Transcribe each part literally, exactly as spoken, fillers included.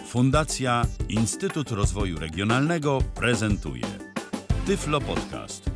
Fundacja Instytut Rozwoju Regionalnego prezentuje Tyflo Podcast.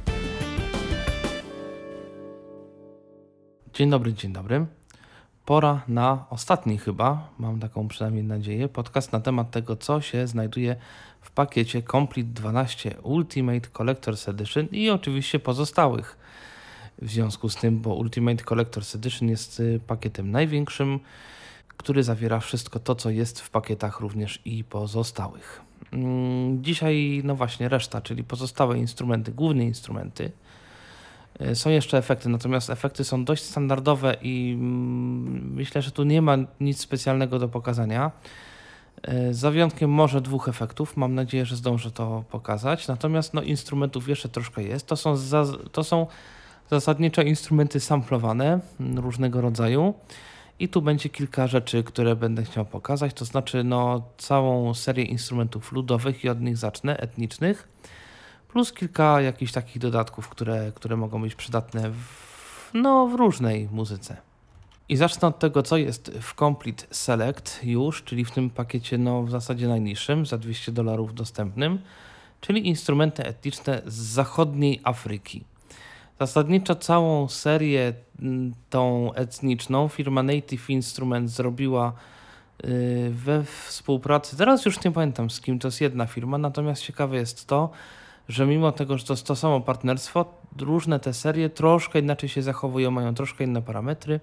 Dzień dobry, dzień dobry. Pora na ostatni chyba, mam taką przynajmniej nadzieję, podcast na temat tego, co się znajduje w pakiecie Complete dwanaście Ultimate Collector's Edition i oczywiście pozostałych. W związku z tym, bo Ultimate Collector's Edition jest pakietem największym, który zawiera wszystko to, co jest w pakietach również i pozostałych. Dzisiaj, no właśnie, reszta, czyli pozostałe instrumenty, główne instrumenty. Są jeszcze efekty, natomiast efekty są dość standardowe i myślę, że tu nie ma nic specjalnego do pokazania. Za wyjątkiem może dwóch efektów, mam nadzieję, że zdążę to pokazać. Natomiast no, instrumentów jeszcze troszkę jest. To są, za, to są zasadniczo instrumenty samplowane różnego rodzaju. I tu będzie kilka rzeczy, które będę chciał pokazać, to znaczy no, całą serię instrumentów ludowych i od nich zacznę, etnicznych, plus kilka jakichś takich dodatków, które, które mogą być przydatne w, no, w różnej muzyce. I zacznę od tego, co jest w Complete Select już, czyli w tym pakiecie no, w zasadzie najniższym, za dwieście dolarów dostępnym, czyli instrumenty etniczne z zachodniej Afryki. Zasadniczo całą serię tą etniczną firma Native Instruments zrobiła we współpracy, teraz już nie pamiętam z kim, to jest jedna firma, natomiast ciekawe jest to, że mimo tego, że to jest to samo partnerstwo, różne te serie troszkę inaczej się zachowują, mają troszkę inne parametry.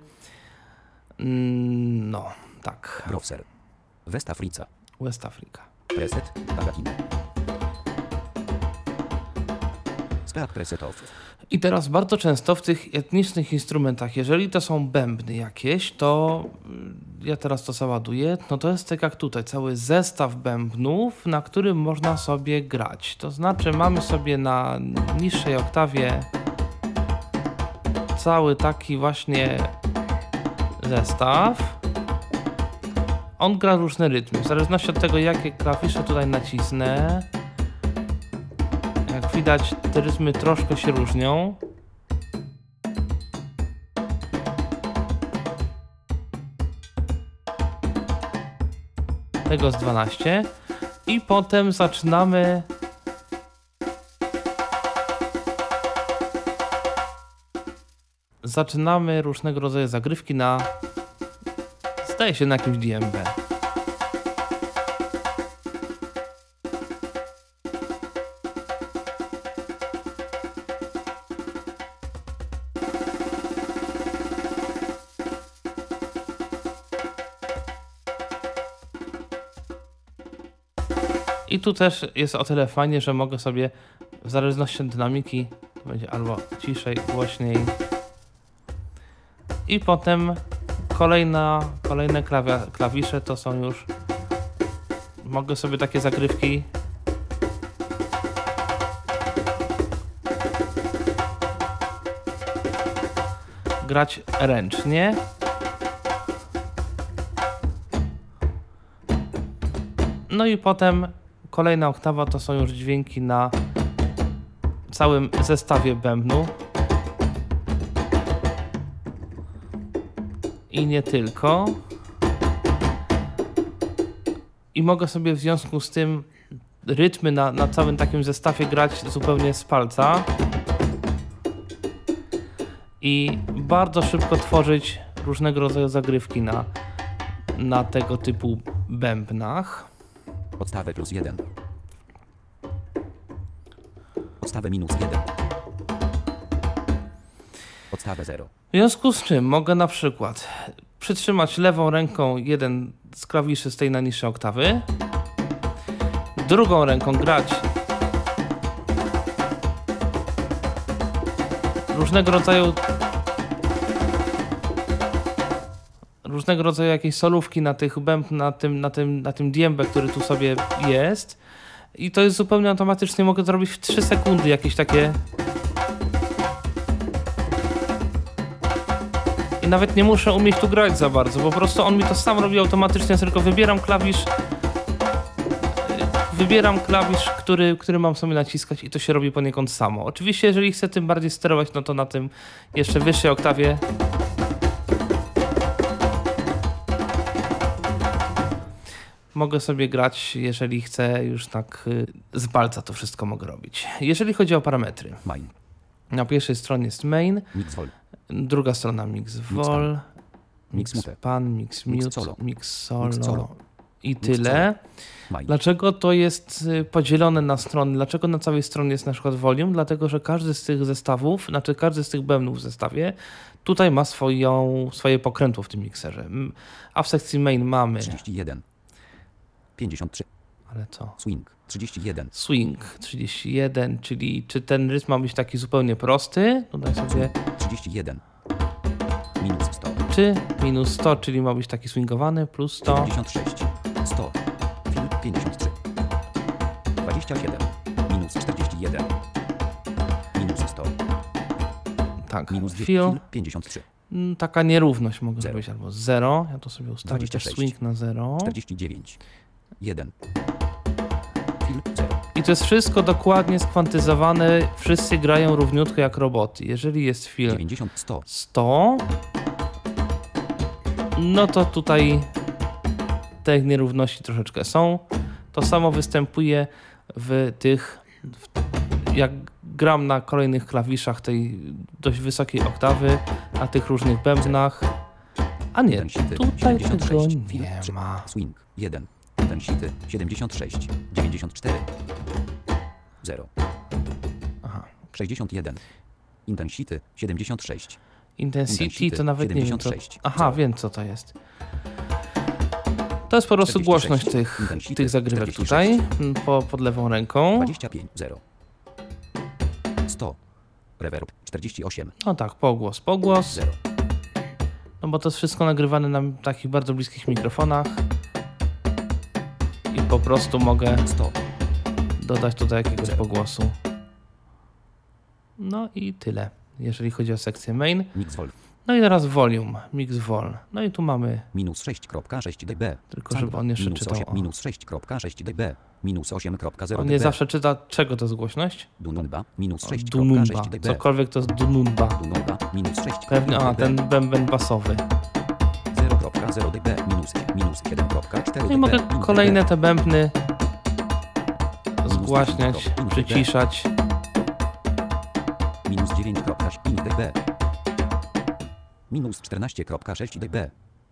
No, tak. Browser. West Africa. West Africa. Preset. Pagatin. Speak preset off. I teraz bardzo często w tych etnicznych instrumentach, jeżeli to są bębny jakieś, to ja teraz to załaduję, no to jest tak jak tutaj, cały zestaw bębnów, na którym można sobie grać. To znaczy mamy sobie na niższej oktawie cały taki właśnie zestaw. On gra różne rytmy, w zależności od tego, jakie klawisze tutaj nacisnę. Jak widać, te rytmy troszkę się różnią. Tego z dwanaście. I potem zaczynamy zaczynamy różnego rodzaju zagrywki na, zdaje się, na jakimś D M B. I tu też jest o tyle fajnie, że mogę sobie w zależności od dynamiki, to będzie albo ciszej, głośniej. I potem kolejna, kolejne klawia, klawisze to są już, mogę sobie takie zagrywki grać ręcznie. No i potem kolejna oktawa to są już dźwięki na całym zestawie bębnu. I nie tylko. I mogę sobie w związku z tym rytmy na, na całym takim zestawie grać zupełnie z palca. I bardzo szybko tworzyć różnego rodzaju zagrywki na, na tego typu bębnach. Podstawę plus jeden. Podstawę minus jeden. Podstawę zero. W związku z czym mogę na przykład przytrzymać lewą ręką jeden z klawiszy z tej najniższej oktawy, drugą ręką grać różnego rodzaju różnego rodzaju jakieś solówki na tych bęb, na tym, na tym, na tym diembę, który tu sobie jest. I to jest zupełnie automatycznie, mogę to robić w trzy sekundy, jakieś takie. I nawet nie muszę umieć tu grać za bardzo, po prostu on mi to sam robi automatycznie, tylko wybieram klawisz, wybieram klawisz, który, który mam sobie naciskać i to się robi poniekąd samo. Oczywiście, jeżeli chcę tym bardziej sterować, no to na tym jeszcze wyższej oktawie mogę sobie grać, jeżeli chcę, już tak y, z palca to wszystko mogę robić. Jeżeli chodzi o parametry. Main. Na pierwszej stronie jest main, Mix vol. druga strona mix vol, Mix mix mute. pan, mix Mix mute, solo. mix solo Mix solo. i tyle. Main. Dlaczego to jest y, podzielone na strony? Dlaczego na całej stronie jest na przykład volume? Dlatego, że każdy z tych zestawów, znaczy każdy z tych bębnów w zestawie tutaj ma swoją, swoje pokrętło w tym mikserze. M- A w sekcji main mamy, trzydzieści jeden. pięćdziesiąt trzy. ale co? Swing. trzydzieści jeden. Swing trzydzieści jeden, czyli czy ten rytm ma być taki zupełnie prosty? Tutaj sobie, trzydzieści jeden. Minus sto. czy minus sto, czyli ma być taki swingowany, plus sto. dziewięćdziesiąt sześć. sto. Film pięćdziesiąt trzy. dwadzieścia siedem. Minus czterdzieści jeden. Minus sto. Tak, Minus dwieście. feel, Film pięćdziesiąt trzy. mm, taka nierówność mogę Zero. zrobić, albo zero, ja to sobie ustawię dwadzieścia też sześć. swing na zero. czterdzieści dziewięć. jeden. Film zero. I to jest wszystko dokładnie skwantyzowane, wszyscy grają równiutko jak roboty. Jeżeli jest feel dziewięćdziesiąt. sto. sto, no to tutaj te nierówności troszeczkę są. To samo występuje w tych, w, jak gram na kolejnych klawiszach tej dość wysokiej oktawy, na tych różnych bębnach. A nie, Intensity tutaj siedemdziesiąt tego sześć. Film nie trzy. ma. Swing jeden. Intensity siedemdziesiąt sześć. dziewięćdziesiąt cztery. zero. Aha. sześćdziesiąt jeden. Intensity siedemdziesiąt sześć. Intensity Intensity to nawet nie wiem co... siedemdziesiąt sześć. Aha, Zero. wiem co to jest. To jest po prostu czterdzieści głośność sześć. tych, Intensity tych zagrywek czterdzieści tutaj, sześć. m, po, pod lewą ręką. dwadzieścia pięć. zero. sto. Reverb czterdzieści osiem. No tak, pogłos, pogłos. zero. No bo to jest wszystko nagrywane na takich bardzo bliskich mikrofonach. I po prostu mogę sto. dodać tutaj jakiegoś Zero. pogłosu. No i tyle, jeżeli chodzi o sekcję main. Mix vol. No i teraz volume, mix vol. No i tu mamy, Minus sześć przecinek sześć dB. Tylko żeby on jeszcze minus czytał, osiem, o. minus sześć przecinek sześć dB. Minus osiem przecinek zero on dB. nie zawsze czyta, czego to jest głośność. Dununba. Minus sześć przecinek Dununba, sześć dB. cokolwiek to jest dununba. Dununba. Minus sześć. Pewnie, a ten bęben basowy. zero przecinek zero dB. Minus, minus siedem przecinek cztery dB. No i mogę Min kolejne dB. te bębny zgłaśniać, przyciszać. Minus dziewięć przecinek pięć dB. Minus czternaście przecinek sześć dB.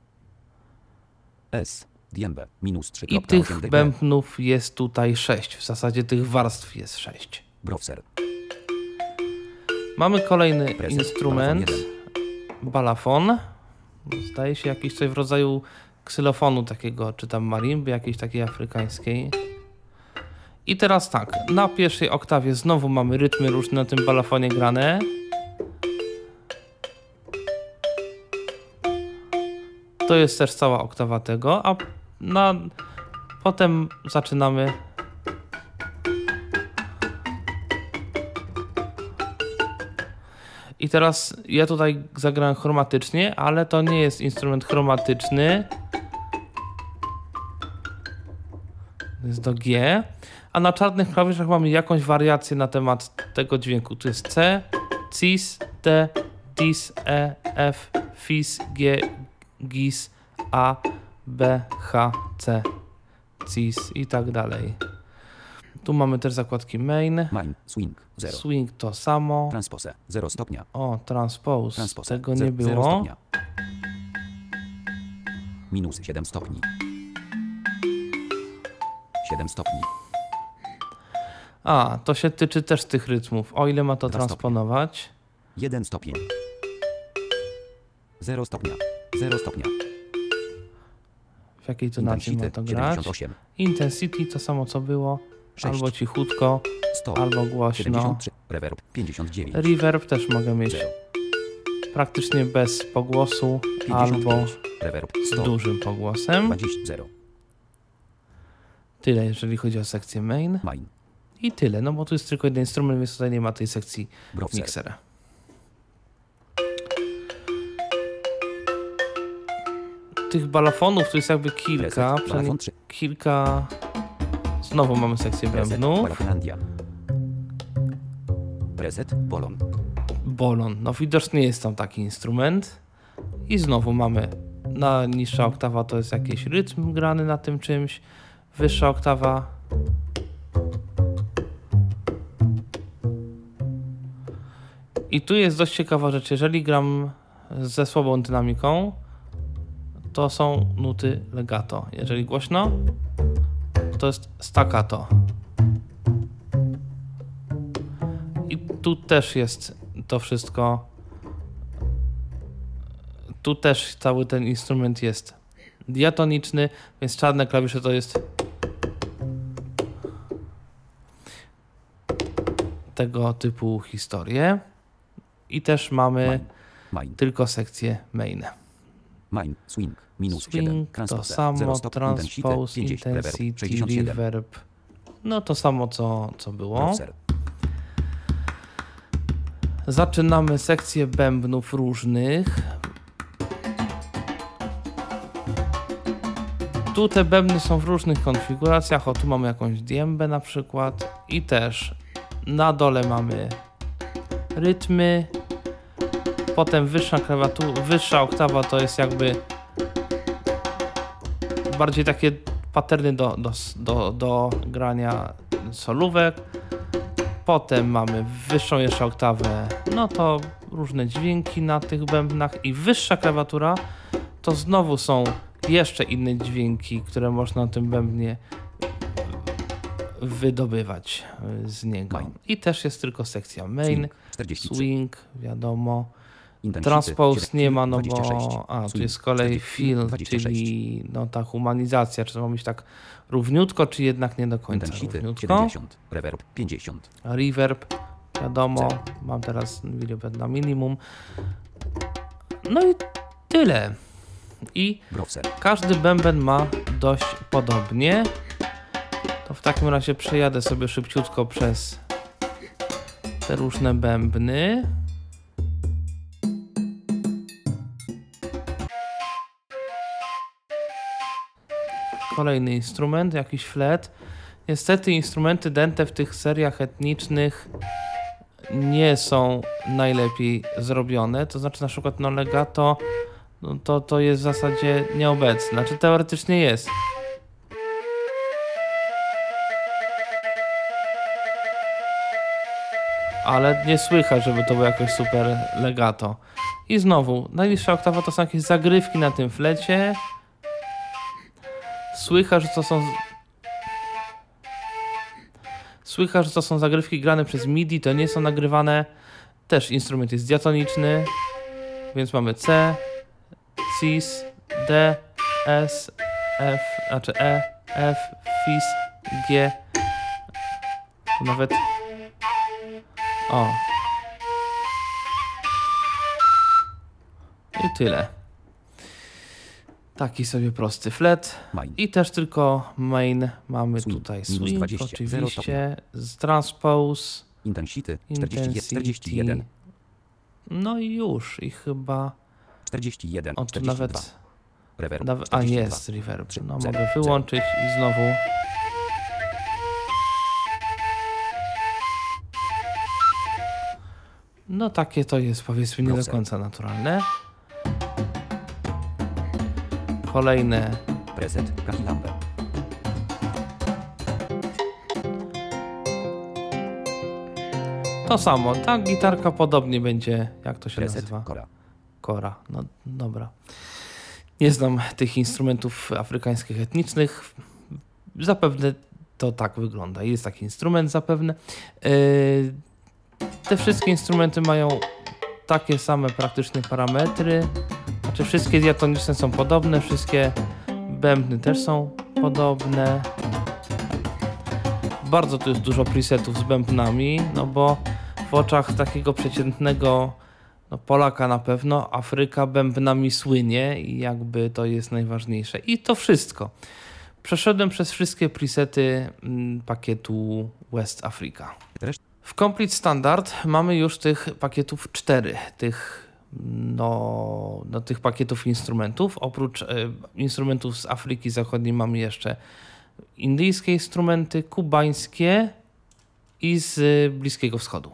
S. Djembe. Minus trzy I przecinek tych osiem dB. bębnów jest tutaj sześć. W zasadzie tych warstw jest sześć. Browser. Mamy kolejny Preset. instrument. Balafon Balafon. Zdaje się jakiś coś w rodzaju ksylofonu takiego, czy tam marimby jakiejś takiej afrykańskiej. I teraz tak, na pierwszej oktawie znowu mamy rytmy różne na tym balafonie grane. To jest też cała oktawa tego, a na... potem zaczynamy i teraz ja tutaj zagrałem chromatycznie, ale to nie jest instrument chromatyczny. To jest do G. A na czarnych klawiszach mamy jakąś wariację na temat tego dźwięku. Tu jest C, Cis, D, Dis, E, F, Fis, G, Gis, A, B, H, C, Cis i tak dalej. Tu mamy też zakładki main. Main. Swing. zero. Swing to samo. Transpose. zero stopnia. O, transpose. Transpose. Tego Ze- nie zero było. stopnia. Minus siedem stopni. siedem stopni. A, to się tyczy też tych rytmów. O ile ma to Dwa stopnie. transponować? jeden stopień. zero stopnia. zero stopnia. W jakiej tonacji ma Intensity to grać? siedemdziesiąt osiem. Intensity to samo co było. sześć. Albo cichutko, sto. albo głośno. siedemdziesiąt trzy. Reverb pięćdziesiąt dziewięć. Reverb też mogę mieć zero. praktycznie bez pogłosu, pięćdziesiąt albo pięć. Reverb z sto. dużym pogłosem. dwadzieścia. zero. Tyle, jeżeli chodzi o sekcję main. Main. I tyle, no bo tu jest tylko jeden instrument, więc tutaj nie ma tej sekcji Browser. miksera. Tych balafonów to jest jakby kilka, Preset. przynajmniej Balafon trzy. kilka. Znowu mamy sekcję Preset. bębnów. Balafinlandia. Preset. Bolon. Bolon. No widocznie jest tam taki instrument. I znowu mamy na niższa oktawa to jest jakiś rytm grany na tym czymś, wyższa oktawa. I tu jest dość ciekawa rzecz, jeżeli gram ze słabą dynamiką, to są nuty legato. Jeżeli głośno, to jest staccato. I tu też jest to wszystko. Tu też cały ten instrument jest diatoniczny, więc czarne klawisze to jest tego typu historie. I też mamy Main. Main. tylko sekcję main. Main. Swing. Minus siedem. Swing to Transpose. samo, zero stop. transpose, pięćdziesiąt. intensity, Reverb. sześćdziesiąt siedem. reverb. No to samo co, co było. Browser. Zaczynamy sekcję bębnów różnych. Tu te bębny są w różnych konfiguracjach. O, tu mamy jakąś diembę na przykład. I też na dole mamy rytmy. Potem wyższa klawiatura, wyższa oktawa to jest jakby bardziej takie paterny do, do, do, do grania solówek. Potem mamy wyższą jeszcze oktawę, no to różne dźwięki na tych bębnach. I wyższa klawiatura to znowu są jeszcze inne dźwięki, które można na tym bębnie wydobywać z niego. Main. I też jest tylko sekcja main, Swing. czterdzieści trzy. swing, wiadomo. Intensity. Transpose siedem. nie ma, no dwadzieścia sześć. bo a, tu Swing. jest z kolei czterdzieści. fill, dwadzieścia sześć. czyli no ta humanizacja, czy to ma być tak równiutko, czy jednak nie do końca Intensity. równiutko. siedemdziesiąt. Reverb. pięćdziesiąt. Reverb, wiadomo, Zero. mam teraz reverb na minimum. No i tyle. I Browser. każdy bęben ma dość podobnie. To w takim razie przejadę sobie szybciutko przez te różne bębny. Kolejny instrument, jakiś flet. Niestety instrumenty dęte w tych seriach etnicznych nie są najlepiej zrobione. To znaczy na przykład no legato no to, to jest w zasadzie nieobecne. Znaczy teoretycznie jest. Ale nie słychać, żeby to było jakoś super legato. I znowu, najniższa oktawa to są jakieś zagrywki na tym flecie. Słychać, że to są... Słychać, że to są zagrywki grane przez MIDI, to nie są nagrywane. Też instrument jest diatoniczny, więc mamy C, Cis, D, S, F, znaczy E, F, Fis, G. Tu nawet... O. I tyle. Taki sobie prosty flet. Main. I też tylko main mamy Swing. tutaj Minus swing, dwadzieścia. Zero oczywiście, z transpose, Intensity. czterdzieści. czterdzieści jeden. intensity. No i już. I chyba... czterdzieści jeden. O, tu czterdzieści dwa. nawet... Reverb. nawet a czterdzieści dwa. jest reverb. trzy, No zero, mogę zero. wyłączyć i znowu... No takie to jest, powiedzmy, nie do Browser. końca naturalne. Kolejne... Preset. Kahilambe. To samo, ta gitarka podobnie będzie, jak to się Preset. nazywa? Kora. Kora, no dobra. Nie znam tych instrumentów afrykańskich etnicznych. Zapewne to tak wygląda. Jest taki instrument zapewne. Yy, te wszystkie instrumenty mają takie same praktycznie parametry. Znaczy wszystkie diatoniczne są podobne, wszystkie bębny też są podobne. Bardzo tu jest dużo presetów z bębnami, no bo w oczach takiego przeciętnego no Polaka na pewno Afryka bębnami słynie i jakby to jest najważniejsze. I to wszystko. Przeszedłem przez wszystkie presety mm, pakietu West Africa. Reszta. W Complete Standard mamy już tych pakietów cztery, tych, no, no, tych pakietów instrumentów. Oprócz y, instrumentów z Afryki Zachodniej mamy jeszcze indyjskie instrumenty, kubańskie i z y, Bliskiego Wschodu.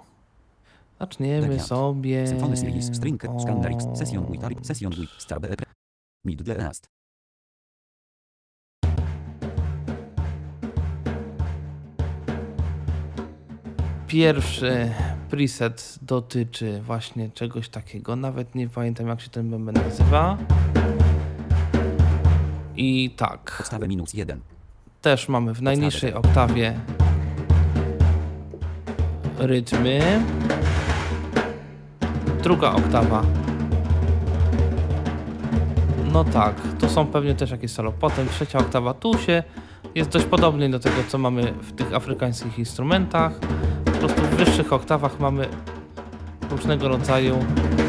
Zaczniemy Deviant. sobie Symphony Series. String. od Scanner X. Session with. Session with. Star. Middle last. Pierwszy preset dotyczy właśnie czegoś takiego. Nawet nie pamiętam, jak się ten bęben nazywa. I tak. Podstawę minus jeden. Też mamy w najniższej oktawie rytmy. Druga oktawa. No tak, tu są pewnie też jakieś solo. Potem trzecia oktawa. Tu się jest dość podobny do tego, co mamy w tych afrykańskich instrumentach. Po prostu w wyższych oktawach mamy różnego rodzaju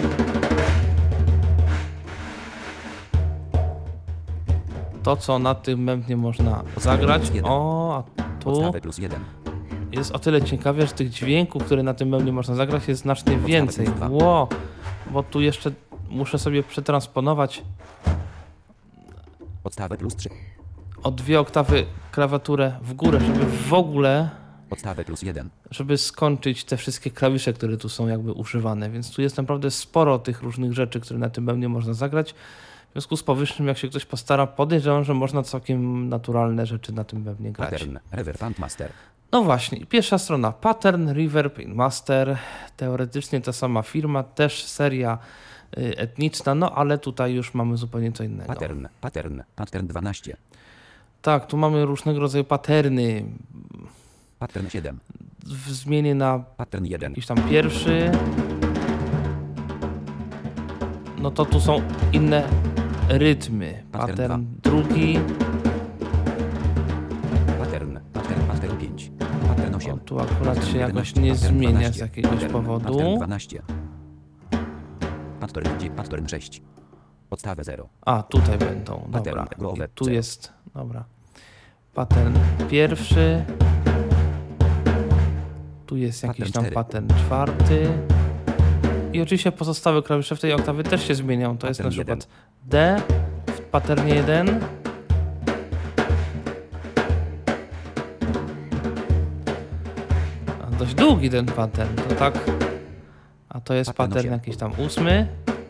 to, co na tym bębnie można zagrać. O, a tu Podstawę plus jeden. jest o tyle ciekawie, że tych dźwięków, które na tym bębnie można zagrać, jest znacznie więcej. Ło, bo tu jeszcze muszę sobie przetransponować Podstawę plus trzy. o dwie oktawy klawiaturę w górę, żeby w ogóle, Podstawę plus jeden. żeby skończyć te wszystkie klawisze, które tu są jakby używane. Więc tu jest naprawdę sporo tych różnych rzeczy, które na tym bębnie można zagrać. W związku z powyższym, jak się ktoś postara, podejrzewam, że można całkiem naturalne rzeczy na tym bębnie grać. Pattern, reverb and master. No właśnie, pierwsza strona Pattern, Reverb i Master. Teoretycznie ta sama firma, też seria y, etniczna, no ale tutaj już mamy zupełnie co innego. Pattern, pattern, pattern dwanaście. Tak, tu mamy różnego rodzaju paterny. Pattern siedem. W zmianie na Pattern jeden. jakiś tam pierwszy. No to tu są inne rytmy. Pattern Pattern drugi. Pattern, pattern, pattern pięć. Pattern O, osiem. tu akurat się jakoś jedenaście, nie pattern zmienia z dwanaście, jakiegoś pattern, powodu. Pattern dwanaście. Pattern, pattern sześć. Podstawę zero. A, tutaj będą, dobra. Pattern, głowę, I tu zero. jest, dobra. Pattern pierwszy. Tu jest jakiś Pattern tam cztery. pattern czwarty. I oczywiście pozostałe klawisze w tej oktawie też się zmienią. To jest na Pattern przykład D w patternie jeden. A dość długi ten pattern, to tak. A to jest Pattern pattern osiem. jakiś tam ósmy.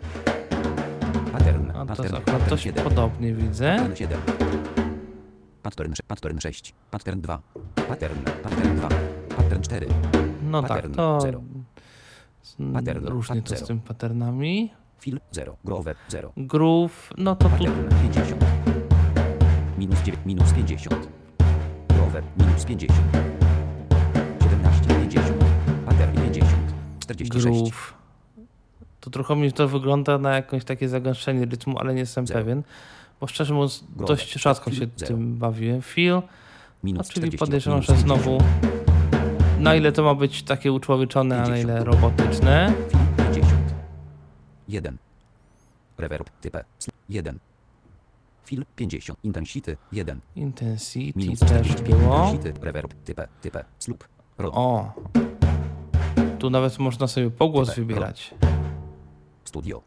Pattern, A to pattern, jest akurat pattern dość siedem. podobnie widzę. Pattern siedem. Pattern, sze- pattern sześć. Pattern dwa. Pattern, pattern dwa. Pattern cztery. No tak, Pattern to zero. mm, Pattern, różnie pat- to z zero. tym patternami. Fill zero. Groove zero. Groove, no to tu Pattern pięćdziesiąt. Minus dziewięć, minus pięćdziesiąt. Groove minus pięćdziesiąt. siedemnaście, pięćdziesiąt. Pattern pięćdziesiąt. czterdzieści sześć. groove. To trochę mi to wygląda na jakieś takie zagęszczenie rytmu, ale nie jestem Zero. pewien. Bo szczerze mówiąc, Groove. dość rzadko się Zero. tym bawiłem. Feel, no Minus czyli czterdzieści, podejrzewam, minus że pięćdziesiąt. znowu na ile to ma być takie uczłowieczone, a na ile pięćdziesiąt. robotyczne. Fill pięćdziesiąt. jeden. Reverb type jeden. Fill pięćdziesiąt. Intensity jeden. Intensity Minus też czterdzieści pięć. było. Intensity. Reverb type type. Sloop. Rod. O, tu nawet można sobie pogłos Type, wybierać. Studio.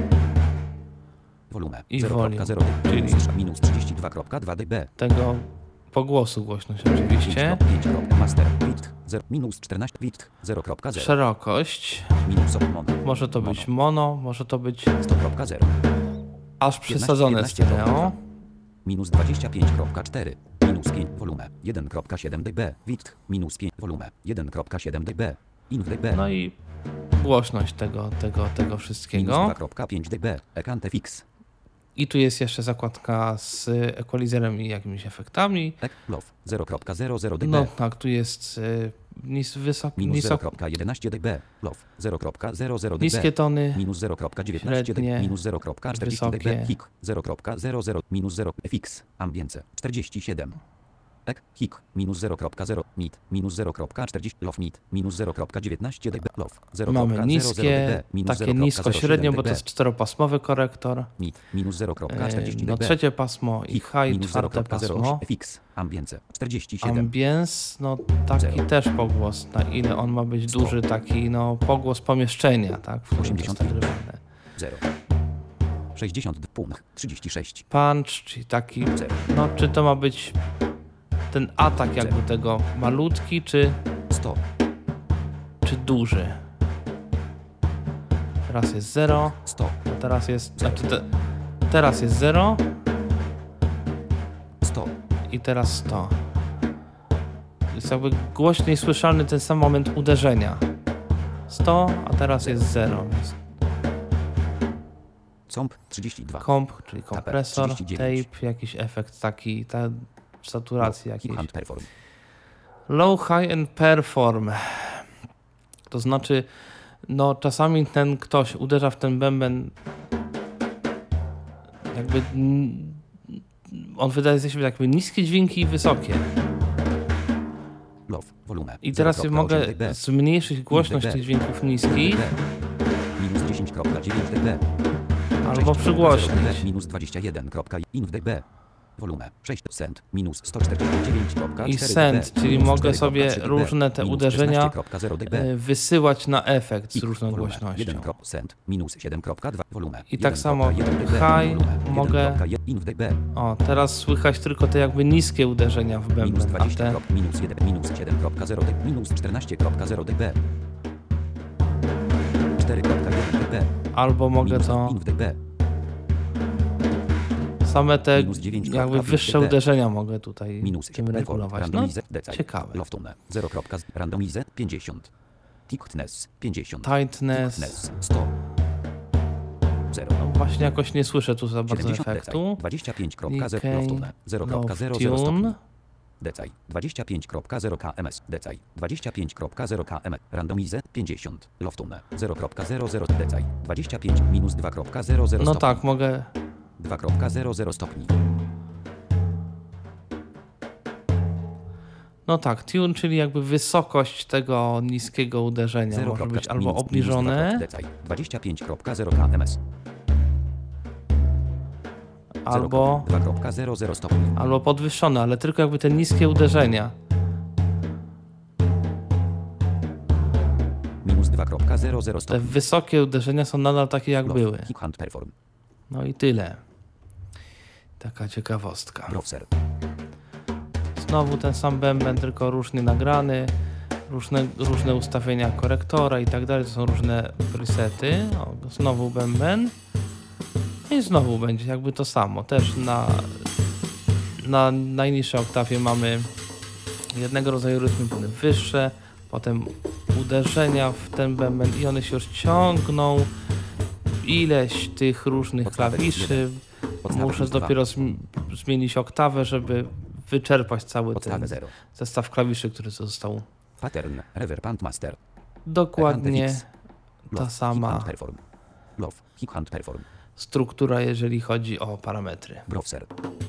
Volume. I zero volume, przecinek zero. czyli- Minus, minus trzydzieści dwa przecinek dwa dB. Tego pogłosu głośność oczywiście. pięć. Master. Width. zero. Minus czternaście. Width. zero przecinek zero. Szerokość. Minus mono. Może to być mono, może to być sto przecinek zero. aż przesadzone piętnaście stereo. Minus dwadzieścia pięć przecinek cztery. Minus pięć. Volume. jeden przecinek siedem dB. Width. Minus pięć. Volume. jeden przecinek siedem dB. In dB. No i głośność tego, tego, tego Minus wszystkiego. dwa przecinek pięć dB. Ekante fix. I tu jest jeszcze zakładka z equalizerem i jakimiś efektami. Ek. Low. zero przecinek zero zero dB. No tak, tu jest y, nis, wysoki, Minus zero nisok, przecinek jedenaście dB. Low. zero przecinek zero zero dB. niskie tony, Minus zero przecinek dziewiętnaście dB. średnie, Minus zero przecinek czterdzieści wysokie. dB. Hik. zero przecinek zero zero. Minus zero. Fix. Ambience. czterdzieści siedem. Ek. Hik. Minus zero przecinek zero. Mid. Minus zero przecinek czterdzieści. Low. Mid. Minus zero przecinek dziewiętnaście dB. Low. zero mamy przecinek zero zero niskie, dB. Minus takie zero przecinek nisko zero siedem średnio, bo to dB. jest czteropasmowy korektor. Mid. Minus zero przecinek czterdzieści Y, No dB. trzecie pasmo i Hik. high Minus zero czwarte przecinek zero pasmo. osiem. Fix. Ambience. czterdzieści siedem. Ambience, no taki Zero. też pogłos, na ile on ma być sto. duży, taki no pogłos pomieszczenia, tak, w którym to jest osiemdziesiąt. nagrywane. zero. sześćdziesiąt punkt. trzydzieści sześć. Punch, czyli taki, zero. no czy to ma być ten atak jakby Zero. tego malutki, czy, sto. czy duży. Teraz jest zero, sto. a teraz jest, Zero. znaczy te, teraz jest zero sto. i teraz sto. Jest jakby głośniej słyszalny ten sam moment uderzenia. sto, a teraz jest zero. Więc Comp trzydzieści dwa. komp, czyli kompresor, trzydzieści dziewięć. tape, jakiś efekt taki, ta saturacja Hip jakiejś. hand perform. Low, high and perform. To znaczy, no czasami ten ktoś uderza w ten bęben, jakby n- on wydaje z siebie jakby niskie dźwięki i wysokie. Low. Volume. I teraz zero mogę przecinek osiem dB. zmniejszyć głośność dB. tych dźwięków niskich Minus dziesięć przecinek dziewięć dB. albo przygłośnić. Minus dwadzieścia jeden dB. Volume sześć cent. Minus sto czterdzieści dziewięć przecinek cztery I dB. cent, czyli Minus mogę cztery sobie przecinek trzy dB. różne te Minus uderzenia szesnaście przecinek zero dB. e, wysyłać na efekt z Hip, różną volume, głośnością. jeden cent. Minus siedem przecinek dwa volume. I tak jeden samo przecinek jeden dB. high Volume, mogę- jeden przecinek jeden dB. O, teraz słychać tylko te jakby niskie uderzenia w Minus bęben, a dwadzieścia, te minus jeden, minus siedem przecinek zero dB. Minus czternaście przecinek zero dB. cztery przecinek jeden dB. albo mogę Minus to in w dB. same te Minus dziewięć jakby kropka pięć wyższe dB. uderzenia mogę tutaj Minus tym regulować. No, randomize, decaj, ciekawe. loftune, zero. Randomize pięćdziesiąt. Thickness pięćdziesiąt. Tightness. Thickness sto. zero. No właśnie jakoś nie słyszę tu za bardzo siedemdziesiąt efektu. decaj, dwadzieścia pięć przecinek zero Decay, loftune, zero przecinek zero loft zero stopni. tune. Decaj, dwadzieścia pięć przecinek zero kms. Decaj, dwadzieścia pięć przecinek zero km. Randomize pięćdziesiąt. Loftune, zero przecinek zero zero. Decaj, dwadzieścia pięć minus dwa przecinek zero zero No stopni. tak, mogę. dwa przecinek zero zero stopni. No tak, tune, czyli jakby wysokość tego niskiego uderzenia zero może być minus- albo minus dwa obniżone, decaj, dwadzieścia pięć przecinek zero kms. albo, dwa przecinek zero zero stopni. albo podwyższone, ale tylko jakby te niskie uderzenia. Minus dwa przecinek zero zero Te stopni. wysokie uderzenia są nadal takie jak Loft, były. Hip hand perform. No i tyle. Taka ciekawostka. Browser. Znowu ten sam bęben, tylko różnie nagrany, różne, różne ustawienia korektora i tak dalej. To są różne presety. O, znowu bęben. I znowu będzie jakby to samo. Też na, na najniższej oktawie mamy jednego rodzaju rytmy, potem wyższe, potem uderzenia w ten bęben i one się już ciągną. Ileś tych różnych Podstawę klawiszy. Podstawę Muszę plus dwa. dopiero zm- zmienić oktawę, żeby wyczerpać cały Podstawę ten zero. zestaw klawiszy, który został Pattern. Reverb and master. dokładnie F X. ta Loft, Hip sama hand perform. Low. Hip hand perform. struktura, jeżeli chodzi o parametry. Browser.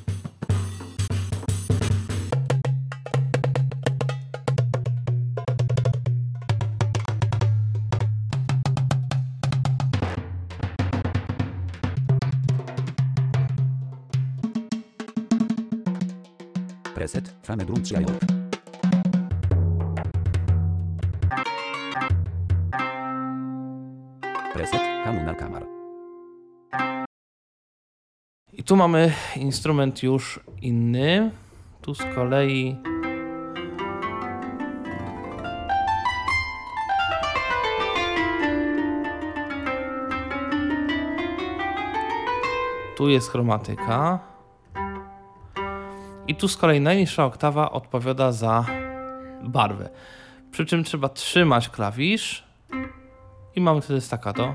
Preset. Frame Grund Trial. Preset. Communal Camera. I tu mamy instrument już inny. Tu z kolei tu jest chromatyka. I tu z kolei najniższa oktawa odpowiada za barwę. Przy czym trzeba trzymać klawisz i mamy wtedy staccato.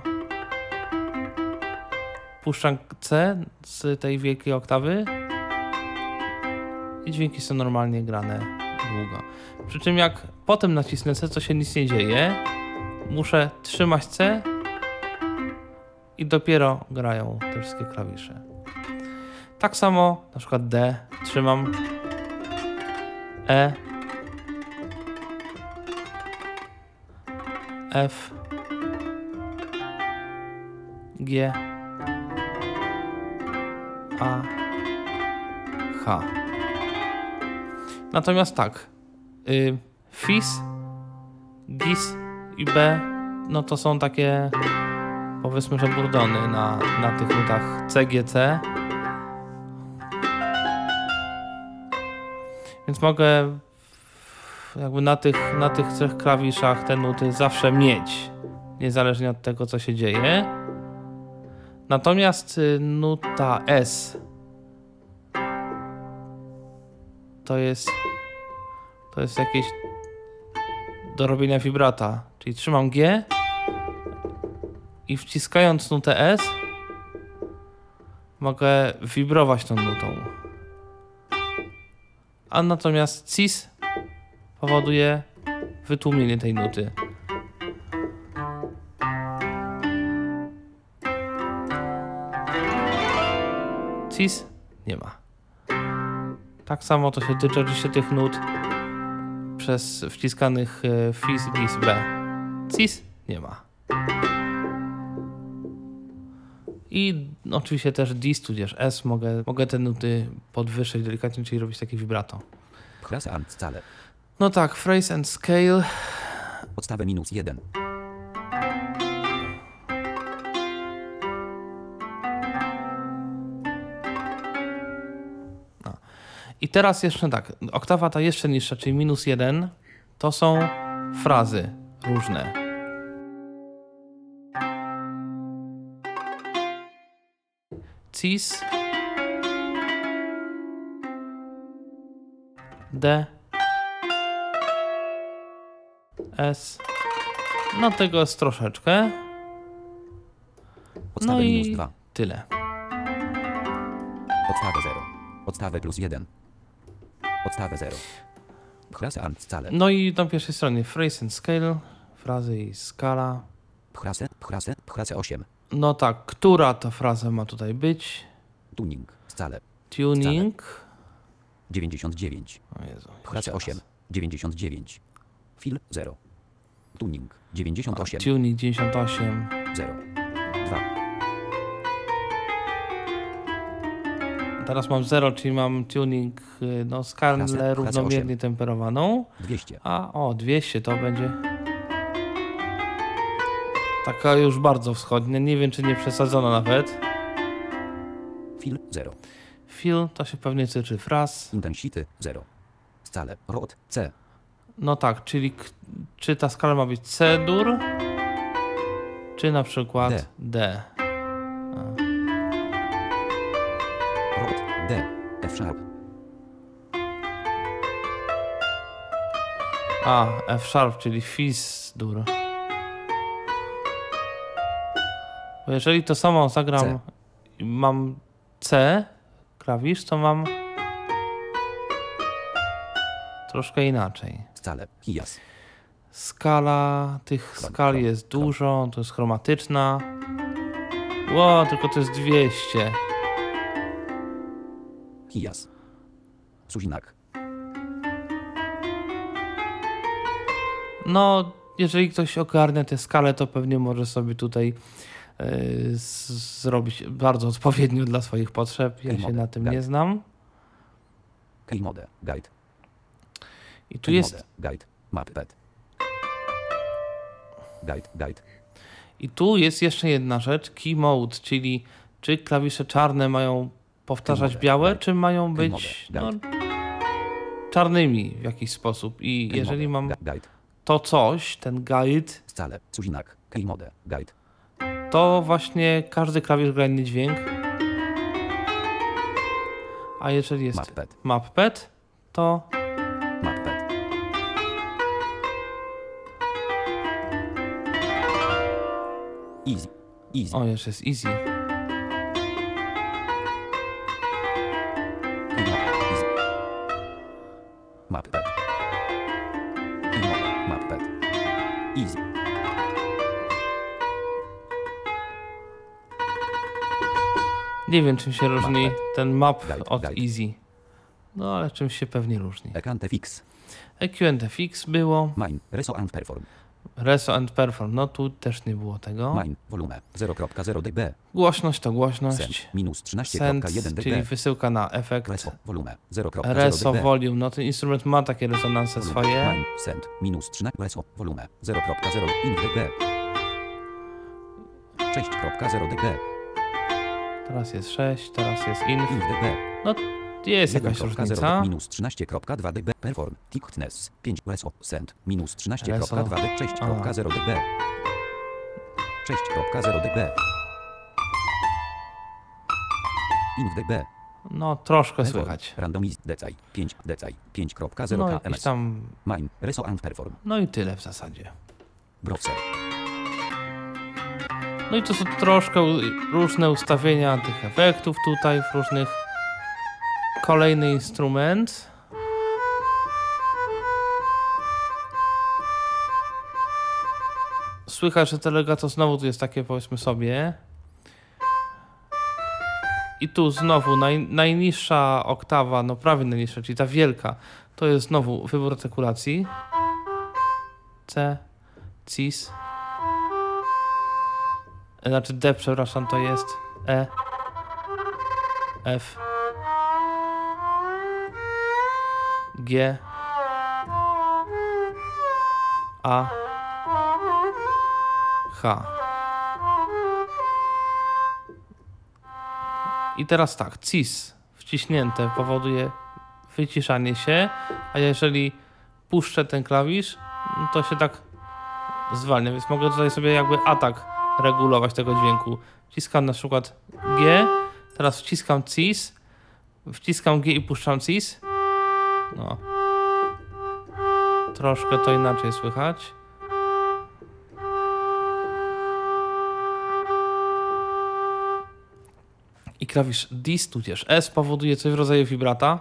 Puszczam C z tej wielkiej oktawy i dźwięki są normalnie grane długo. Przy czym jak potem nacisnę C, to się nic nie dzieje. Muszę trzymać C i dopiero grają te wszystkie klawisze. Tak samo na przykład D trzymam, E, F, G, A, H. Natomiast tak, y, Fis, Gis i B, no to są takie, powiedzmy, że burdony na, na tych nutach C, G, C. Więc mogę jakby na tych, na tych trzech klawiszach te nuty zawsze mieć, niezależnie od tego, co się dzieje. Natomiast y, nuta S to jest to jest jakieś do robienia vibrata, czyli trzymam G i wciskając nutę S mogę wibrować tą nutą. A natomiast cis powoduje wytłumienie tej nuty. Cis nie ma. Tak samo to się tyczy oczywiście tych nut przez wciskanych fis, gis, b. Cis nie ma. I oczywiście też dis tudzież s mogę, mogę te nuty podwyższyć delikatnie, czyli robić takie vibrato. Phrase and scale. No tak, phrase and scale. Podstawę minus jeden. I teraz jeszcze tak, oktawa ta jeszcze niższa, czyli minus jeden, to są frazy różne. Cis, D, S, no tego jest troszeczkę, Podstawę no minus i dwa. tyle. Podstawę zero. Podstawę plus jeden. Podstawę zero. Phrase and scale. No i na pierwszej stronie phrase and scale, frazy i skala. Phrase, phrase, phrase osiem. No tak, która ta fraza ma tutaj być? Tuning, scale. Tuning. dziewięćdziesiąt dziewięć. O Jezu, Phrase jeszcze osiem. raz. dziewięćdziesiąt dziewięć. Fill zero. Tuning dziewięćdziesiąt osiem. A, tuning dziewięćdziesiąt osiem. zero. dwa. Teraz mam zero, czyli mam tuning, y, no skalę Klasę- klasę równomiernie osiem. temperowaną. dwieście. A o, dwieście to będzie taka już bardzo wschodnia. Nie wiem, czy nie przesadzona nawet. Fill zero. Fill to się pewnie tyczy fraz. Intensity zero. Scale. Rod C. No tak, czyli k- czy ta skala ma być C-dur, czy na przykład D. D. Rod D. F sharp. A, F-sharp, czyli fis-dur. Bo jeżeli to samo zagram, C. i mam C, klawisz, to mam troszkę inaczej. Scale. Hias. Skala tych Chrom, skal chrom, jest chrom. dużo, to jest chromatyczna. Ło, tylko to jest dwieście. Hias. Suzinak. No, jeżeli ktoś ogarnia tę skalę, to pewnie może sobie tutaj yy, z- zrobić bardzo odpowiednio dla swoich potrzeb. Ja się K-mode, na tym guide. nie znam. K-mode. Guide. I tu K-mode. jest, Guide. Mapped. Guide. Guide. i tu jest jeszcze jedna rzecz, key mode, czyli czy klawisze czarne mają powtarzać K-mode, białe, guide. czy mają być no, K-mode, czarnymi w jakiś sposób. I K-mode, jeżeli mam gu- Guide. to coś, ten guide, Scale. Suzinak. K-mode. Guide. to właśnie każdy klawisz gra inny dźwięk. A jeżeli jest Mapped. mapped, to Mapped. Easy. Easy. o, jeszcze jest easy. K-mode. Easy. Mapped. K-mode. Mapped. Easy. Nie wiem, czym się różni Mapped. ten map Guide, od guide. easy. No ale czymś się pewnie różni. Ekante fix. E Q and F X było, Mine. Reso and perform. Reso and Perform, no tu też nie było tego. Mine. Volume. zero przecinek zero dB. Głośność to głośność. Send. Minus trzynaście Send, przecinek jeden czyli dB. wysyłka na efekt. Reso. Volume. zero przecinek Reso zero dB. volume, no ten instrument ma takie rezonanse Volume. swoje. Mine. Send. Minus trzynaście. Reso. Volume. zero przecinek zero in dB. sześć przecinek zero dB. Teraz jest sześć, teraz jest inf. In dB. No jest jakaś jeden przecinek zero różnica. minus trzynaście przecinek dwa dB. Perform. Thickness. pięć. Reso. Send. Minus trzynaście Reso. przecinek dwa dB. sześć przecinek zero dB. sześć przecinek zero dB. inf db. No, troszkę Perform. słychać. Randomize decay pięć decay pięć kropka zero No, kms. jakiś tam... Mine. Resonant perform. No i tyle w zasadzie. Browser. No i to są troszkę u- różne ustawienia tych efektów tutaj w różnych. Kolejny instrument. Słychać, że te legato znowu tu jest takie, powiedzmy sobie. I tu znowu naj, najniższa oktawa, no prawie najniższa, czyli ta wielka, to jest znowu wybór artykulacji. C, cis. Znaczy D, przepraszam, to jest E, F, G, A, H. I teraz tak, cis wciśnięte powoduje wyciszanie się, a jeżeli puszczę ten klawisz, no to się tak zwalnia, więc mogę tutaj sobie jakby atak regulować tego dźwięku. Wciskam na przykład G, teraz wciskam cis, wciskam G i puszczam cis. No. Troszkę to inaczej słychać. I klawisz dis tudzież S powoduje coś w rodzaju vibrata.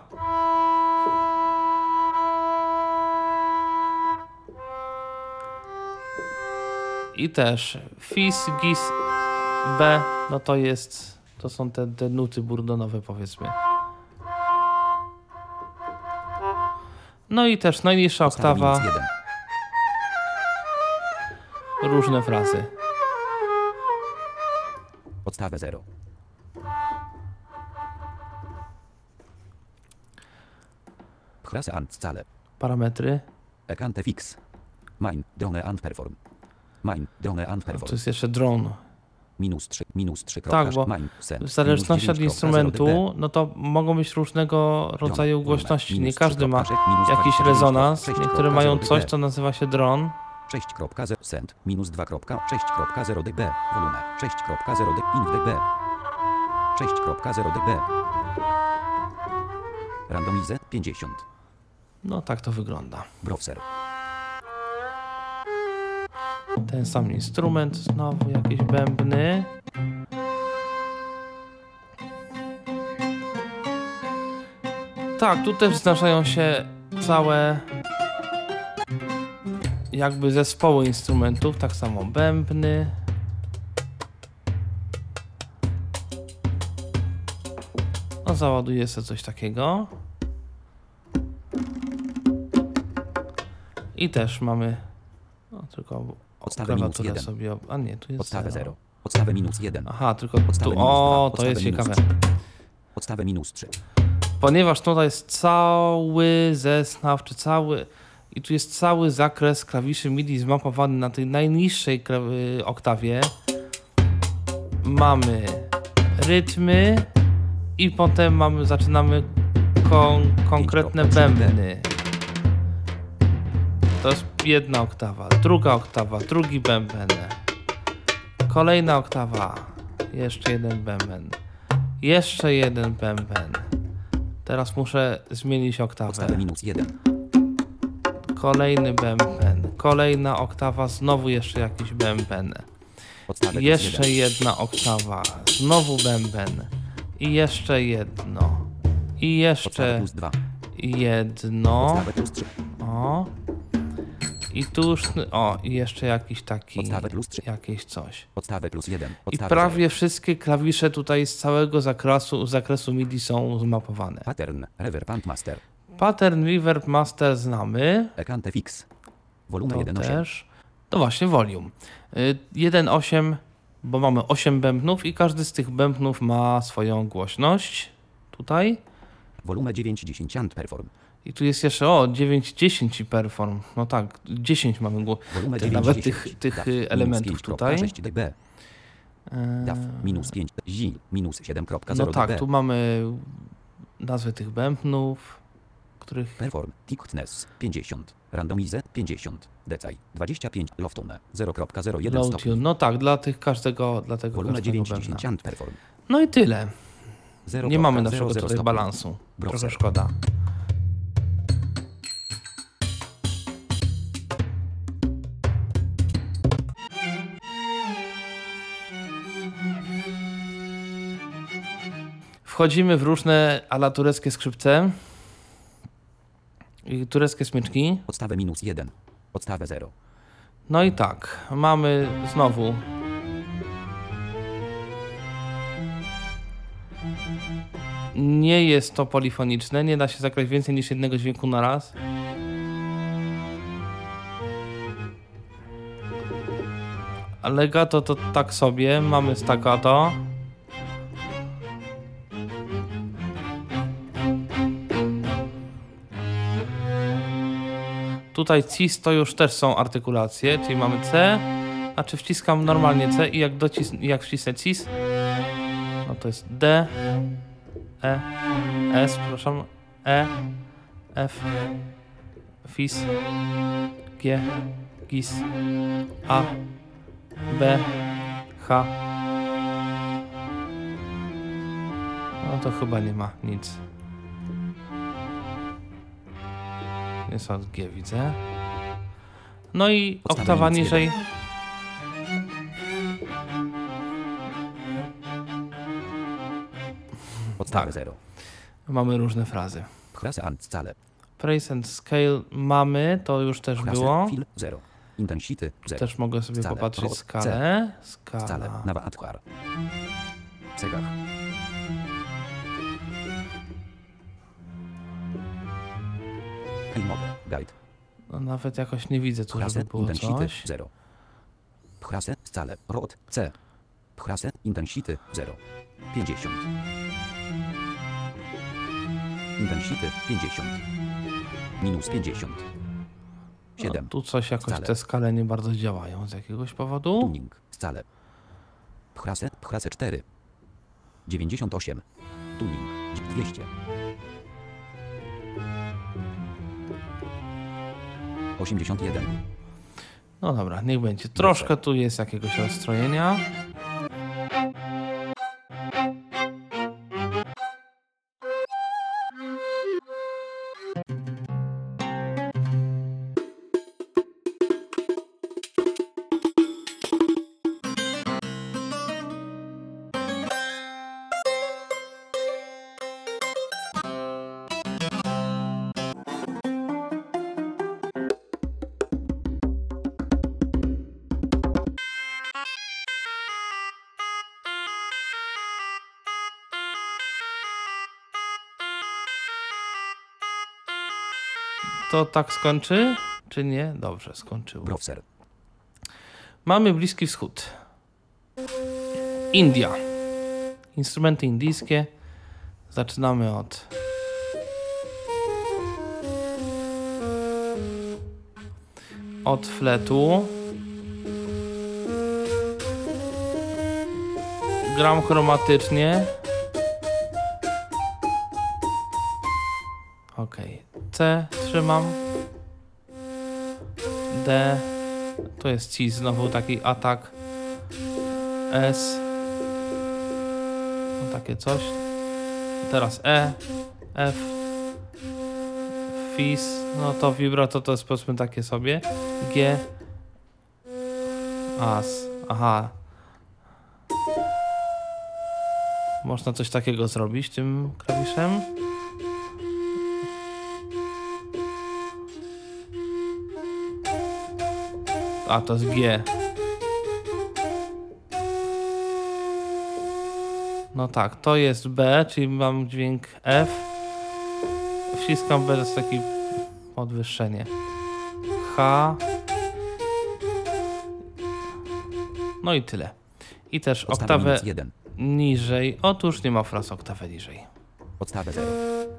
I też fis, gis, B, no to jest, to są te, te nuty burdonowe, powiedzmy. No i też najniższa oktawa, Minus jeden. różne frazy. Podstawę zero. Klasse and scale. Parametry. Ekante fix. Mine. Drone and perform. Mine. Drone and To perform. jest jeszcze drone. Minus trzy. Minus trzy. Tak, bo Mine. Send. w zależności od Minus dziewięć instrumentu, kropka zero dB. no to mogą być różnego rodzaju Drone. głośności. Nie Minus każdy ma trzy kropka sześć, minus jakiś dwadzieścia dziewięć rezonans. kropka sześć Niektóre kropka mają zero coś, dB. co nazywa się drone. sześć kropka zero cent. Minus dwa kropka sześć kropka zero dB. Volume. sześć kropka zero dB. Inf dB. sześć kropka zero dB. Randomize pięćdziesiąt. No tak to wygląda. Browser. Ten sam instrument, znowu jakieś bębny. Tak, tu też zdarzają się całe jakby zespoły instrumentów, tak samo bębny. No załaduję sobie coś takiego. I też mamy, no tylko Podstawę minus klawiaturę jeden. sobie, ob- a nie, tu jest Podstawę zero. zero. Podstawę minus jeden. Aha, tylko Podstawę tu, minus dwa. o, to Podstawę jest minus ciekawe. trzy. Podstawę minus trzy. Ponieważ tutaj jest cały zestaw, czy cały, i tu jest cały zakres klawiszy MIDI zmapowany na tej najniższej kla- y, oktawie. Mamy rytmy i potem mamy, zaczynamy kon- konkretne pięć kropka trzy bębny. To jest jedna oktawa, druga oktawa, drugi bęben. Kolejna oktawa, jeszcze jeden bęben. Jeszcze jeden bęben. Teraz muszę zmienić oktawę. Podstawę minus jeden. Kolejny bęben. Kolejna oktawa, znowu jeszcze jakiś bęben. Podstawę plus Jeszcze jeden. jedna oktawa, znowu bęben. I jeszcze jedno. I Podstawę jeszcze plus dwa. jedno. Podstawę plus trzy. O. I tu już, o, i jeszcze jakiś taki, Podstawę plus trzy. jakieś coś. Podstawę plus jeden. I Podstawę prawie zero. wszystkie klawisze tutaj z całego zakresu, zakresu MIDI są zmapowane. Pattern. Reverb and master. Pattern Reverb Master znamy. Ekante fix. Volume To jeden osiem. też. To właśnie volume. Y, jeden osiem, bo mamy osiem bębnów i każdy z tych bębnów ma swoją głośność. Tutaj. Volume dziewięć dziesięć and perform. I tu jest jeszcze, o, dziewięć dziesięć i perform. No tak, dziesięć mamy głos. Volume Te- dziewięć nawet dziesięć. tych, tych D A F y, minus elementów pięć kropka tutaj. sześć dB. D A F Eee, minus pięć. Z minus siedem kropka zero No tak, dB. tu mamy nazwy tych bębnów, których... Perform. Thickness pięćdziesiąt. Randomize pięćdziesiąt. Decay dwadzieścia pięć. Loftone zero przecinek zero jeden Low stopni. tune. No tak, dla tych każdego, dla tego Volume każdego dziewięć bębna. dziesięć and perform. No i tyle. zero Nie mamy zero naszego zero tutaj stopni. balansu. Browser. Trochę szkoda. Wchodzimy w różne ala tureckie skrzypce i tureckie smyczki. Podstawę minus jeden. Podstawę zero. No i tak, mamy znowu nie jest to polifoniczne, nie da się zagrać więcej niż jednego dźwięku na raz. Legato to tak sobie, mamy staccato. Tutaj cis to już też są artykulacje, czyli mamy C, znaczy wciskam normalnie C i jak, docis- jak wcisnę cis, no to jest D, E, S, przepraszam, E, F, Fis, G, Gis, A, B, H. No to chyba nie ma nic. Jest od G, widzę. No i Podstawa oktawa minus niżej. Podstawę Tak. zero. Mamy różne frazy. Klasse and scale. Praise and scale mamy, to już też Klasse było. fil zero. Intensity zero. Też mogę sobie Scale, popatrzeć rot, skalę. Scale. Skala. Nawa adhar. Cegach. Hejmowe. Guide. No, nawet jakoś nie widzę tu, Klasse żeby było intensity coś. zero. Klasse scale. Rot. C. Klasse intensity zero. pięćdziesiąt. Intensity pięćdziesiąt. Minus pięćdziesiąt. siedem. No, tu coś jakoś Scale. te skale nie bardzo działają z jakiegoś powodu. Tuning. Scale. Pchrase. Pchrase cztery. dziewięćdziesiąt osiem. Tuning. dwieście. osiemdziesiąt jeden. No dobra, niech będzie. Troszkę tu jest jakiegoś rozstrojenia. To tak skończy? Czy nie? Dobrze, skończyło. Browser. Mamy Bliski Wschód. India. Instrumenty indyjskie. Zaczynamy od od fletu. Gram chromatycznie. Ok. C trzymam. D. To jest ci znowu taki atak. S. No takie coś. Teraz E. F. Fis. No to vibrato to jest powiedzmy takie sobie. G. As. Aha. Można coś takiego zrobić tym klawiszem. A to jest G. No tak, to jest B, czyli mam dźwięk F. Wciskam B, to jest takie podwyższenie. H. No i tyle. I też Podstawa oktawę minus jeden. niżej. Otóż nie ma fraz oktawę niżej. Podstawę zero.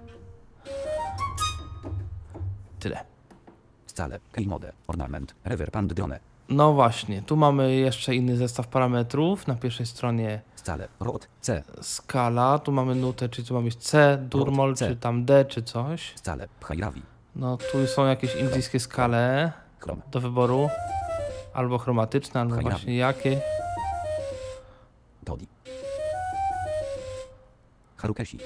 Tyle. Scale. Keymode. Ornament. Reverb and drone. No właśnie, tu mamy jeszcze inny zestaw parametrów. Na pierwszej stronie Scale. Rot. C. skala, tu mamy nutę, czyli tu mamy C, durmol, C. czy tam D, czy coś. Scale. Bhairavi. No tu są jakieś indyjskie skale Chrom. do wyboru. Albo chromatyczne, albo Bhairavi. właśnie jakie. Todi. Harukeshi.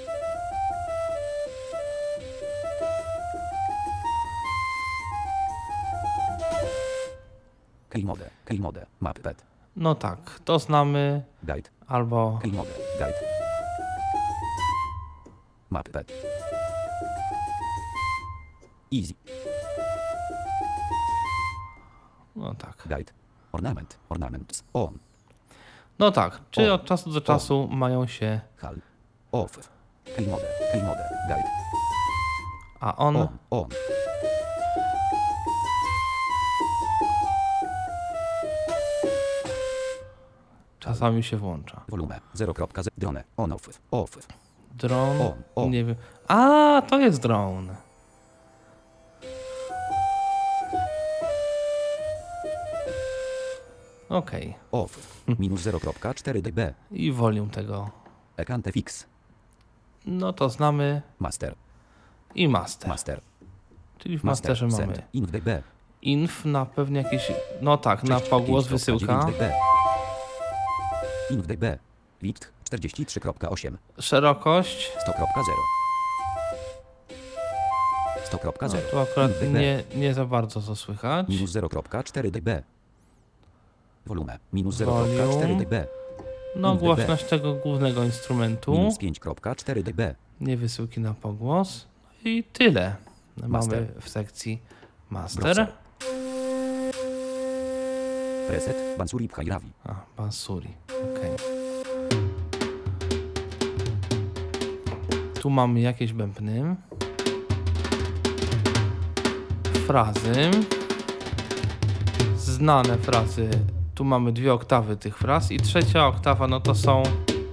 Keymode, Keymode, Mappet. No tak, to znamy. Guide, Albo Keymode, Guide. Mappet. Easy, no tak. Guide. Ornament, Ornaments, On, No tak, czy O. od czasu do czasu mają się, Hal. Off. Keymode, Keymode, Guide. a on, On, On. czasami się włącza. Volume, zero kropka zero. Drone, On, Off, Off. Drone, On, on. nie wiem. A, to jest drone. Okej. Off. Minus zero kropka cztery dB. I volume tego. Ekante fix. No to znamy. Master, I master. Master. Czyli w Master, masterze send. mamy Inf dB. inf na pewnie jakieś. No tak, na pogłos wysyłka. dB. Inf dB. Width czterdzieści trzy kropka osiem. Szerokość. sto kropka zero. sto kropka No, zero. tu akurat Inf dB. nie, nie za bardzo to słychać. Minus zero kropka cztery dB. Volume. Minus zero kropka cztery Volume. dB. No Inf dB. głośność tego głównego instrumentu. Minus pięć kropka cztery dB. Nie wysyłki na pogłos. I tyle Master. mamy w sekcji master. Browser. Preset. Bansuri Bhairavi. A, Bansuri. Okej. Tu mamy jakieś bębny. Frazy. Znane frazy. Tu mamy dwie oktawy tych fraz i trzecia oktawa no to są...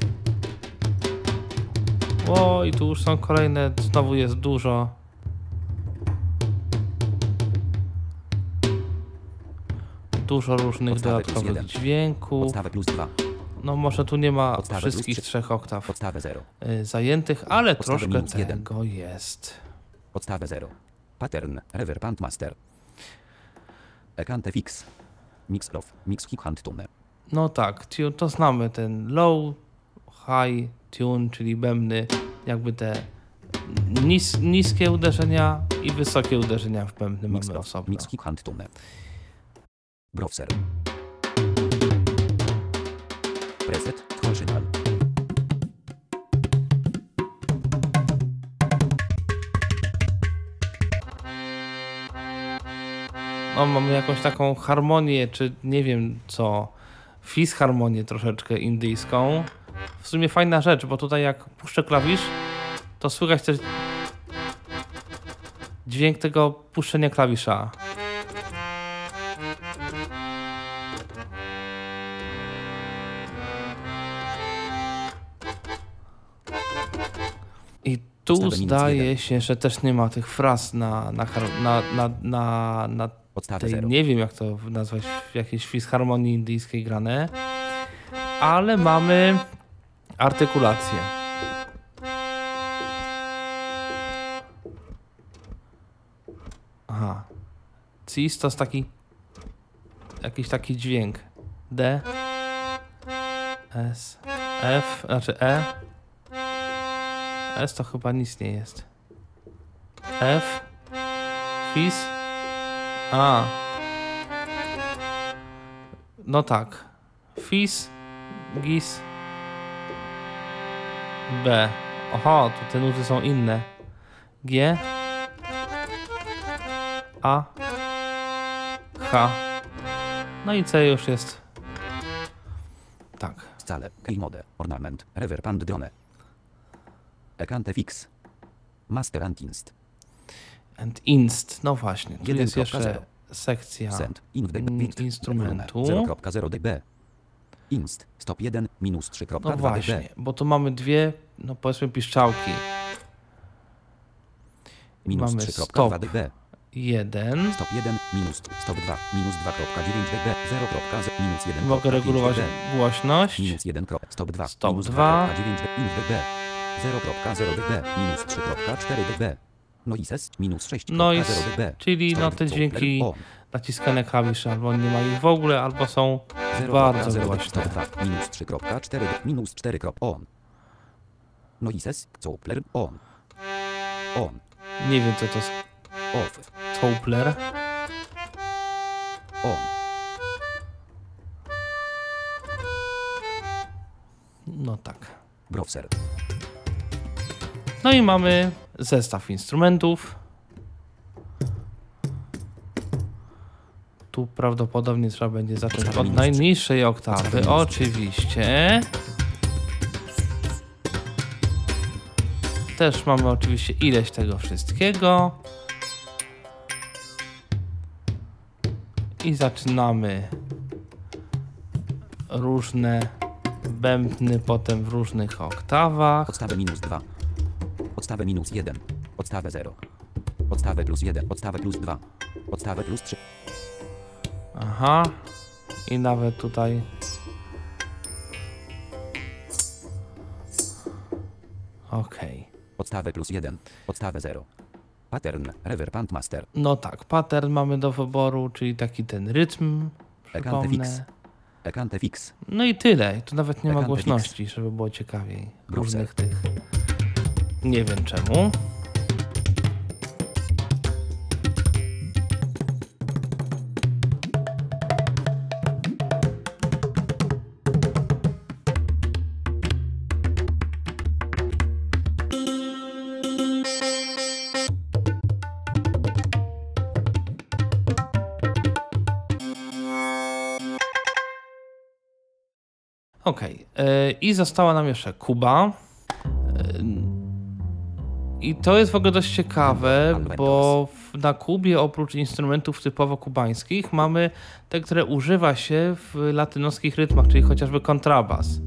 O, i tu już są kolejne, znowu jest dużo. Dużo różnych Podstawę plus dodatkowych jeden. dźwięków. Podstawę plus dwa. No może tu nie ma Podstawę plus wszystkich trzy. trzech oktaw Podstawę zero. y, zajętych, ale Podstawę troszkę minus jeden. tego jest. Podstawę zero. Pattern. Reverb and master. Ekante fix. Mix off. Mix kick hand tune. No tak, tune, to znamy ten low, high tune, czyli bębny, jakby te nis, niskie uderzenia i wysokie uderzenia w bębny Mix mamy off. osobno. Mix kick hand tune. Browser. Preset. Original. No mamy jakąś taką harmonię, czy nie wiem co, fisharmonię troszeczkę indyjską. W sumie fajna rzecz, bo tutaj jak puszczę klawisz, to słychać też dźwięk tego puszczenia klawisza. I tu Podstawę minus zdaje jeden. się, że też nie ma tych fraz na, na, har- na, na, na, na Podstawę tej, zero. nie wiem jak to nazwać, w jakiejś fisharmonii indyjskiej grane, ale mamy artykulację. Aha. Cis to jest taki jakiś taki dźwięk. D S F, znaczy E S to chyba nic nie jest. F Fis A. No tak. Fis Gis B. Oho, tu te nuty są inne. G A H. No i C już jest. Tak. Scale. Keymode. Ornament. Reverb and drone. Ekante fix. Master and inst. And inst. No właśnie. Tu jeden jest kropka jeszcze zero. sekcja Send. Inf dB. mm, Bit. instrumentu. zero kropka zero dB. Inst. Stop jeden. Minus trzy kropka No dwa właśnie, dB. bo tu mamy dwie, no powiedzmy piszczałki. Minus mamy trzy kropka dwa stop dB. jeden. Stop jeden. Minus stop dwa. Minus dwa kropka dziewięć dB. zero kropka zero. Minus jeden. Mogę regulować głośność. Minus jeden. Stop dwa. Stop Minus dwa. dwa kropka dziewięć dB. zero kropka zero dB. Minus trzy kropka cztery dB. Noises. Minus sześć kropka Noise, zero dB. czyli no te dźwięki On. naciskane klawisze, albo nie ma ich w ogóle, albo są zero kropka bardzo zero głośne. Stop dwa. Minus trzy kropka cztery. Minus cztery. On. Noises, Coupler, on. On. Nie wiem co to jest Off. Coupler. On. No tak. Browser. No i mamy zestaw instrumentów. Tu prawdopodobnie trzeba będzie zacząć od najniższej oktawy. Oczywiście. Też mamy oczywiście ileś tego wszystkiego. I zaczynamy różne bębny potem w różnych oktawach. Podstawę minus dwa. Podstawę minus jeden. Podstawę zero. Podstawę plus jeden. Podstawę plus dwa. Podstawę plus trzy. Aha. I nawet tutaj okej. Okay. Podstawę plus jeden. Podstawę zero. Pattern, reverb and master. No tak, pattern mamy do wyboru, czyli taki ten rytm. Ekante fix. Przypomnę. Ekante fix. No i tyle. I tu nawet nie ma Ekante głośności, żeby było ciekawiej. Browser. Różnych tych. Nie wiem czemu. Okej. Okay. I została nam jeszcze Kuba. I to jest w ogóle dość ciekawe, bo w, na Kubie oprócz instrumentów typowo kubańskich mamy te, które używa się w latynoskich rytmach, czyli chociażby kontrabas.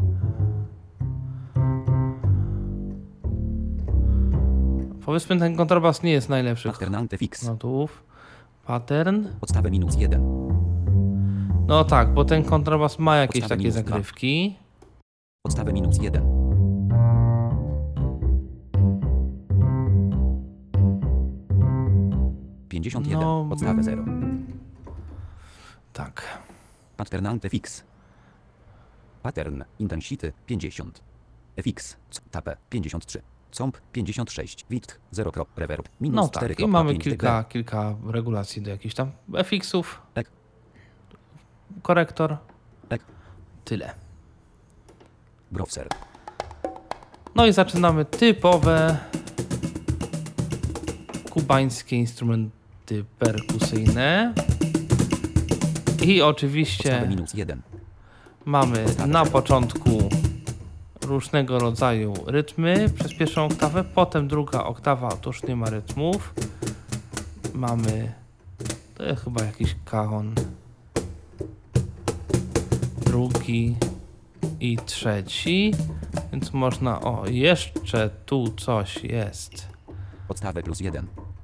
Powiedzmy, ten kontrabas nie jest najlepszy. Alternante fix. Notów. Pattern. Podstawę minus jeden. No tak, bo ten kontrabas ma jakieś Podstawę takie minus zagrywki. Podstawę minus jeden. pięćdziesiąt jeden. No, Podstawę zero. Tak. Alternante fix. Pattern, intensity pięćdziesiąt. F X, tape pięćdziesiąt trzy. Comp pięćdziesiąt sześć. Width zero. Reverb minus No cztery. tak, i mamy kilka, kilka regulacji do jakichś tam F X-ów. Tak. Korektor. Tak. Tyle. Browser. No i zaczynamy typowe kubańskie instrumenty perkusyjne. I oczywiście Podstawę minus jeden. mamy Podstawę na zero. początku różnego rodzaju rytmy przez pierwszą oktawę, potem druga oktawa, to już nie ma rytmów. Mamy, to jest chyba jakiś kajon, drugi i trzeci, więc można, o, jeszcze tu coś jest. Podstawę plus jeden.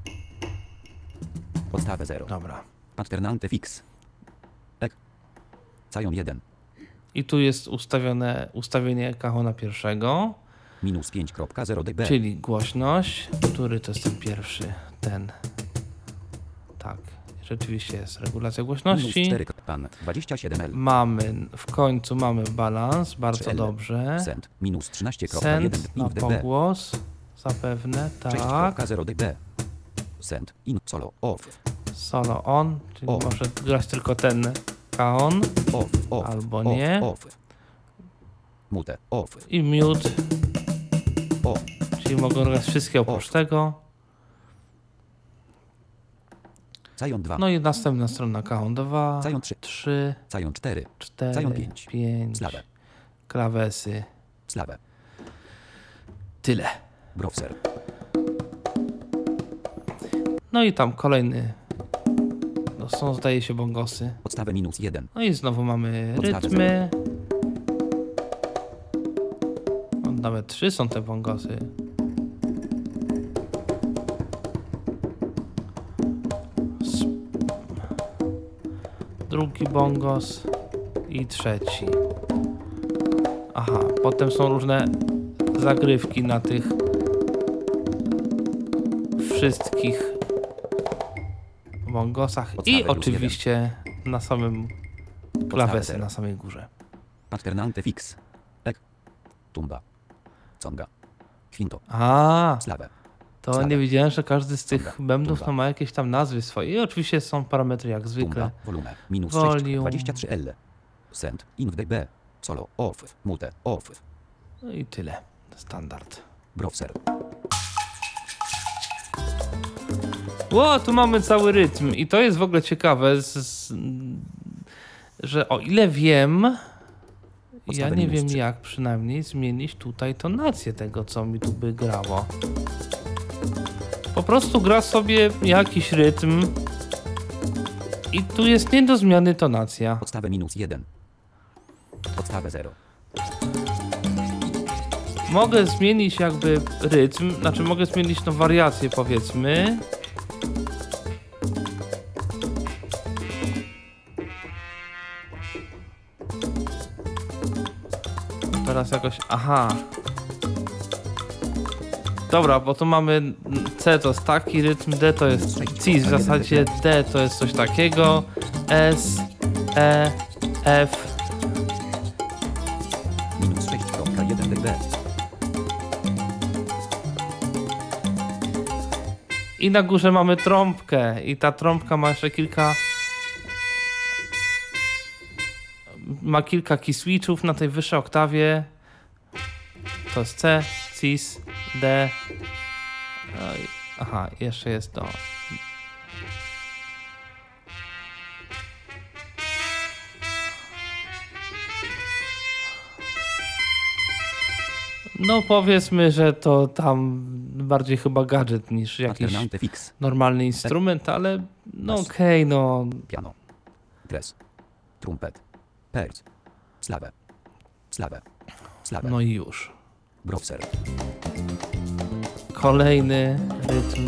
Podstawę zero. Dobra. Alternante fix. Ek. Cajon jeden. I tu jest ustawione ustawienie kahona pierwszego, Minus pięć przecinek zero dB. czyli głośność, który to jest ten pierwszy, ten. Tak, rzeczywiście jest regulacja Minus głośności. cztery. Pan dwadzieścia siedem L. Mamy, w końcu mamy balans, bardzo trzy L. dobrze. Cent. Minus trzynaście przecinek jeden Send na dB. pogłos, zapewne, sześć tak. przecinek zero dB. Cent. In solo. Off. Solo on, czyli Off. może grać tylko ten kaon. Off. Off. Albo off, nie. Off. Mute. Off. I mute, Off. czyli mogą grać wszystkie oprócz Off. tego. Cajon dwa. No i następna strona kahon dwa, Cajon trzy. trzy, Cajon cztery. cztery, Cajon pięć. pięć, Slawę. klawesy, Slawę. tyle. Browser. No i tam kolejny, no są zdaje się bongosy. Podstawę minus jeden. No i znowu mamy Podstawę rytmy. No, nawet trzy są te bongosy. S- Drugi bongos i trzeci. Aha, potem są różne zagrywki na tych wszystkich bongosach Podstawę i plus oczywiście na samym klawesy zero. na samej górze. Alternante fix. Ek. Tumba. Conga. Quinto. A, Slawę. to Slawę. nie wiedziałem, że każdy z tych Dobra, bębnów tumba. no, ma jakieś tam nazwy swoje. I oczywiście są parametry jak zwykle. Tumba. Volume. Minus Volume. sześć. dwadzieścia trzy L. Send. Inv db. Solo. Off. Mute. Off. No i tyle. Standard. Browser. Ło, tu mamy cały rytm i to jest w ogóle ciekawe, z, z, że o ile wiem, ja Podstawę nie minus wiem trzy. jak przynajmniej zmienić tutaj tonację tego, co mi tu by grało. Po prostu gra sobie jakiś rytm i tu jest nie do zmiany tonacja. Podstawę minus jeden. Podstawę zero. Mogę zmienić jakby rytm, znaczy mogę zmienić no wariację powiedzmy. Teraz jakoś, aha. Dobra, bo tu mamy C to jest taki rytm, D to jest C, w zasadzie D to jest coś takiego, S, E, F. Minus sześć przecinek jeden dB. I na górze mamy trąbkę i ta trąbka ma jeszcze kilka ma kilka key switchów na tej wyższej oktawie. To jest C, Cis, D. No i, aha, jeszcze jest to. No powiedzmy, że to tam bardziej chyba gadżet niż jakiś Alternante fix. normalny instrument, ale no okej, okay, no. Piano. Dres. Trumpet. Perc. Slawę. Slawę. Slawę. No i już. Browser. Kolejny rytm.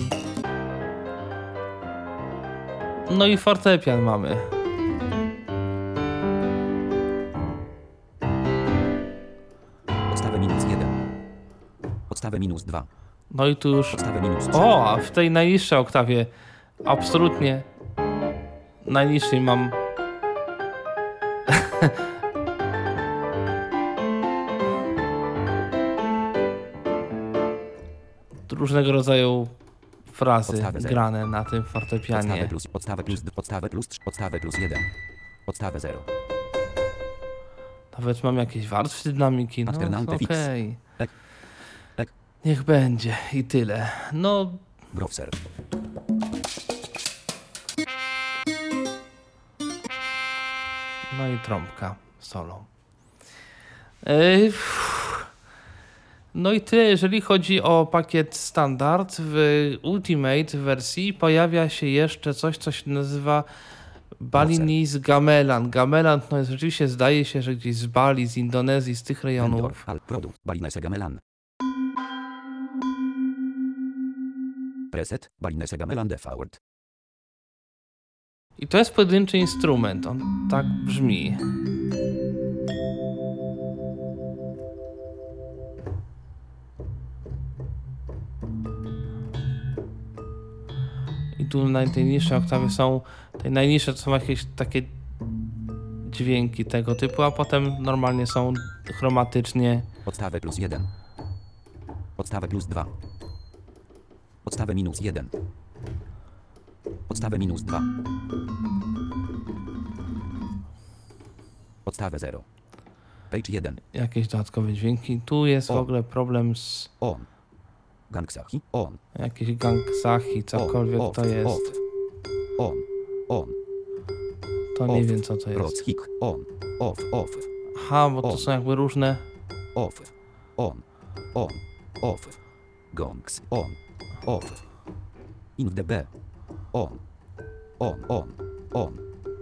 No i fortepian mamy. Podstawę minus jeden. Podstawę minus dwa. No i tu już. Podstawę minus trzy. O, a w tej najniższej oktawie absolutnie najniższej mam. Różnego rodzaju frazy Podstawę zero. grane na tym fortepianie. Podstawę plus, podstawę plus, podstawę plus, trz- podstawę plus jeden. Podstawę zero. Nawet mam jakieś warstwy dynamiki. No Alternante fix. okej. Ek. Ek. Niech będzie i tyle. No Browser. No i trąbka solo. Yy, no i tyle, jeżeli chodzi o pakiet standard. W Ultimate wersji pojawia się jeszcze coś, co się nazywa Balinese Gamelan. Gamelan no jest rzeczywiście, zdaje się, że gdzieś z Bali, z Indonezji, z tych Vendor. rejonów. Al. Produkt. Balinese Gamelan. Preset. Balinese Gamelan Default. I to jest pojedynczy instrument. On tak brzmi. I tu na tej niższej oktawie są, te najniższe to są jakieś takie dźwięki tego typu, a potem normalnie są chromatycznie. Podstawę plus jeden. Podstawę plus dwa. Podstawę minus jeden. Podstawę minus dwa. Podstawę zero. Page jeden. Jakieś dodatkowe dźwięki. Tu jest w O. ogóle problem z On. Gangsachi. On. jakieś gangsachi, cokolwiek off, to jest. Off. On. On. To nie off. wiem co to jest. Rockhick. On. Off. Off. Aha, bo to on. są jakby różne. Off. On. On. Off. Gongs. On. Off. In the B. On. On. On. On.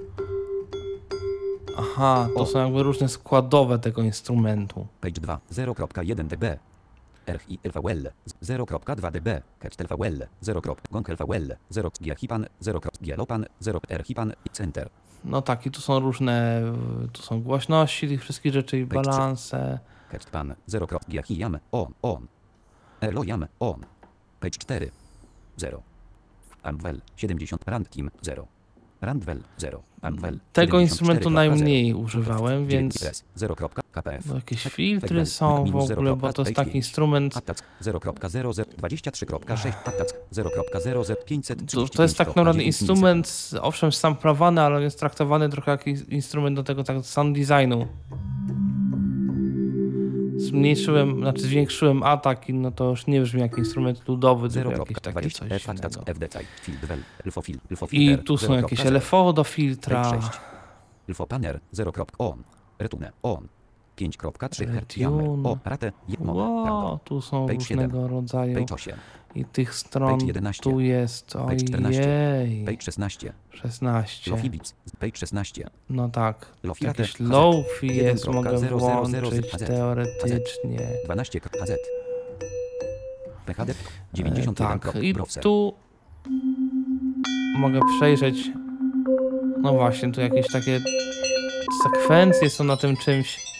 Aha, to O. są jakby różne składowe tego instrumentu. Page dwa. zero przecinek jeden dB. R I L V L. zero przecinek dwa dB. Catch L V L. zero. Gong L V L. zero. G Hipan. zero. G Lopan. zero. R Hipan. Center. No tak, i tu są różne, tu są głośności tych wszystkich rzeczy i Page trzy. balanse. Catch Pan. zero. G Hiam. On. On. Elo Jam. On. Page cztery. zero. Amwell. siedemdziesiąt. Rand Team. zero. Randwell zero. Randwell Tego siedemdziesiąt instrumentu cztery kropka zero. najmniej używałem, więc zero k p f. no, jakieś filtry są w ogóle, bo to jest taki instrument. Atack zero kropka zero zero dwadzieścia trzy kropka sześć. Atack zero kropka zero zero pięćset To, trzydzieści to jest tak naprawdę dziewięć instrument, owszem, samplowany, ale on jest traktowany trochę jak in- instrument do tego tak sound designu. Zmniejszyłem, znaczy zwiększyłem atak i no to już nie brzmi jak instrument ludowy, tylko jakieś takie coś innego. I tu są jakieś L F O do filtra. Lfopaner zero. On. Retune. On. pięć kropka trzy. Retune. O. Rate. Wow, tu są Page różnego siedem. rodzaju Page osiem. i tych stron Page jedenaście. tu jest, Page czternaście. ojej, Page szesnaście. szesnaście. Lofi Beats. Page szesnaście. No tak, Lofi jakieś H Z. lofi jest, mogę jeden kropka zero zero zero włączyć H Z. teoretycznie. dwanaście A Z. P H D dziewięćdziesiąt jeden. Tak, i tu mogę przejrzeć, no właśnie, tu jakieś takie sekwencje są na tym czymś.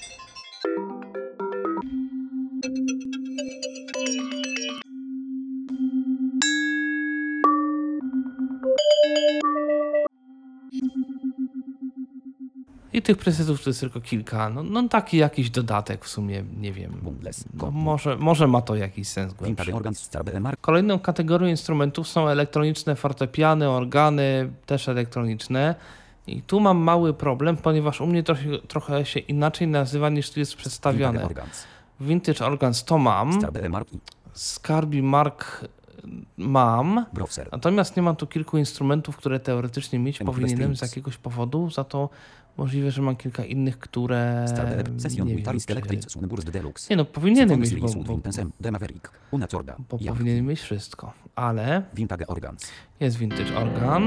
I tych presetów to jest tylko kilka. No, no taki jakiś dodatek w sumie, nie wiem. No, może, może ma to jakiś sens głębszy. Kolejną kategorią instrumentów są elektroniczne fortepiany, organy, też elektroniczne. I tu mam mały problem, ponieważ u mnie trochę, trochę się inaczej nazywa niż tu jest przedstawione. Vintage Organs to mam. Scarby Mark mam. Natomiast nie mam tu kilku instrumentów, które teoretycznie mieć powinienem z jakiegoś powodu. Za to możliwe, że mam kilka innych, które nie wiem, czy... Nie no, powinienem mieć, bo, bo, bo powinienem mieć wszystko, ale jest Vintage Organ.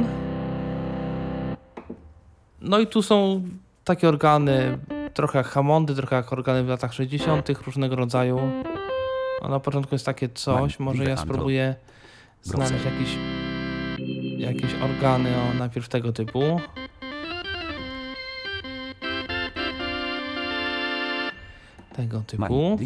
No i tu są takie organy, trochę jak Hammondy, trochę jak organy w latach sześćdziesiątych, różnego rodzaju. A na początku jest takie coś, może ja spróbuję znaleźć jakieś, jakieś organy, o najpierw tego typu. Tego typu.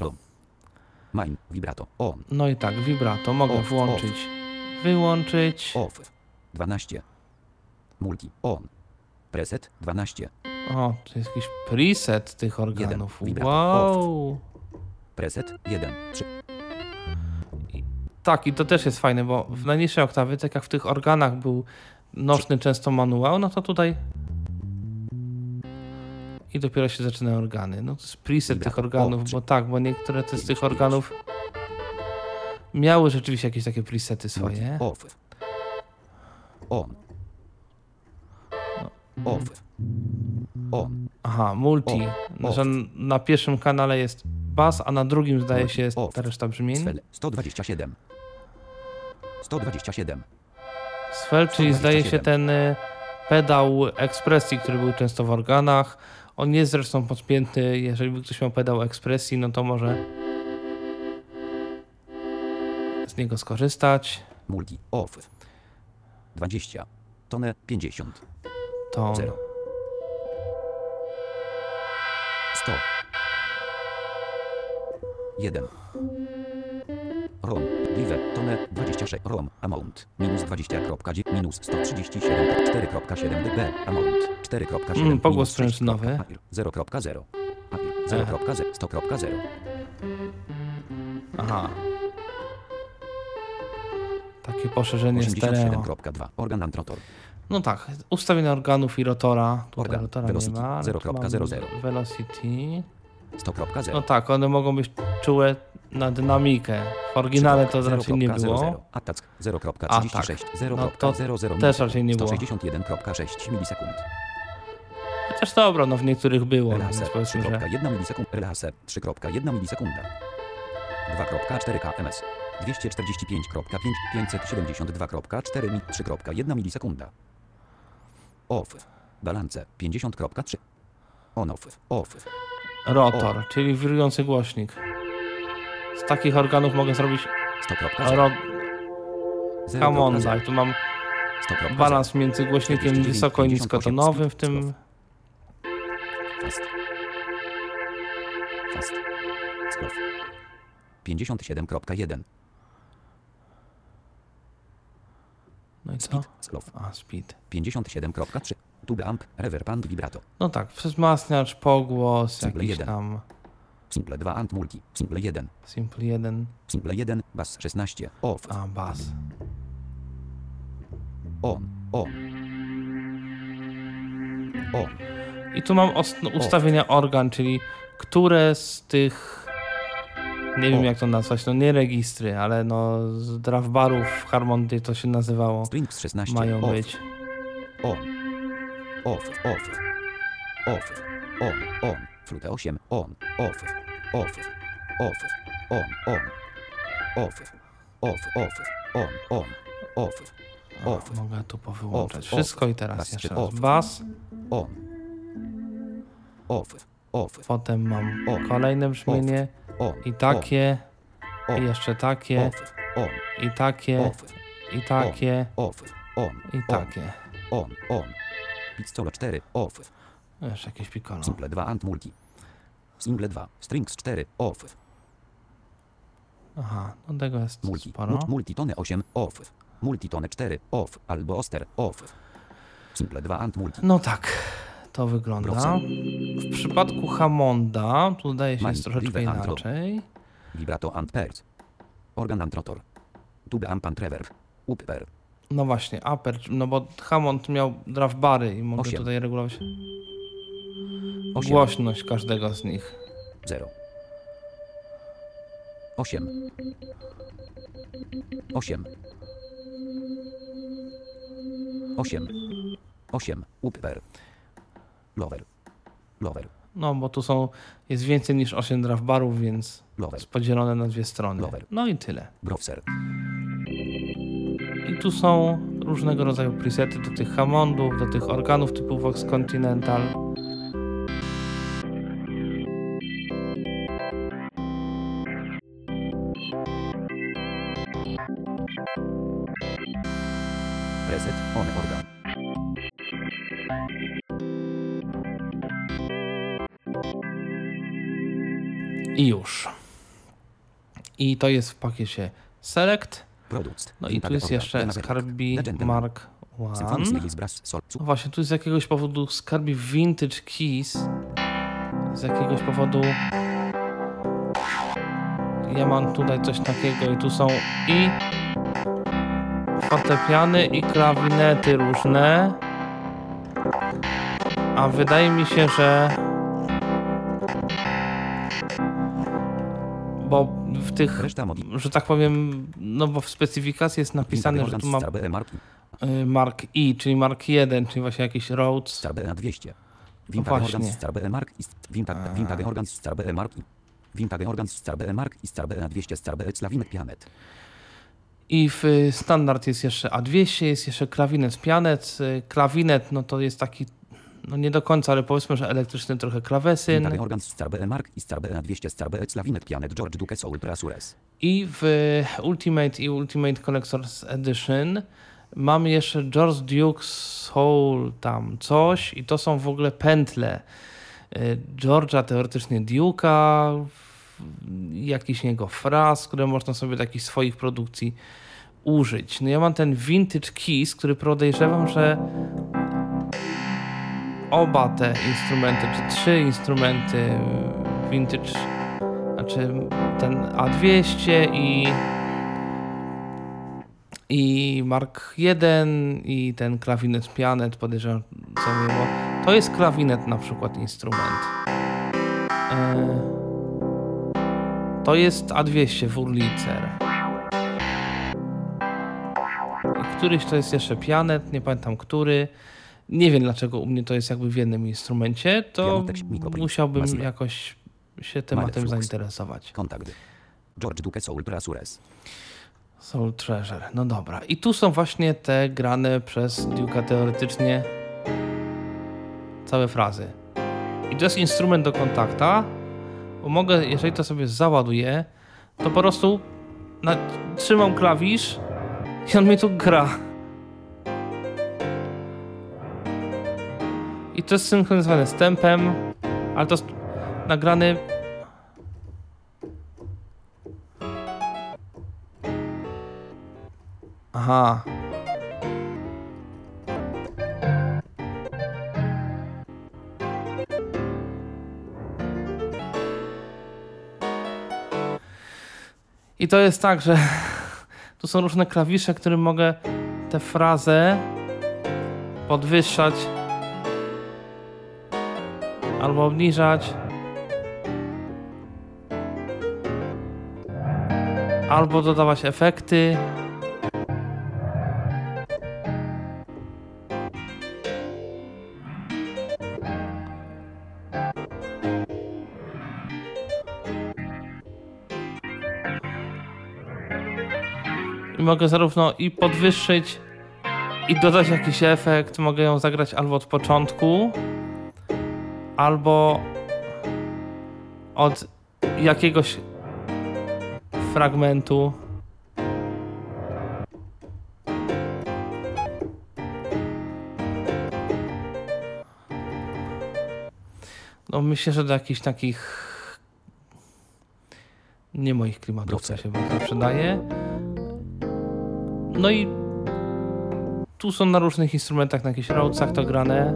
No i tak, vibrato mogę off, włączyć, off. wyłączyć. Off. dwanaście. Multi. On. Preset. dwanaście. O, to jest jakiś preset tych organów. Vibrato, Wow. Preset. jeden. trzy. Tak, i to też jest fajne, bo w najniższej oktawy, tak jak w tych organach był nośny często manuał, no to tutaj i dopiero się zaczynają organy. No to jest preset Vibrato, tych organów, off, bo tak, bo niektóre te z tych organów miały rzeczywiście jakieś takie presety swoje. Off. On. Off. On. Aha, multi. Off. Że na pierwszym kanale jest bas, a na drugim zdaje się jest Off. ta reszta brzmień. Sfel. sto dwadzieścia siedem. sto dwadzieścia siedem. Sfel, czyli zdaje się ten y, pedał ekspresji, który był często w organach. On jest zresztą podpięty, jeżeli by ktoś miał pedał ekspresji, no to może z niego skorzystać. Multi. Off. dwadzieścia. Tonę pięćdziesiąt. To zero. sto. jeden. Rom. Live. Tonę dwadzieścia sześć. Rom. Amount. Minus dwadzieścia dziewięć. Minus sto trzydzieści siedem. cztery siedem dB. Amount. cztery siedem. Mm, pogłos sprężynowy. zero zero. zero zero. sto zero. Aha. Takie poszerzenie osiemdziesiąt stereo. siedem kropka dwa. Organ and rotor. No tak, ustawienie organów i rotora. Tutaj Organ, rotora velocity, nie ma. ale zero tu mam zero zero. Velocity. sto zero. No tak, one mogą być czułe na dynamikę. W oryginale to raczej nie było. Attack zero A, trzydzieści tak. sześć. No to zero zero też raczej nie było. sto sześćdziesiąt jeden przecinek sześć milisekund. Chociaż dobra, no w niektórych było. No, Relase więc powiedzmy, że... trzy przecinek jeden milisekund. Relase trzy przecinek jeden milisekunda. dwa przecinek cztery kms. dwieście czterdzieści pięć przecinek pięć. pięćset siedemdziesiąt dwa przecinek cztery. trzy przecinek jeden milisekunda. Off. Balance pięćdziesiąt przecinek trzy. On off. Off. Rotor, O. czyli wirujący głośnik. Z takich organów mogę zrobić sto przecinek ro... zero. Hammonda. I tu mam balans między głośnikiem wysoko i niskotonowym w tym... Fast. Fast. Sklof. pięćdziesiąt siedem przecinek jeden. No i co? Speed, slow. A, speed. pięćdziesiąt siedem przecinek trzy. Tube amp, reverb and vibrato. No tak, przez wzmacniacz, pogłos, Simple jakiś jeden. tam Simple dwa and multi. Simple jeden. Simple jeden. Simple jeden, bass szesnaście. Off. A, bass. On. On. On. I tu mam os- ustawienia organ, czyli które z tych, nie wiem O. jak to nazwać, no nie registry, ale no z drawbarów w Harmonii to się nazywało, Strings szesnaście. mają Off. być. On. Off. Off. Off. On. On. Flute osiem. On. Off. Off. Off. On. On. Off. Off. Off. On. On. Off. O, Off. mogę tu powyłączać Off, wszystko off. i teraz Bass jeszcze czy raz off? bass, On. Off. Off. potem mam On. kolejne brzmienie On. i takie, On. i jeszcze takie, Off. On. i takie, Off. i takie, Off. On. i takie. On. On. Piccolo cztery. Off. Jeszcze jakieś piccolo. Simple dwa and multi. Single dwa. Strings cztery. Off. Aha, no tego jest Multi. sporo. Mult- multitone osiem. Off. Multitone cztery. Off. Albo oster. Off. Simple dwa and multi. No tak, to wygląda. Browser. W przypadku Hammonda, tu zdaje się Mind, jest troszeczkę Rive and Roll. inaczej. Vibrato and pairs. Organ and rotor. Tube amp and reverb. Upper. No właśnie, upper, no bo Hammond miał drawbary i mogę Osiem. tutaj regulować Osiem. głośność każdego z nich. Zero. Osiem. Osiem. Osiem. Osiem. Upper. Lower. Lower. No bo tu są, jest więcej niż osiem drawbarów, więc Lower. jest podzielone na dwie strony. Lower. No i tyle. Browser. I tu są różnego rodzaju presety do tych Hammondów, do tych organów typu Vox Continental. Preset. On organ. I już. I to jest w pakiecie Select. Product. No i tu jest jeszcze Scarbi Mark Symphony jeden. Smilis Brass Sol. No właśnie, tu z jakiegoś powodu Scarbi Vintage Keys. Z jakiegoś powodu ja mam tutaj coś takiego i tu są i fortepiany i klawinety różne. A wydaje mi się, że bo w tych, Reszta modi. że tak powiem, no bo w specyfikacji jest napisane, że tu ma Star B E marki. y, Mark I, czyli Mark jeden, czyli właśnie jakiś Rhodes. Star B E dwieście. Właśnie. Vintage Organs Star B E Mark i Vintage Vintage Organs Star B E Mark i Vintage Organs Star B E Mark i Star B E dwieście Star B E Slavinek Pianet. I w y, standard jest jeszcze A dwieście, jest jeszcze klawinet pianet. Y, Klawinet, no to jest taki, no nie do końca, ale powiedzmy, że elektryczny trochę klawesyn. Vintage Organs Star B E Mark i Star B E dwieście Star B E Slavinek Pianet George Duke Soul Prasures. I w y, Ultimate i Ultimate Collector's Edition mamy jeszcze George Duke Soul tam coś i to są w ogóle pętle y, George'a, teoretycznie Duke'a, jakiś jego fraz, które można sobie do jakichś swoich produkcji użyć. No ja mam ten Vintage Keys, który podejrzewam, że oba te instrumenty, czy trzy instrumenty Vintage, znaczy ten A dwieście i i Mark jeden i ten klawinet Pianet, podejrzewam sobie, bo to jest klawinet na przykład instrument. Eee, to jest A dwieście Wurlitzer. I któryś to jest jeszcze Pianet, nie pamiętam który. Nie wiem dlaczego u mnie to jest jakby w jednym instrumencie, to Pianotek, mikroprint, musiałbym Masla. jakoś się tematem Flux. zainteresować. Kontakt. George Duke Soul Prasures. Soul Treasure, no dobra. I tu są właśnie te grane przez Duke'a teoretycznie całe frazy. I to jest instrument do kontakta, bo mogę, jeżeli to sobie załaduję, to po prostu na, trzymam klawisz i on mi tu gra. I to jest synchronizowane z tempem, ale to jest nagrany. Aha. I to jest tak, że tu są różne klawisze, którym mogę tę frazę podwyższać albo obniżać, albo dodawać efekty. I mogę zarówno i podwyższyć, i dodać jakiś efekt. Mogę ją zagrać albo od początku, albo od jakiegoś fragmentu. No myślę, że do jakichś takich nie moich klimatów to się bardzo przydaje. No i tu są na różnych instrumentach, na jakichś Rhodesach to grane.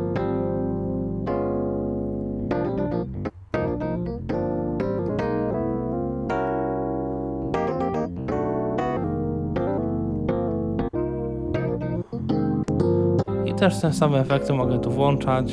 I też te same efekty mogę tu włączać.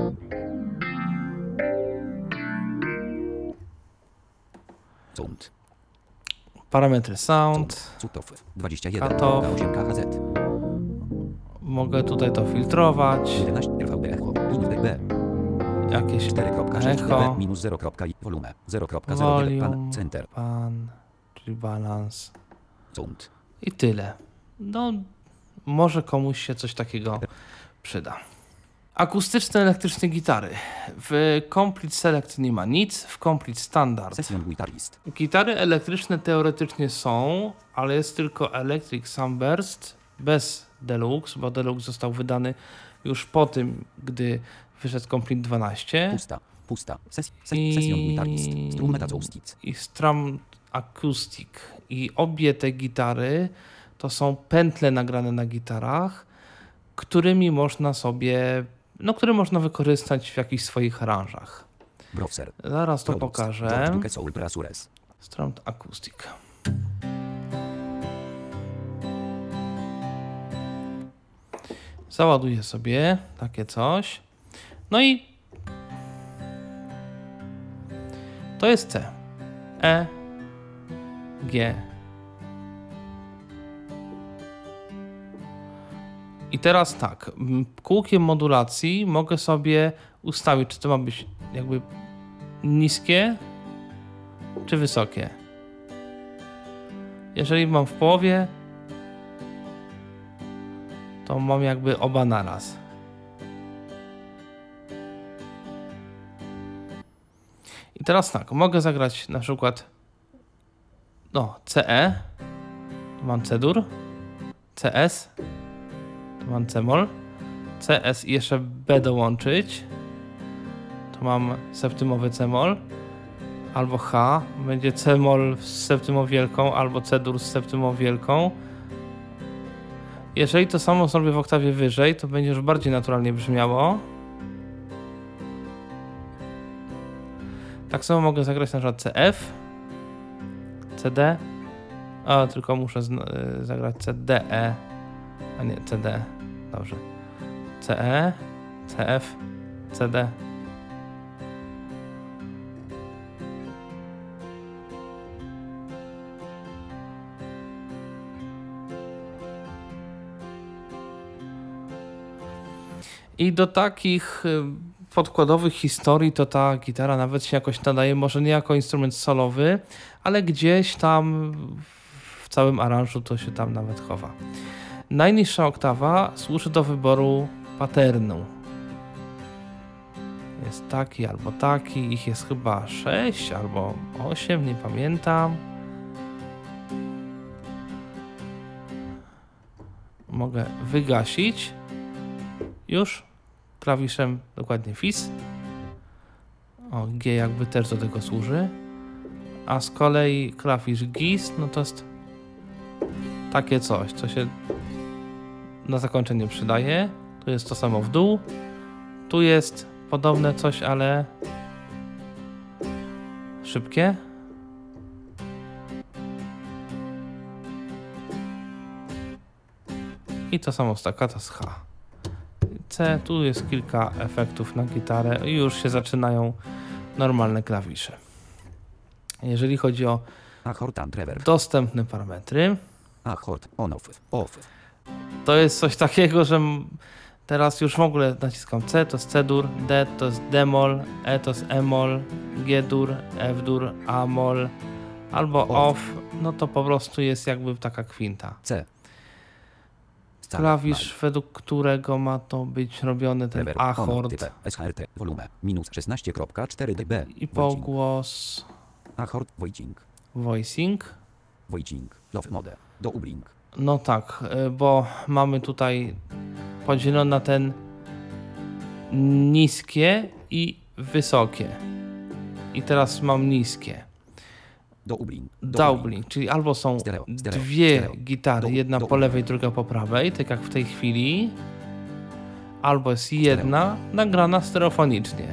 Sound. Parametry sound. Cutoff dwadzieścia jeden Cutoff. osiem K H Z. Mogę tutaj to filtrować. jedenaście R V D echo. Inny B. Jakieś cztery przecinek sześć echo. minus zero. Volume. zero przecinek zero jeden. Pan. Volume. Center. Pan. Czyli balans. Sound. I tyle. No, może komuś się coś takiego przyda. Akustyczne, elektryczne gitary. W Complete Select nie ma nic, w Complete Standard. Session Guitarist. Gitary elektryczne teoretycznie są, ale jest tylko Electric Sunburst bez Deluxe, bo Deluxe został wydany już po tym, gdy wyszedł Complete dwanaście. Pusta. Pusta. Ses ses session Guitarist. Strum Acoustic. I Strum Acoustic. I obie te gitary to są pętle nagrane na gitarach, którymi można sobie, no które można wykorzystać w jakichś swoich aranżach. Browser. Zaraz to Products. pokażę. George Duke Soul Prasures. Strum Acoustic. Załaduję sobie takie coś. No i to jest C. E, G. I teraz tak, m, kółkiem modulacji mogę sobie ustawić, czy to ma być jakby niskie, czy wysokie. Jeżeli mam w połowie, to mam jakby oba naraz. I teraz tak, mogę zagrać na przykład no, C E, tu mam C-dur, C S, tu mam C-moll, C S i jeszcze B dołączyć, tu mam septymowy C-moll, albo H, będzie C-moll z septymą wielką, albo C-dur z septymą wielką. Jeżeli to samo zrobię w oktawie wyżej, to będzie już bardziej naturalnie brzmiało. Tak samo mogę zagrać na przykład C F, C D, a tylko muszę zagrać C D E, a nie C D, dobrze. C E, C F, C D. I do takich podkładowych historii to ta gitara nawet się jakoś nadaje, może nie jako instrument solowy, ale gdzieś tam w całym aranżu to się tam nawet chowa. Najniższa oktawa służy do wyboru patternu. Jest taki albo taki, ich jest chyba sześć albo osiem, nie pamiętam. Mogę wygasić już klawiszem dokładnie Fis. O, G jakby też do tego służy. A z kolei klawisz Gis, no to jest takie coś, co się na zakończenie przydaje. Tu jest to samo w dół. Tu jest podobne coś, ale szybkie. I to samo staccato z H. C, tu jest kilka efektów na gitarę i już się zaczynają normalne klawisze. Jeżeli chodzi o Achord and reverb. dostępne parametry, Achord on off. Off. to jest coś takiego, że m- teraz już w ogóle naciskam C, to jest C-dur, D to jest D-moll, E to jest E-moll, G-dur, F-dur, A-moll albo Off. off, no to po prostu jest jakby taka kwinta. C. Star, Klawisz, mal. według którego ma to być robiony ten Reverb. On, achord type. S H R T. Volume. Minus szesnaście przecinek cztery dB. i pogłos Achord. Voicing. voicing. Voicing. Love mode. Do ubling. No tak, y, bo mamy tutaj podzielone na ten niskie i wysokie. I teraz mam niskie. Do ubling. Do Doubling, czyli albo są Stereo, stereo, dwie stereo. gitary, Do- jedna do- po lewej, druga po prawej, tak jak w tej chwili, albo jest jedna nagrana stereofonicznie.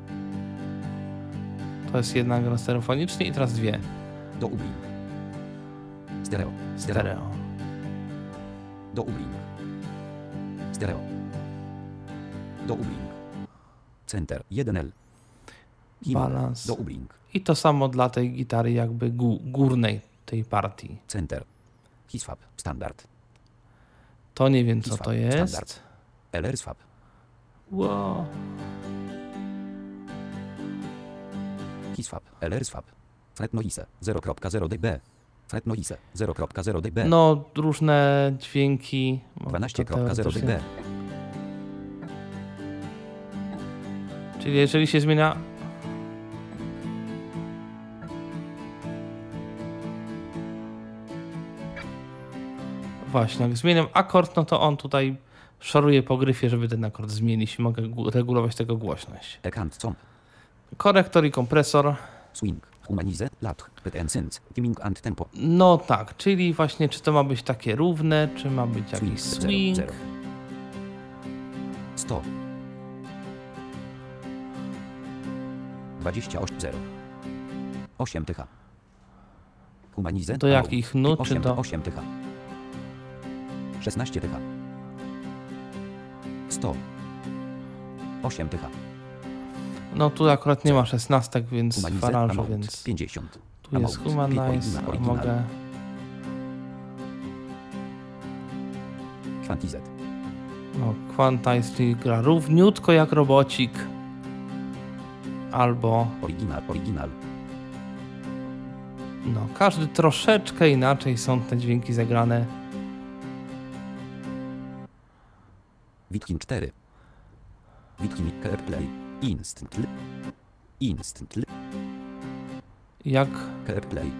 To jest jedna nagrana stereofonicznie i teraz dwie Do ubling. Stereo. stereo. Do ubling. Stereo. Do ubling. Center. jeden L. Keyboard. Balans. Do ubling. I to samo dla tej gitary jakby gó- górnej tej partii. Center. Keyswap. Standard. To nie wiem co Keyswap. to jest. Standard. L R swap. Wow. Keyswap. L R swap. Fret noise. zero przecinek zero dB. Fret noise. zero przecinek zero dB. No różne dźwięki. No, dwanaście to przecinek zero teoretycznie- dB. Czyli jeżeli się zmienia. Właśnie, jak zmieniam akord, no to on tutaj szoruje po gryfie, żeby ten akord zmienić i mogę gu- regulować tego głośność. Ekant comp. Korektor i kompresor. Swing. Humanize. Latch. Pet and synth. Timing and tempo. No tak, czyli właśnie czy to ma być takie równe, czy ma być jakiś Swing. swing. Zero, zero. sto. dwadzieścia osiem. zero. osiem tycha. Humanize. Do jakich nut, czy osiem, do- osiem tycha. szesnaście tycha. sto. osiem tycha. No tu akurat nie ma szesnastek, więc w Humanize. aranżu, Amount. więc pięćdziesiąt. tu jest Amount. humanize, Original, a original. mogę... Quantizet. No, Quantize, czyli gra równiutko jak robocik. Albo, Original. Original. no, każdy troszeczkę inaczej są te dźwięki zagrane. Witkin cztery. Witkin CarPlay. Instantly. Instantly. Jak, CarPlay.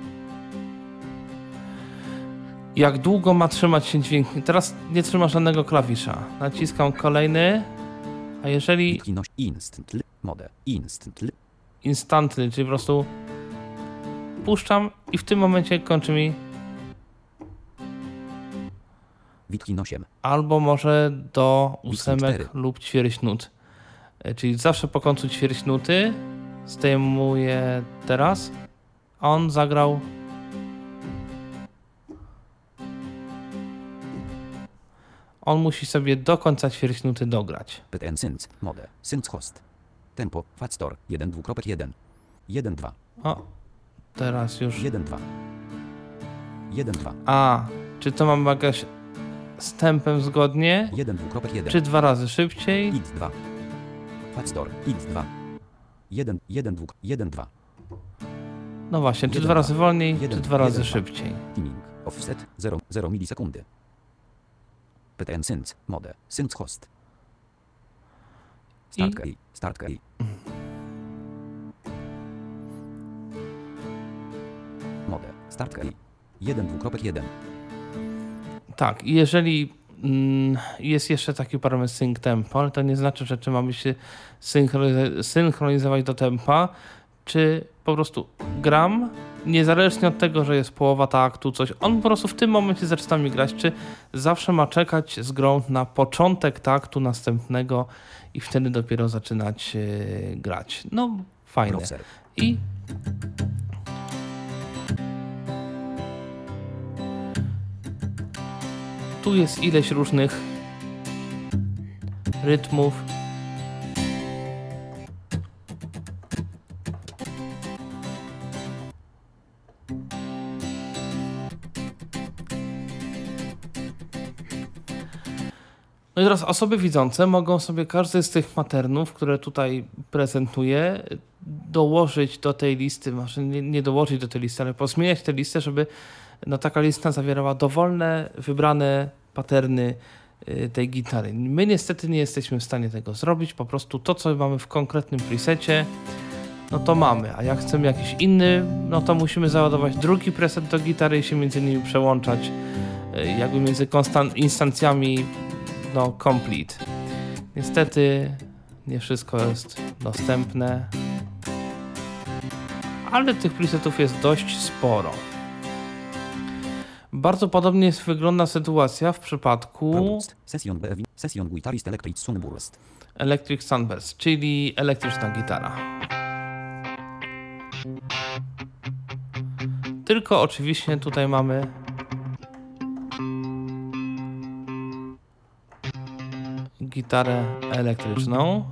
jak długo ma trzymać się dźwięk? Teraz nie trzyma żadnego klawisza. Naciskam kolejny, a jeżeli Witkin oś- Instantly. Mode. Instantly. instantly, czyli po prostu puszczam i w tym momencie kończy mi, Witkin osiem. albo może do ósemek cztery. lub ćwierć nut. E, Czyli zawsze po końcu ćwierć nuty zdejmuję teraz, a on zagrał. On musi sobie do końca ćwierć nuty dograć. Pet and synth. Mode. Synth host. Tempo. Factor. jeden dwukropek jeden. jeden dwa. O, teraz już. jeden dwa. jeden dwa. A, czy to mam jakaś z tempem zgodnie? jeden dwukropek jeden. Czy dwa razy szybciej? X dwa. Factor. X dwa. jeden, jeden, dwuk, jeden, dwa. No właśnie, czy jeden, dwa razy dwa. wolniej, jeden, czy dwa razy jeden, dwa. szybciej? Timing. Offset. zero, zero milisekundy. Pet and synth. Mode. Synth host. Start I- key. Start key. Mode. Start key. jeden dwukropek jeden. Tak, i jeżeli mm, jest jeszcze taki parametr sync tempo, ale to nie znaczy, że czy mamy się synchroniz- synchronizować do tempa, czy po prostu gram, niezależnie od tego, że jest połowa taktu, coś, on po prostu w tym momencie zaczyna mi grać, czy zawsze ma czekać z grą na początek taktu następnego i wtedy dopiero zaczynać yy, grać. No, fajne. Browser. I tu jest ileś różnych rytmów. No i teraz osoby widzące mogą sobie każdy z tych patternów, które tutaj prezentuję, dołożyć do tej listy, może nie, nie dołożyć do tej listy, ale pozmieniać tę listę, żeby no, taka lista zawierała dowolne, wybrane patterny y, tej gitary. My niestety nie jesteśmy w stanie tego zrobić, po prostu to, co mamy w konkretnym presecie, no to mamy, a jak chcemy jakiś inny, no to musimy załadować drugi preset do gitary i się między nimi przełączać, y, jakby między konstan- instancjami no complete. Niestety nie wszystko jest dostępne, ale tych presetów jest dość sporo. Bardzo podobnie jest, wygląda sytuacja w przypadku Session B W, Session Guitarist Electric Sunburst. Electric Sunburst, czyli elektryczna gitara. Tylko oczywiście tutaj mamy gitarę elektryczną.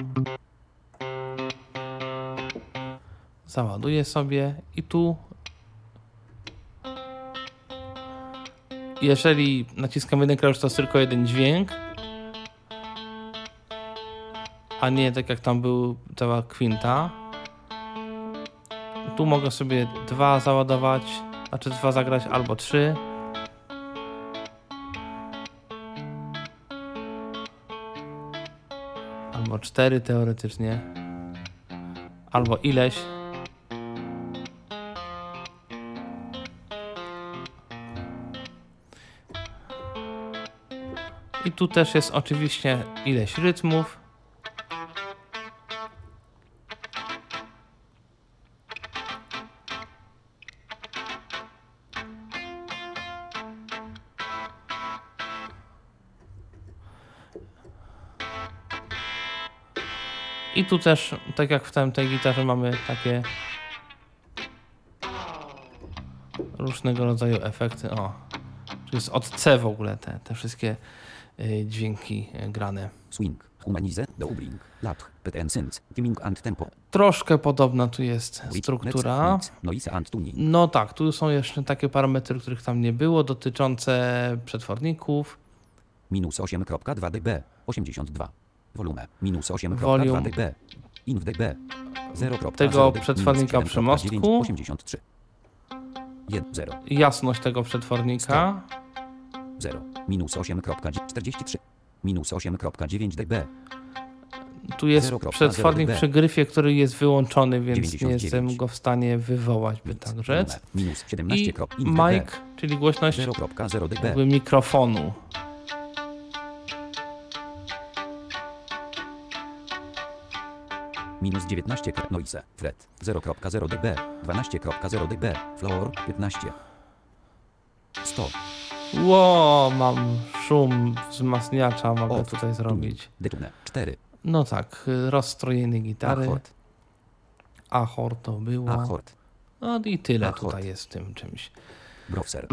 Załaduję sobie i tu, jeżeli naciskam jeden klawisz, to jest tylko jeden dźwięk, a nie tak jak tam był cała kwinta. Tu mogę sobie dwa załadować, znaczy dwa zagrać albo trzy. Albo cztery teoretycznie. Albo ileś. I tu też jest oczywiście ileś rytmów. I tu też, tak jak w tej, tej gitarze, mamy takie różnego rodzaju efekty. O, to jest od C w ogóle te, te wszystkie y, dźwięki y, grane. Swing, humanize, doubling, lap, pattern synth, timing and tempo. Troszkę podobna tu jest Width, struktura. mix, noise and tuning. No tak, tu są jeszcze takie parametry, których tam nie było, dotyczące przetworników. Minus osiem przecinek dwa dB, osiemdziesiąt dwa. Volume, minus osiem przecinek dwa Volume dB. In w dB. zero przecinek zero tego dB, przetwornika minus przy siedem przecinek dziewięć, mostku. osiemdziesiąt trzy. jeden, zero, Jasność tego przetwornika. zero. Minus osiem przecinek czterdzieści trzy. Minus osiem przecinek dziewięć dB. Tu jest zero przecinek zero przetwornik dB. przy gryfie, który jest wyłączony, więc nie dziewięćdziesiąt jestem dziewięć. go w stanie wywołać, by tak rzec. Volume, minus siedemnaście I przecinek in w dB. mic, czyli głośność zero przecinek zero dB. jakby mikrofonu. Minus dziewiętnaście noise, fret, zero przecinek zero dB, dwanaście przecinek zero dB, floor, piętnaście. sto. Ło, mam szum wzmacniacza, mogę Off, tutaj zrobić. Detune, cztery. No tak, rozstrojenie gitary. Achord, Achor to było. achord, No i tyle Achord. tutaj jest w tym czymś. browser.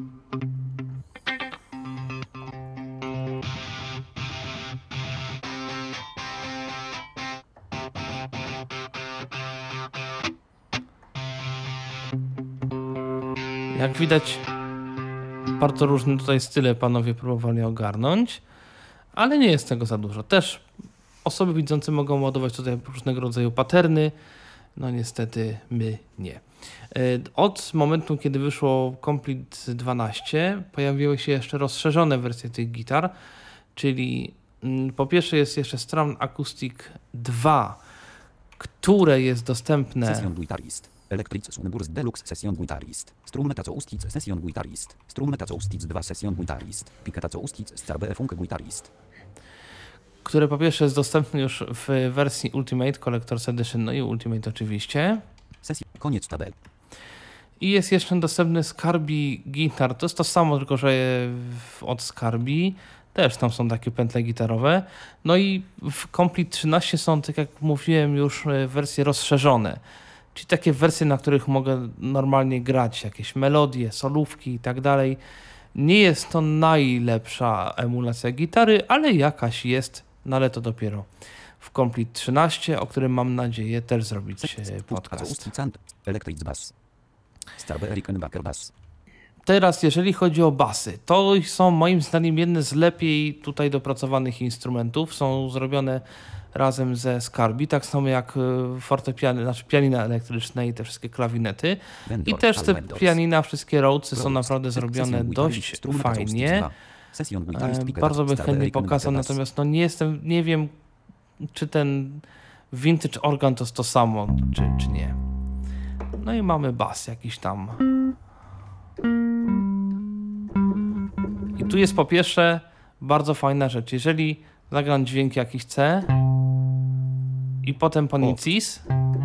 Jak widać, bardzo różne tutaj style panowie próbowali ogarnąć, ale nie jest tego za dużo. Też osoby widzące mogą ładować tutaj różnego rodzaju paterny, no niestety my nie. Od momentu, kiedy wyszło Complete dwanaście, pojawiły się jeszcze rozszerzone wersje tych gitar, czyli po pierwsze jest jeszcze Strum Acoustic dwa, które jest dostępne... Session Guitarist. Electric Sunburst Deluxe Session Guitarist. Strumetaco Ustits Session Guitarist. Strumetaco Ustits dwa Session Guitarist. Piketaco Ustits Scarbe Funk Guitarist. które po pierwsze jest dostępny już w wersji Ultimate Collector's Edition, no i Ultimate oczywiście. Sesja. Koniec tabel. I jest jeszcze dostępny Scarbi Guitar. To jest to samo, tylko że w- od Scarbi też tam są takie pętle gitarowe. No i w Complete trzynaście są, tak jak mówiłem, już e, wersje rozszerzone. Czyli takie wersje, na których mogę normalnie grać jakieś melodie, solówki i tak dalej. Nie jest to najlepsza emulacja gitary, ale jakaś jest, no ale to dopiero w Complete trzynaście, o którym mam nadzieję też zrobić e, podcast. Electric Bass. Starbe Rickenbacker Bass. Teraz jeżeli chodzi o basy, to są moim zdaniem jedne z lepiej tutaj dopracowanych instrumentów. Są zrobione razem ze Scarbi, tak samo jak fortepiany, znaczy pianina elektryczne i te wszystkie klawinety. Vendor, I też te Vendors. pianina, wszystkie Rhodesy są Rhodes. naprawdę zrobione Session with dość Instrument fajnie. Acoustics dwa. Session with E, Speaker Bardzo bym Starbe chętnie Rickenbacker pokazał, Bass. natomiast no nie jestem, nie wiem, czy ten vintage organ to jest to samo, czy, czy nie. No i mamy bas jakiś tam. I tu jest po pierwsze bardzo fajna rzecz. Jeżeli zagram dźwięk jakiś C i potem po nim cis,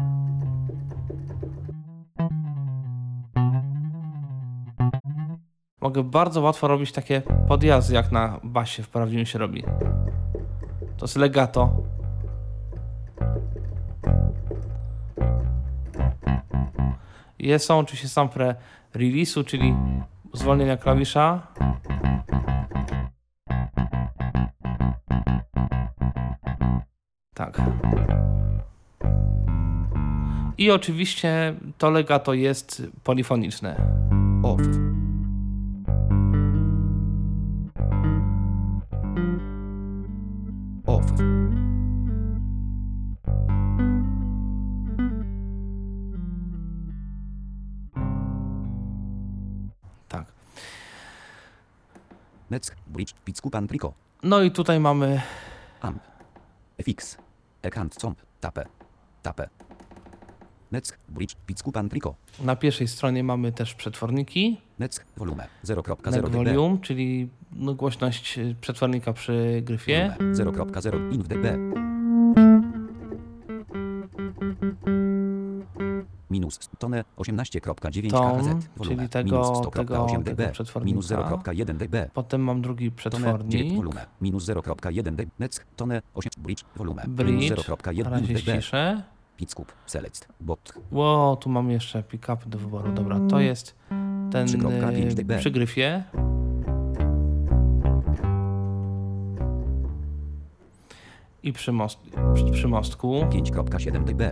mogę bardzo łatwo robić takie podjazdy, jak na basie w prawdziwym się robi. To jest legato. Jest, są oczywiście sample release'u, czyli zwolnienia klawisza. Tak. I oczywiście to legato jest polifoniczne. Off. Off. Tak. Neck, bridge, Pitskupan Triko. No i tutaj mamy Amp. F X. Ekant comp. Tape. Tape. Neck, bridge, Pitskupan Triko. na pierwszej stronie mamy też przetworniki. Neck, volume zero przecinek Neck zero dB. volume, czyli no, głośność przetwornika przy gryfie. Volume zero przecinek zero in dB. Minus tonę osiemnaście przecinek dziewięć Ton, kHz. czyli Volume tego- minus sto przecinek osiem tego- dB. tego przetwornika. Minus zero przecinek jeden dB. Potem mam drugi Tonę przetwornik. volume minus zero przecinek jeden dB. Neck, tonę osiem bridge volume minus Bridge, zero przecinek na jeden razie dB. ściszę. Pitskup select bot. Ło, tu mam jeszcze pick-up do wyboru. Dobra, to jest ten trzy przecinek pięć y, dB. przy gryfie. I przy, most, przy, przy mostku. pięć przecinek siedem dB.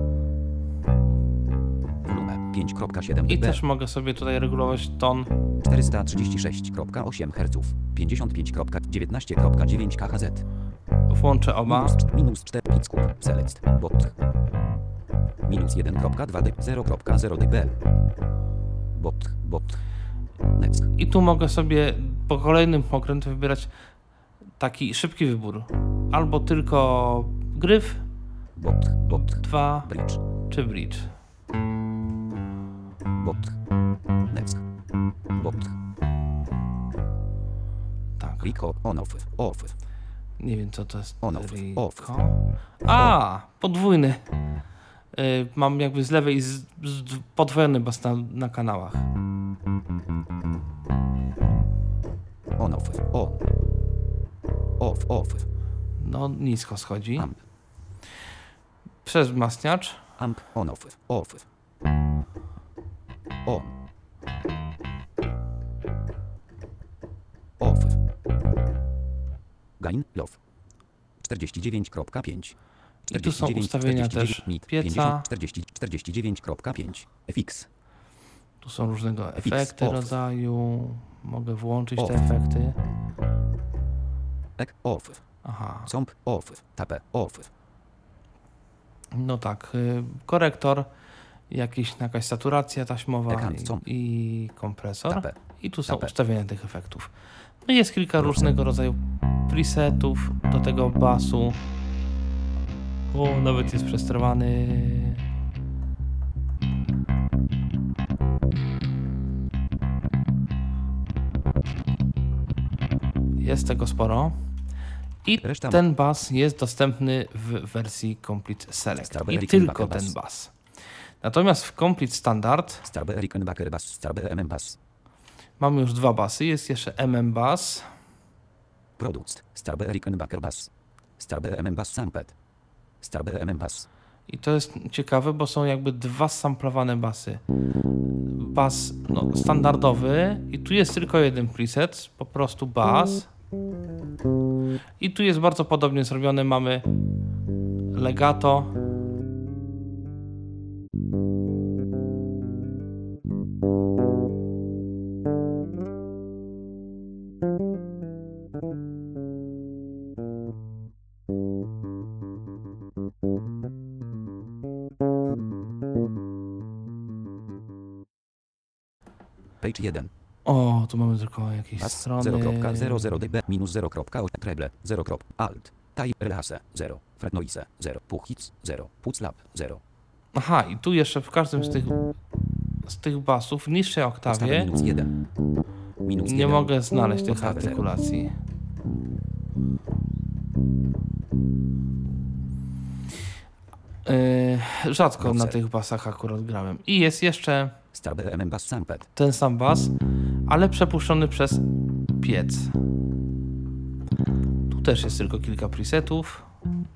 Volume pięć przecinek siedem I dB. też mogę sobie tutaj regulować ton. czterysta trzydzieści sześć przecinek osiem herców. pięćdziesiąt pięć przecinek dziewiętnaście przecinek dziewięć kHz. Włączę oba. Minus, minus cztery pitskup select bot. Minus jeden przecinek dwa dB. zero przecinek zero dB. Bot, bot. Next. I tu mogę sobie po kolejnym okrętu wybierać taki szybki wybór. Albo tylko gryf, Bot, bot. dwa Bridge. czy bridge. Bot. Next. Bot. Tak. Rico on off. Off. Nie wiem co to jest. On, off, Rico. off. A, podwójny. Y, mam jakby z lewej z, z podwójny bas na, na kanałach. On off. On. Off, off. No nisko schodzi. Amp. Przez wzmacniacz. Amp on off. Off. On. Off. Gain low. czterdzieści dziewięć przecinek pięć. I tu są ustawienia też pieca. czterdzieści, czterdzieści dziewięć przecinek pięć. F X. Tu są różnego F X efekty off. rodzaju. Mogę włączyć Off. te efekty. Ek off. Aha. Comp off. Tape off. No tak. Y, korektor. Jakiś, jakaś saturacja taśmowa Ekran, i, co? i kompresor. Tape. I tu są Tape. ustawienia tych efektów. No i jest kilka Proce. różnego rodzaju presetów do tego basu. O, nawet jest przesterowany. Jest tego sporo. I Reszta ma- ten bas jest dostępny w wersji Complete Select. Starby I Rickenbacker tylko Bass. ten bas. Natomiast w Complete Standard Starbe Rickenbacker Bass. Starbe M M Bass. mamy już dwa basy. Jest jeszcze M M Bass. Produced. Starbe Rickenbacker Bass. Starbe M M Bass Samped. Starbe M M Bass. I to jest ciekawe, bo są jakby dwa samplowane basy. Bas no, standardowy i tu jest tylko jeden preset, po prostu bas. I tu jest bardzo podobnie zrobione, mamy legato. Page jeden. O, tu mamy tylko jakieś Bas strony. zero przecinek zero zero dB minus zero przecinek osiem treble zero. Alt. Type relase zero. Fret noise zero. Puch hits zero. Put slap zero. Aha, i tu jeszcze w każdym z tych, z tych basów w niższej Podstawy oktawie minus jeden. Minus nie jeden. mogę znaleźć tych Podstawy zero. artykulacji. Yy, rzadko na Browser. tych basach akurat grałem. I jest jeszcze Star B M M Bass Samped. ten sam bas, ale przepuszczony przez piec. Tu też jest tylko kilka presetów.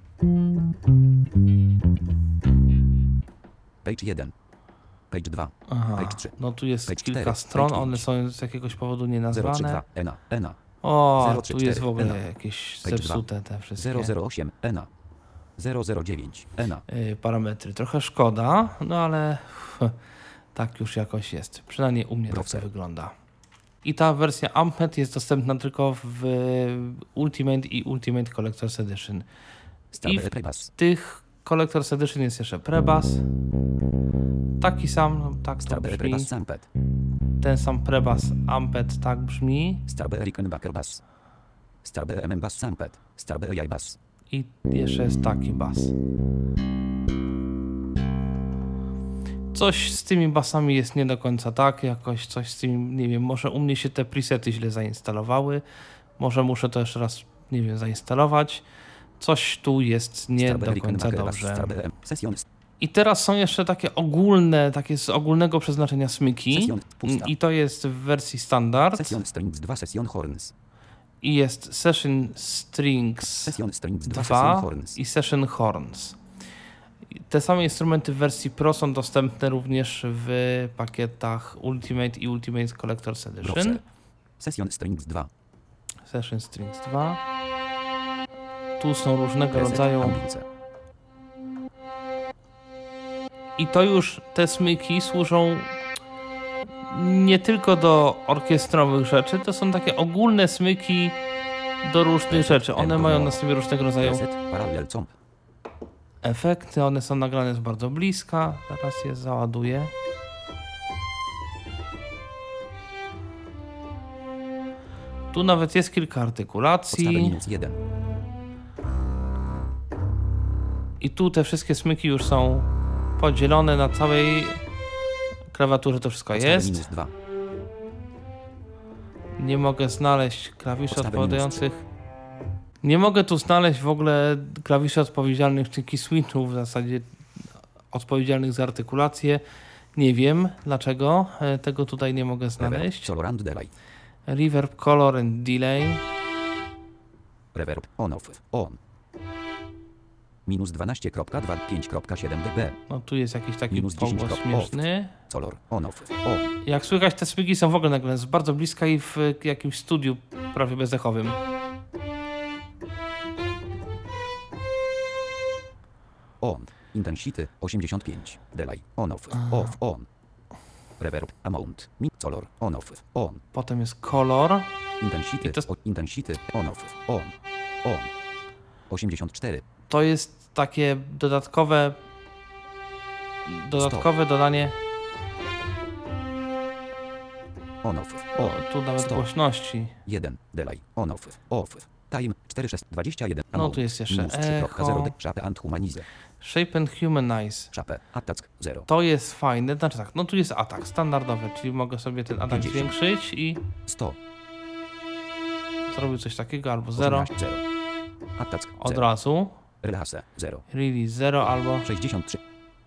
Page jeden. Page dwa. Aha, Page trzy. no tu jest Page kilka cztery. stron, Page one pięć. są z jakiegoś powodu nie zero trzy nazwane. dwa. Ena. Ena. O, zero trzy tu jest w cztery. ogóle Ena. jakieś Page dwa. zepsute te wszystkie zero zero osiem. Ena. zero zero dziewięć. Ena. yy, parametry. Trochę szkoda, no ale tak już jakoś jest. Przynajmniej u mnie tak to Browser. wygląda. I ta wersja Amped jest dostępna tylko w Ultimate i Ultimate Collector's Edition. Star I B w Prebas. tych Collector's Edition jest jeszcze prebas. Taki sam, no, tak to Star B brzmi. Prebas Samped. Ten sam prebas Amped tak brzmi. Star B Rickenbacker Bass. Star B M M Bass Samped. Star B A I Bass. I jeszcze jest taki bas. Coś z tymi basami jest nie do końca tak, jakoś coś z tym, nie wiem, może u mnie się te presety źle zainstalowały, może muszę to jeszcze raz, nie wiem, zainstalować. Coś tu jest nie Star B do końca Rickenbacker Bass. dobrze. Star B M. Session. I teraz są jeszcze takie ogólne, takie z ogólnego przeznaczenia smyki Session. Pusta. i to jest w wersji standard Session Strings dwa. Session Horns. i jest Session Strings Session Strings dwa. Session dwa Horns. i Session Horns. Te same instrumenty w wersji Pro są dostępne również w pakietach Ultimate i Ultimate Collector's Edition. Browser. Session Strings dwa. Session Strings dwa. Tu są różnego Preset. rodzaju Ambience. i to już te smyki służą nie tylko do orkiestrowych rzeczy, to są takie ogólne smyki do różnych rzeczy. One mają na sobie różnego rodzaju Preset. Parallel Comp. efekty, one są nagrane z bardzo bliska. Zaraz je załaduję. Tu nawet jest kilka Podstawy artykulacji. minus jeden. I tu te wszystkie smyki już są podzielone na całej klawiaturze. To wszystko Podstawy jest. minus dwa. Nie mogę znaleźć klawiszy Podstawy odpowiadających. Nie mogę tu znaleźć w ogóle klawiszy odpowiedzialnych czy key switchów w zasadzie odpowiedzialnych za artykulację. Nie wiem dlaczego e, tego tutaj nie mogę Reverb. znaleźć. Color and delay. Reverb, color and delay. Reverb. On off. On. Minus dwanaście przecinek dwadzieścia pięć przecinek siedem dB. No tu jest jakiś taki Minus dziesięć pogłos kropka off. śmieszny. Color. On off. On. Jak słychać, te smyki są w ogóle nagrane z bardzo bliska i w jakimś studiu prawie bezdechowym. On. Intensity osiemdziesiąt pięć. Delay. On off. Off. On. Reverb. Amount. Mi. Color. On off. On. Potem jest kolor. Intensity. I to- O, intensity. On off. On. On. osiemdziesiąt cztery. To jest takie dodatkowe dodatkowe dodanie. On off. O, On. tu nawet sto. głośności. jeden. Delay. On off. Off. Time. cztery sześć dwadzieścia jeden. No, tu jest jeszcze Minus trzy przecinek zero. echo. Shape and humanize. Shape and Humanize. Shape. Attack. zero. To jest fajne. Znaczy tak, no tu jest atak standardowy, czyli mogę sobie ten atak pięćdziesiąt. zwiększyć i sto. zrobić coś takiego, albo zero. osiemnaście. zero. Attack. Od zero. razu. Relase. zero. Release zero albo sześćdziesiąt trzy.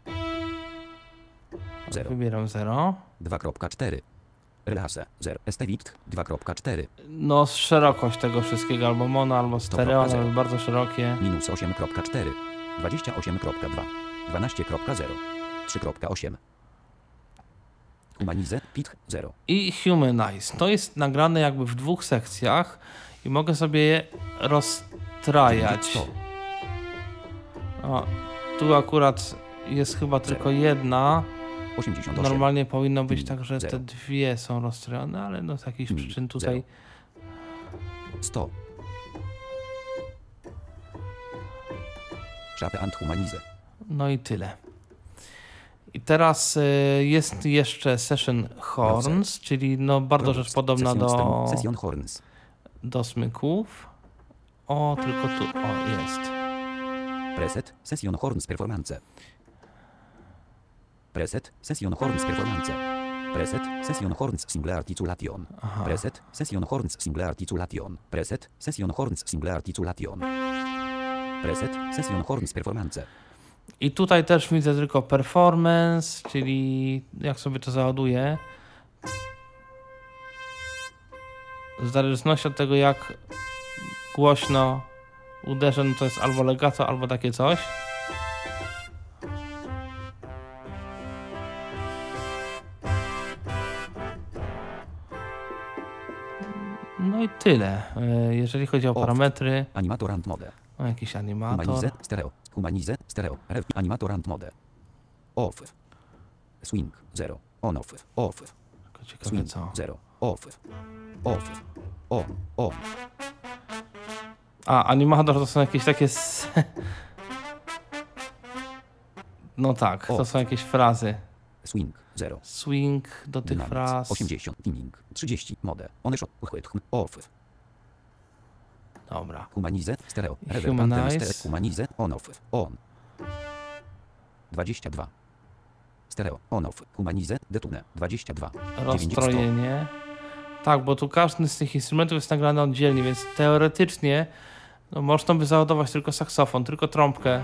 zero. wybieram zero. dwa przecinek cztery. Relase. zero. Estevict. dwa przecinek cztery. No szerokość tego wszystkiego, albo mono, albo stereo, zero. nawet bardzo szerokie. Minus osiem przecinek cztery. dwadzieścia osiem kropka dwa. dwanaście kropka zero. trzy kropka osiem. Humanize, Pitch zero. I Humanize. To jest nagrane jakby w dwóch sekcjach i mogę sobie je rozstrajać. sto. O, tu akurat jest chyba tylko jedna. osiemdziesiąt osiem. Normalnie powinno być tak, że Zero. te dwie są rozstrojone, ale no z jakichś Mil. przyczyn tutaj... sto. Schape and Humanize. No i tyle. I teraz y, jest jeszcze Session Horns, czyli no bardzo rzecz podobna do, Session Horns. do smyków. O, tylko tu, o, jest. Preset, Session Horns Performance. Preset, Session Horns Performance. Preset, Session Horns Single Articulation. Aha. Preset, Session Horns Single Articulation. Preset, Session Horns Single Articulation. Preset, Session Horns Performance. I tutaj też widzę tylko performance, czyli jak sobie to załaduję, w zależności od tego jak głośno uderzę, no to jest albo legato, albo takie coś. No i tyle. E, Jeżeli chodzi o Off. parametry, Animator and Mode. o jakiś animator. Humanize, stereo. Humanize, stereo. Rev, animator and Mode. Off. Swing, zero. On, off. Off. Tylko ciekawe Swing, co. zero. Off. Off. On, on. A, animator to są jakieś takie... s- No tak, to O. są jakieś frazy. Swing, zero. Swing do tych Dynamics, fraz. osiemdziesiąt. Tuning, trzydzieści. Mode. On, shot. Uchwyt. Off. Dobra. Humanize, stereo. I Reverb, humanize. anthem, stereo. Humanize, on, off. On. dwadzieścia dwa. Stereo, on, off. Humanize, detune. dwadzieścia dwa. Rozstrojenie. Tak, bo tu każdy z tych instrumentów jest nagrany oddzielnie, więc teoretycznie no, można by załadować tylko saksofon, tylko trąbkę.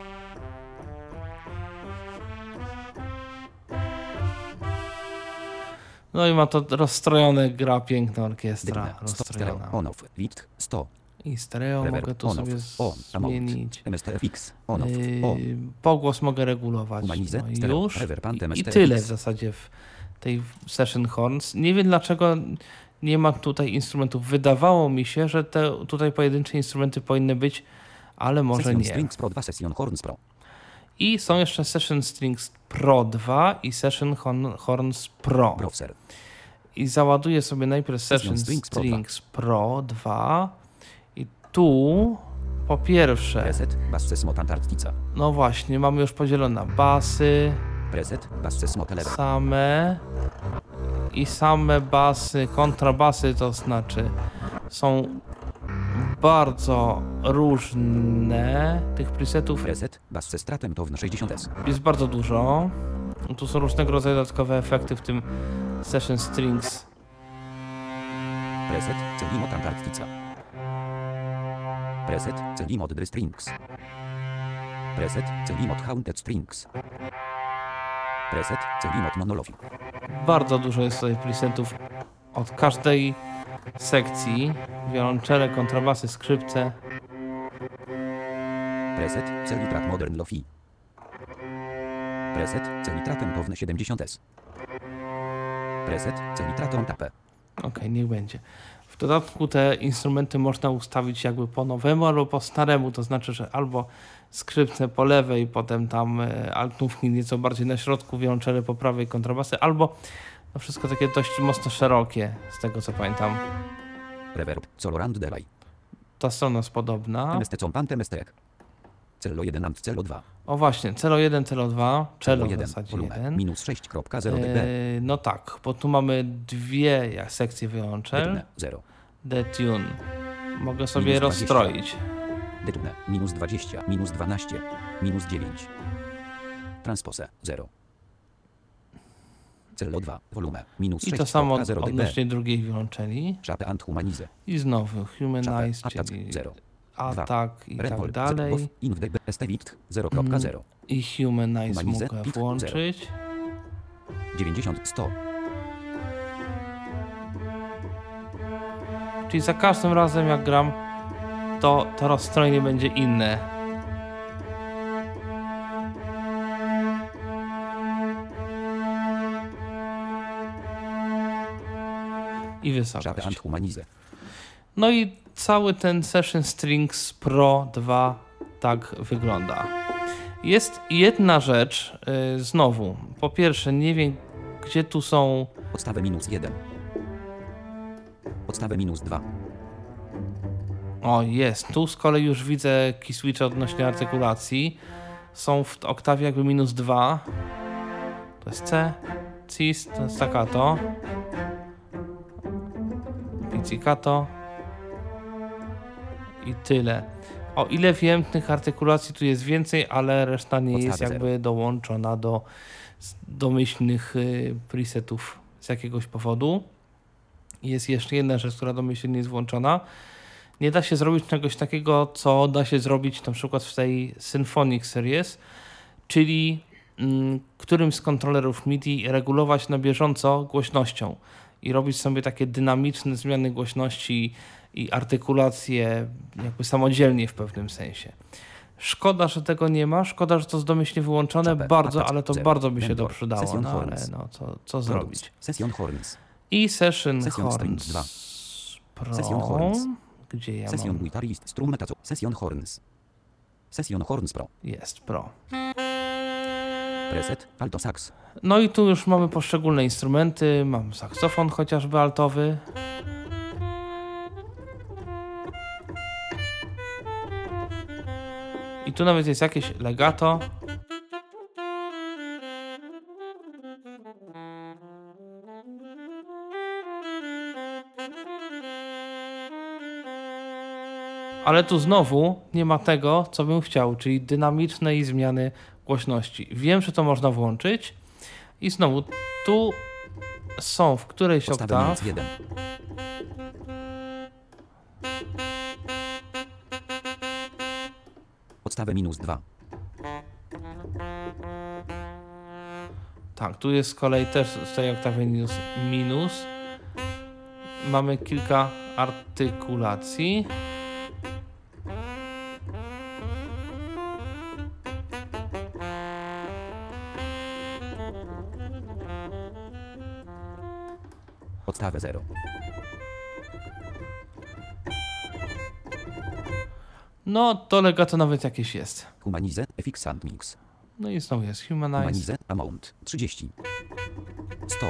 No i ma to rozstrojone, gra piękna orkiestra Detune. sto. Stereo, rozstrojona. on, off. Width, sto. I stereo Reverb, mogę tu on, sobie off. On, amount. zmienić. M S T F X, on, off. Yy, On. Pogłos mogę regulować. Humanize, No i stereo, już. reverb, anthem, I, I S T F X. tyle w zasadzie w tej Session Horns. Nie wiem dlaczego nie ma tutaj instrumentów. Wydawało mi się, że te tutaj pojedyncze instrumenty powinny być, ale może Session nie. Strings Pro dwa, Session Horns Pro. I są jeszcze Session Strings Pro dwa i Session Hon- Horns Pro. Browser. I załaduję sobie najpierw Session Strings Pro Strings Pro dwa i tu po pierwsze, Preset, Basses Mot Antarctica. no właśnie, mamy już podzielone na basy, Preset, Basses Mot Eleven. same i same basy, kontrabasy to znaczy są bardzo różne. Tych presetów Preset, Basses Stratem Towne sześćdziesiąt S. jest bardzo dużo. Tu są różnego rodzaju dodatkowe efekty, w tym Session Strings. Preset, Celimot Antarctica. Preset, Celimot Dry Strings. Preset, Celimot Haunted Strings. Preset, Celimot Monologi. Bardzo dużo jest tutaj presetów od każdej sekcji. Wiolonczele, kontrabasy, skrzypce. Preset, Celitrat Modern Lofi. Preset, Celitratem Towne siedemdziesiąt S. Preset, Celitraton Tape. Okej, niech będzie. W dodatku te instrumenty można ustawić jakby po nowemu albo po staremu, to znaczy, że albo skrzypce po lewej, potem tam e, altnówki nieco bardziej na środku, wiolonczele po prawej, kontrabasy, albo no wszystko takie dość mocno szerokie, z tego co pamiętam. Reverb, Solorand Delay. Ta strona jest podobna. M S T Compant M S T. Cello jeden and Cello dwa. O właśnie, celo jeden, celo dwa, cello w jeden, zasadzie volume, jeden. minus sześć kropka zero dB. E, no tak, bo tu mamy dwie jak sekcje wiolonczeli. Detune, zero. Detune. Mogę sobie Minus rozstroić. Detune, minus dwadzieścia, minus dwanaście, minus dziewięć. Transpose, zero. Cello dwa, volume, minus I to sześć samo kropka zero dB. odnośnie drugiej wiolonczeli. Schape and Humanize. I znowu Humanize, Schape, attack, czyli zero. atak i tak Redmol, dalej. zero. Inv dB, S T Wict, zero kropka zero. I Humanize Humanize, mogę pit, włączyć. dziewięćdziesiąt, sto. Czyli za każdym razem jak gram, to to rozstrojenie będzie inne. i Shape wysokość. and Humanize. No i cały ten Session Strings Pro dwa tak wygląda. Jest jedna rzecz, yy, znowu, po pierwsze nie wiem gdzie tu są, Podstawę minus jeden. Podstawę minus dwa. o jest, tu z kolei już widzę key switche odnośnie artykulacji, są w oktawie jakby minus dwa, to jest C, cis, to jest staccato, pizzicato i tyle. O ile wiem, tych artykulacji tu jest więcej, ale reszta nie jest Podstawy jakby dołączona do s- domyślnych y, presetów z jakiegoś powodu. Jest jeszcze jedna rzecz, która domyślnie jest włączona. Nie da się zrobić czegoś takiego, co da się zrobić na przykład w tej Symphonic Series, czyli mm, którymś z kontrolerów M I D I regulować na bieżąco głośnością i robić sobie takie dynamiczne zmiany głośności i artykulacje jakby samodzielnie w pewnym sensie. Szkoda, że tego nie ma, szkoda, że to jest domyślnie wyłączone, Shape, bardzo, Attack, ale to Zero, bardzo by się to Mentor, przydało, Session no ale Horns. no co, co zrobić. Session Horns. I Session, Session Strings dwa. Horns Pro, Session Horns. gdzie ja Session mam? Guitarist Strumetazo. Session Horns. Session Horns Pro. Jest Pro. Preset Alto Sax. No i tu już mamy poszczególne instrumenty, mam saksofon chociażby altowy. I tu nawet jest jakieś legato. Ale tu znowu nie ma tego, co bym chciał, czyli dynamicznej zmiany głośności. Wiem, że to można włączyć i znowu tu są w którejś Podstawę oktaw. minus jeden. Podstawę minus dwa. Tak, tu jest z kolei też z tej oktawy minus, minus. Mamy kilka artykulacji. Podstawę zero. No, to legato nawet jakieś jest. Humanize F X and Mix. No i znowu jest Humanize. Humanize Amount trzydzieści. sto.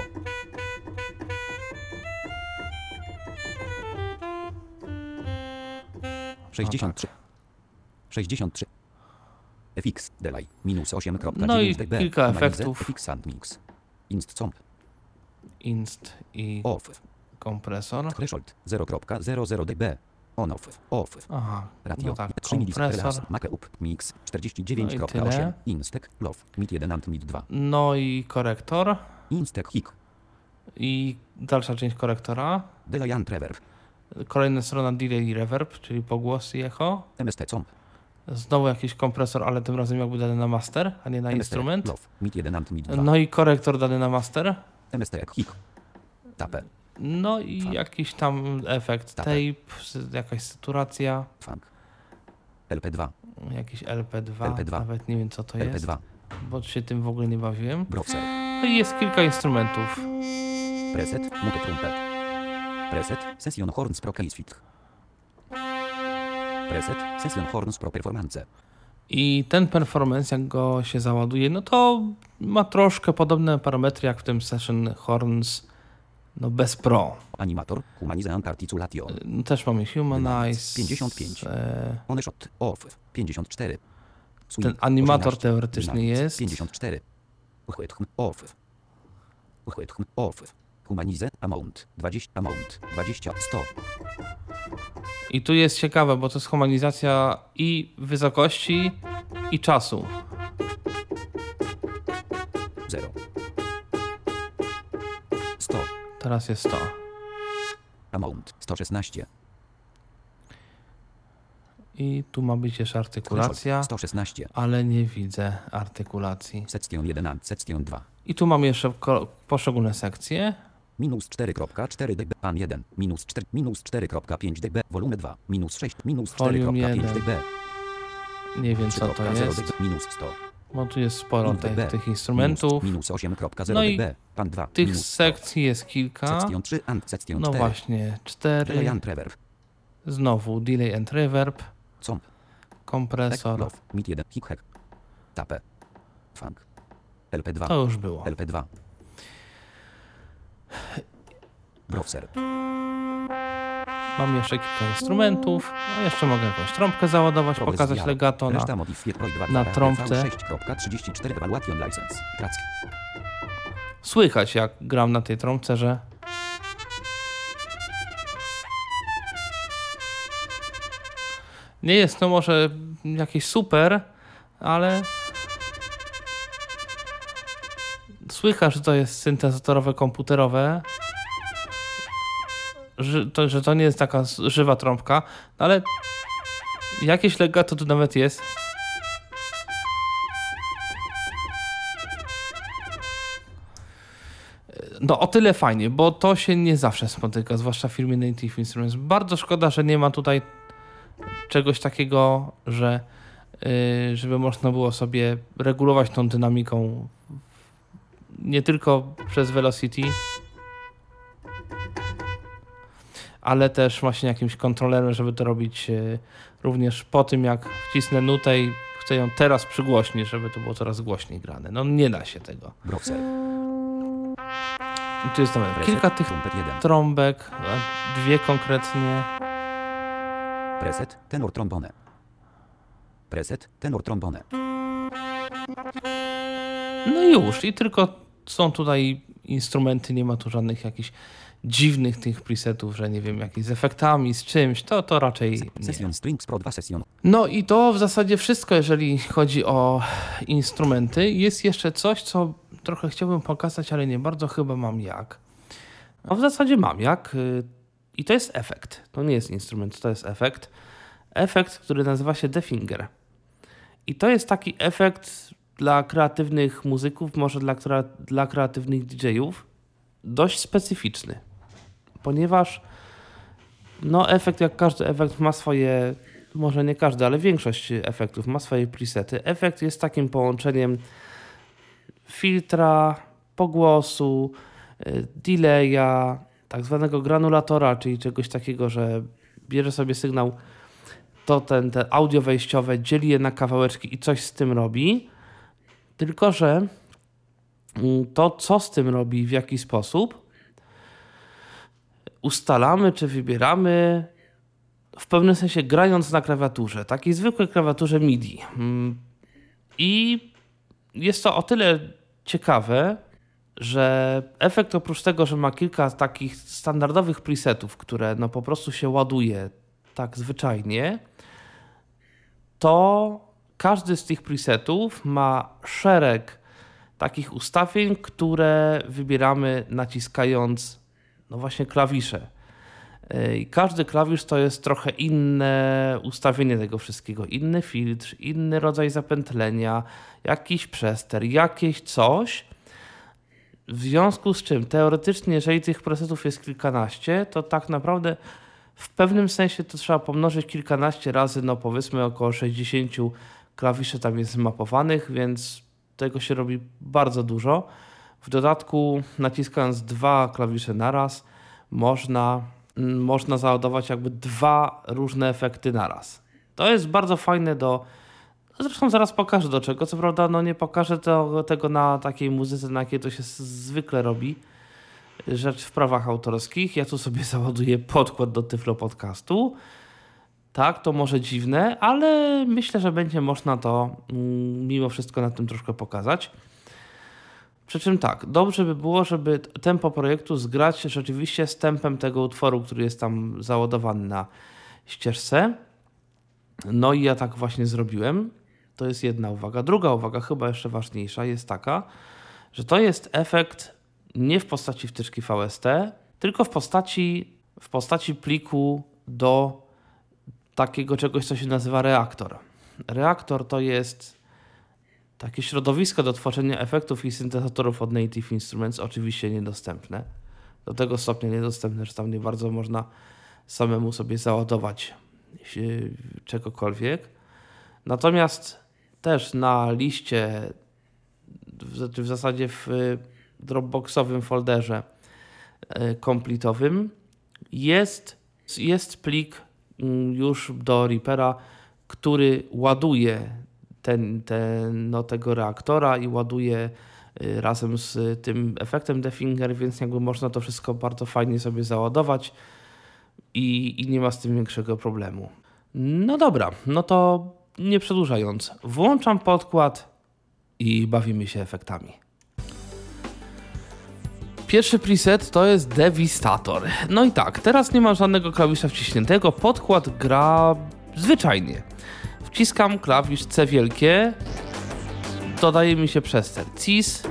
sześćdziesiąt trzy. sześćdziesiąt trzy. F X Delay minus osiem przecinek No i dziewięć dB. kilka Humanize efektów. F X and Mix. Inst comp. Inst i Off. kompresor. Threshold zero przecinek zero zero dB. On off. Off. Aha, Ratio no tak, trzy milisekund. kompresor. Makeup Mix czterdzieści dziewięć No i przecinek osiem. tyle. Instek Low. Mid jeden and Mid dwa. No i korektor. Instek Hick. I dalsza część korektora. Delay and Reverb. Kolejna strona delay i reverb, czyli pogłos i echo. M S T comp. Znowu jakiś kompresor, ale tym razem jakby dany na master, a nie na M S T instrument. Low. Mid jeden and Mid dwa. No i korektor dany na master. M S T Hick. Tape. No i Funk. jakiś tam efekt Tape. tape, s- jakaś saturacja, Funk. L P dwa. jakiś L P dwa, L P dwa. nawet nie wiem co to L P jest, dwa. bo się tym w ogóle nie bawiłem. Browser. No i jest kilka instrumentów. Preset. Mute Trumpet. Preset. Session Horns Pro Case Fit. Preset. Session Horns Pro Performance. I ten performance, jak go się załaduje, no to ma troszkę podobne parametry jak w tym Session Horns, no bez Pro. Animator. Humanize and Articulation. No też mamy Humanize. pięćdziesiąt pięć. E, One Shot. Off. pięćdziesiąt cztery. Swing, ten animator osiemnaście. teoretycznie Dynamics, jest. pięćdziesiąt cztery. Uchwythm. Off. Uchwythm. Off. Humanize. Amount. dwadzieścia. Amount. dwadzieścia. sto. I tu jest ciekawe, bo to jest humanizacja i wysokości, i czasu. zero. sto. Teraz jest to. Amount. sto szesnaście. I tu ma być jeszcze artykulacja, sto szesnaście. ale nie widzę artykulacji. Section jeden and Section dwa. I tu mam jeszcze ko- poszczególne sekcje. Minus cztery przecinek cztery dB. Pan jeden. Minus cztery. Minus cztery przecinek pięć dB. Volume dwa. Minus sześć. Minus cztery Volume przecinek pięć jeden. dB. Nie wiem trzy co to przecinek zero jest. dB. Minus sto. bo tu jest sporo Int tych, B. tych instrumentów. Minus osiem kropka No zero i B. Pan dwa. Tych minus sekcji jest kilka. Sekcjon trzy and sekcjon No cztery. właśnie, cztery. Delay and reverb. Znowu delay and reverb, Comp. kompresor. Love. Mit jeden. Kick hack. Tape. Funk. L P dwa. To już było. L P dwa. Browser. Mam jeszcze kilka instrumentów. No jeszcze mogę jakąś trąbkę załadować, Progress pokazać dialog. legato Reszta na... modif Firproj dwa na trąbce. sześć kropka trzydzieści cztery Evaluation License. Tracki. Słychać jak gram na tej trąbce, że... Nie jest to może jakieś super, ale... Słychać, że to jest syntezatorowe, komputerowe. Że to, że to nie jest taka żywa trąbka, no ale jakieś legato tu nawet jest. No o tyle fajnie, bo to się nie zawsze spotyka, zwłaszcza w firmie Native Instruments. Bardzo szkoda, że nie ma tutaj czegoś takiego, że yy, żeby można było sobie regulować tą dynamiką nie tylko przez Velocity, ale też właśnie jakimś kontrolerem, żeby to robić yy, również po tym, jak wcisnę nutę i chcę ją teraz przygłośnić, żeby to było coraz głośniej grane. No nie da się tego. Browser. I tu jest tam Preset. kilka tych Trumpet jeden. trąbek, dwie konkretnie. Preset. Tenor trombone. Preset. Tenor trombone. No i już. I tylko są tutaj instrumenty, nie ma tu żadnych jakichś dziwnych tych presetów, że nie wiem, jakieś z efektami, z czymś, to, to raczej nie. Session Strings Pro dwa Session. No i to w zasadzie wszystko, jeżeli chodzi o instrumenty. Jest jeszcze coś, co trochę chciałbym pokazać, ale nie bardzo chyba mam jak. No w zasadzie mam jak yy, i to jest efekt. To nie jest instrument, to jest efekt. Efekt, który nazywa się The Finger. I to jest taki efekt dla kreatywnych muzyków, może dla, dla kreatywnych didżejów, dość specyficzny. Ponieważ no efekt, jak każdy efekt ma swoje, może nie każdy, ale większość efektów ma swoje presety. Efekt jest takim połączeniem filtra, pogłosu, delaya, tak zwanego granulatora, czyli czegoś takiego, że bierze sobie sygnał, to ten, te audio wejściowe, dzieli je na kawałeczki i coś z tym robi. Tylko że to, co z tym robi, w jaki sposób, ustalamy czy wybieramy w pewnym sensie grając na klawiaturze, takiej zwykłej klawiaturze MIDI. I jest to o tyle ciekawe, że efekt oprócz tego, że ma kilka takich standardowych presetów, które no po prostu się ładuje tak zwyczajnie, to każdy z tych presetów ma szereg takich ustawień, które wybieramy naciskając no właśnie klawisze. I każdy klawisz to jest trochę inne ustawienie tego wszystkiego, inny filtr, inny rodzaj zapętlenia, jakiś przester, jakieś coś. W związku z czym teoretycznie, jeżeli tych presetów jest kilkanaście, to tak naprawdę w pewnym sensie to trzeba pomnożyć kilkanaście razy, no powiedzmy około sześćdziesiąt klawiszy tam jest zmapowanych, więc tego się robi bardzo dużo. W dodatku naciskając dwa klawisze naraz można, można załadować jakby dwa różne efekty naraz. To jest bardzo fajne do... Zresztą zaraz pokażę do czego. Co prawda no nie pokażę to, tego na takiej muzyce, na jakiej to się zwykle robi. Rzecz w prawach autorskich. Ja tu sobie załaduję podkład do Tyflo Podcastu. Tak, to może dziwne, ale myślę, że będzie można to mimo wszystko na tym troszkę pokazać. Przy czym tak, dobrze by było, żeby tempo projektu zgrać rzeczywiście z tempem tego utworu, który jest tam załadowany na ścieżce. No i ja tak właśnie zrobiłem. To jest jedna uwaga. Druga uwaga, chyba jeszcze ważniejsza, jest taka, że to jest efekt nie w postaci wtyczki V S T, tylko w postaci, w postaci pliku do takiego czegoś, co się nazywa reaktor. Reaktor to jest takie środowisko do tworzenia efektów i syntezatorów od Native Instruments, oczywiście niedostępne. Do tego stopnia niedostępne, że tam nie bardzo można samemu sobie załadować czegokolwiek. Natomiast też na liście, w, w zasadzie w Dropboxowym folderze komplitowym jest, jest plik już do Reapera, który ładuje ten, ten, no, tego reaktora i ładuje razem z tym efektem The Finger, więc jakby można to wszystko bardzo fajnie sobie załadować i, i nie ma z tym większego problemu. No dobra, no to nie przedłużając, włączam podkład i bawimy się efektami. Pierwszy preset to jest Devastator. No i tak, teraz nie mam żadnego klawisza wciśniętego, podkład gra zwyczajnie. Wciskam klawisz C wielkie, dodaje mi się przester Cis,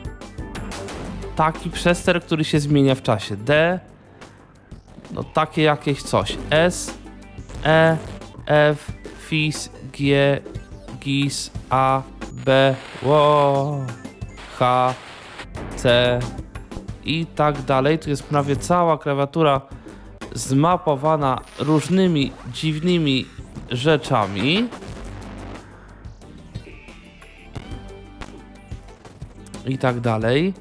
taki przester, który się zmienia w czasie, D, no takie jakieś coś, S, E, F, Fis, G, Gis, A, B, Ło, H, C i tak dalej. Tu jest prawie cała klawiatura zmapowana różnymi dziwnymi rzeczami. I tak dalej.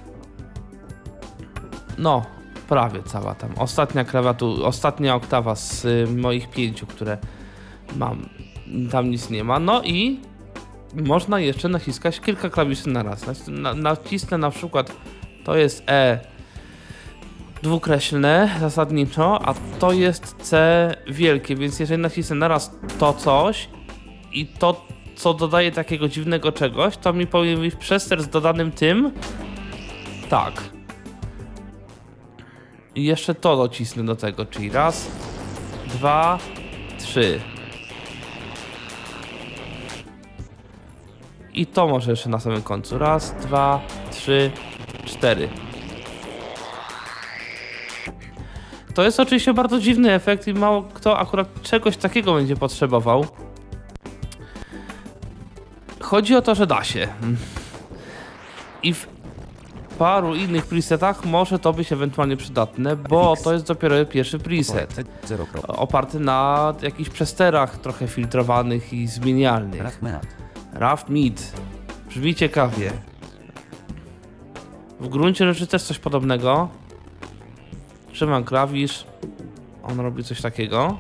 No, prawie cała tam. Ostatnia klawiatura, ostatnia oktawa z y, moich pięciu, które mam. Tam nic nie ma. No i można jeszcze naciskać kilka klawiszy na raz. Na, nacisnę na przykład, to jest E dwukreślne zasadniczo, a to jest C wielkie, więc jeżeli nacisnę na raz to coś i to, co dodaje takiego dziwnego czegoś, to mi powinien być przester z dodanym tym. Tak. I jeszcze to docisnę do tego, czyli raz, dwa, trzy. I to może jeszcze na samym końcu. Raz, dwa, trzy, cztery. To jest oczywiście bardzo dziwny efekt i mało kto akurat czegoś takiego będzie potrzebował. Chodzi o to, że da się. I w paru innych presetach może to być ewentualnie przydatne, bo to jest dopiero pierwszy preset. Oparty na jakichś przesterach trochę filtrowanych i zmienialnych. Rough Meat. Brzmi ciekawie. W gruncie rzeczy też coś podobnego. Trzymam klawisz. On robi coś takiego.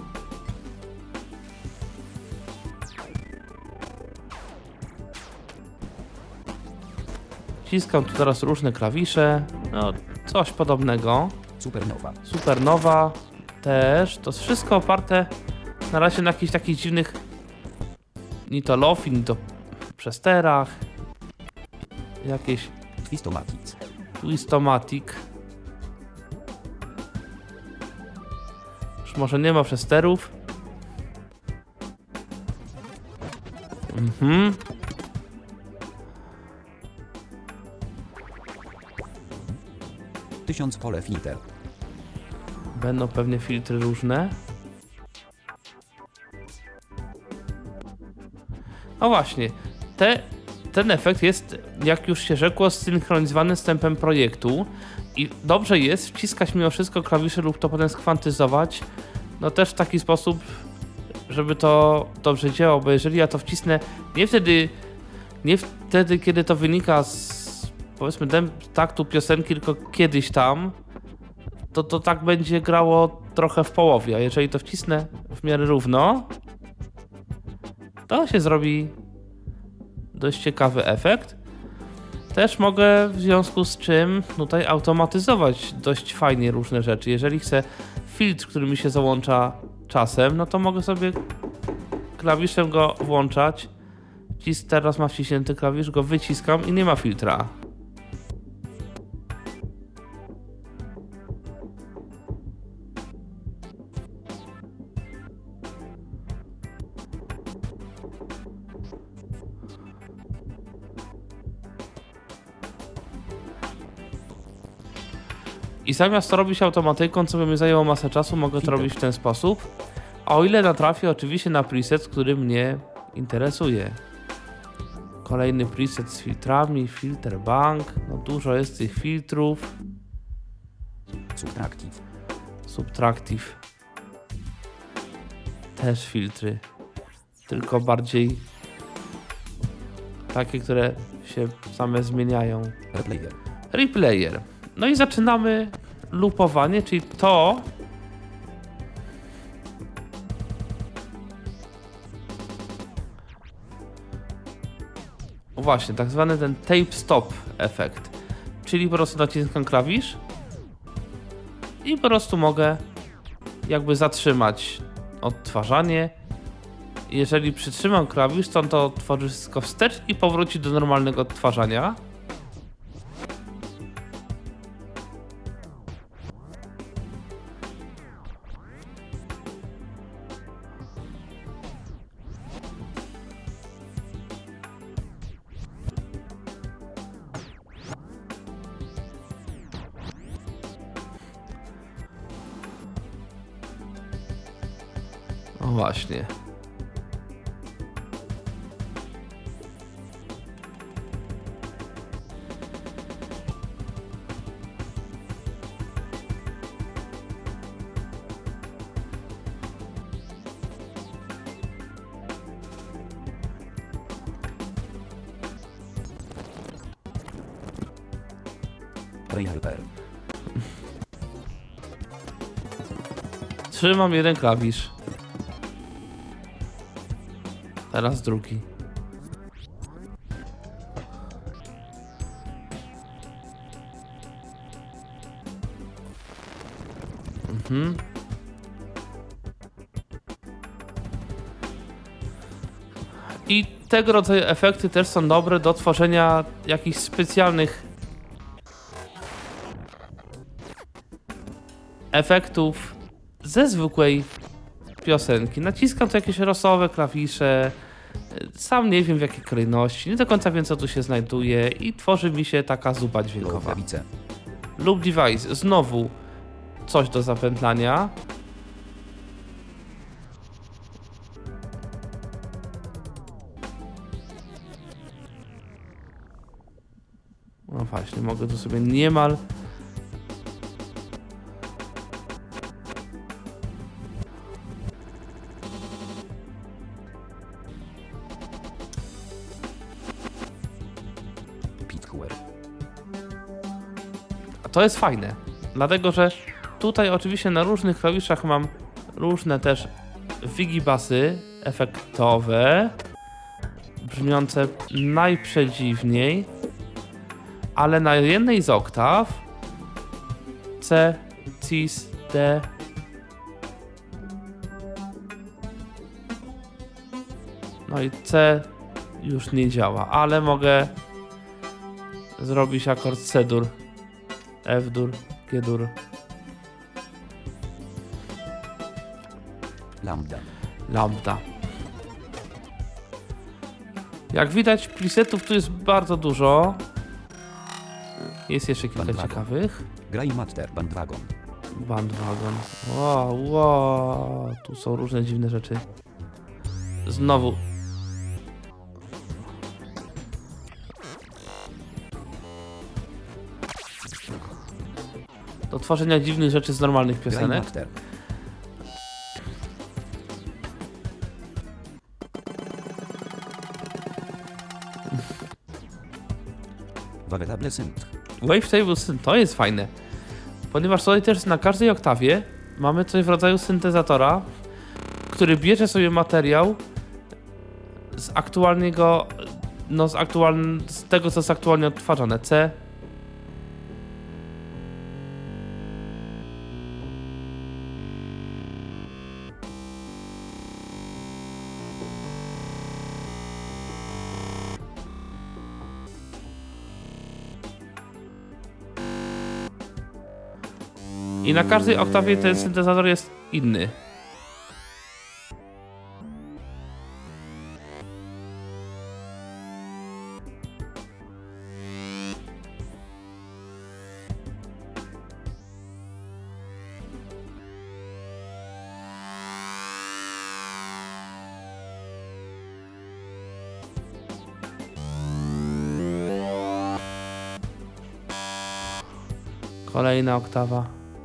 Wciskam tu teraz różne klawisze. No, coś podobnego. Supernowa. Supernowa też. To jest wszystko oparte na razie na jakichś takich dziwnych ni to lofi, ni to przesterach. Jakieś Twistomatic. Twistomatic. Już może nie ma przesterów. Mhm. Tysiąc pole filter. Będą pewnie filtry różne. No właśnie, te, ten efekt jest, jak już się rzekło, zsynchronizowany z tempem projektu i dobrze jest wciskać mimo wszystko klawisze lub to potem skwantyzować, no też w taki sposób, żeby to dobrze działało, bo jeżeli ja to wcisnę nie wtedy, nie wtedy kiedy to wynika z, powiedzmy, taktu piosenki, tylko kiedyś tam, to to tak będzie grało trochę w połowie, a jeżeli to wcisnę w miarę równo, to się zrobi dość ciekawy efekt. Też mogę w związku z czym tutaj automatyzować dość fajnie różne rzeczy. Jeżeli chcę filtr, który mi się załącza czasem, no to mogę sobie klawiszem go włączać. Wcis- teraz ma wciśnięty klawisz, go wyciskam i nie ma filtra. I zamiast to robić automatyką, co by mi zajęło masę czasu, mogę to robić w ten sposób. A o ile natrafię oczywiście na preset, który mnie interesuje. Kolejny preset z filtrami, filter bank. No dużo jest tych filtrów. Subtractive. Subtractive. Też filtry. Tylko bardziej takie, które się same zmieniają. Replayer. Replayer. No i zaczynamy loopowanie, czyli to, właśnie, tak zwany ten tape stop efekt, czyli po prostu naciskam klawisz i po prostu mogę jakby zatrzymać odtwarzanie. Jeżeli przytrzymam klawisz, to on to tworzy wszystko wstecz i powróci do normalnego odtwarzania. O właśnie. Rehelper. Trzymam jeden klawisz. Teraz drugi. Mhm. I tego rodzaju efekty też są dobre do tworzenia jakichś specjalnych efektów ze zwykłej piosenki. Naciskam tu jakieś losowe klawisze, sam nie wiem w jakiej kolejności, nie do końca wiem co tu się znajduje i tworzy mi się taka zupa dźwiękowa. Rękawice. Loop device, znowu coś do zapętlania. No właśnie, mogę tu sobie niemal Pitchware. A to jest fajne, dlatego że tutaj oczywiście na różnych klawiszach mam różne też wigibasy efektowe, brzmiące najprzedziwniej, ale na jednej z oktaw C, Cis, D no i C już nie działa, ale mogę zrobić akord C-dur, F-dur, G-dur. Lambda. Lambda. Jak widać, presetów tu jest bardzo dużo. Jest jeszcze kilka Bandwagon. ciekawych. Graj Master Bandwagon. Bandwagon. Wow, wow. Tu są różne dziwne rzeczy. Znowu. Do tworzenia dziwnych rzeczy z normalnych Graj piosenek. Master. Wavetable Synth. Wavetable Synth to jest fajne, ponieważ tutaj też na każdej oktawie mamy coś w rodzaju syntezatora, który bierze sobie materiał z aktualnego, no z, aktualn, z tego co jest aktualnie odtwarzane. C, i na każdej oktawie ten syntezator jest inny. Kolejna oktawa.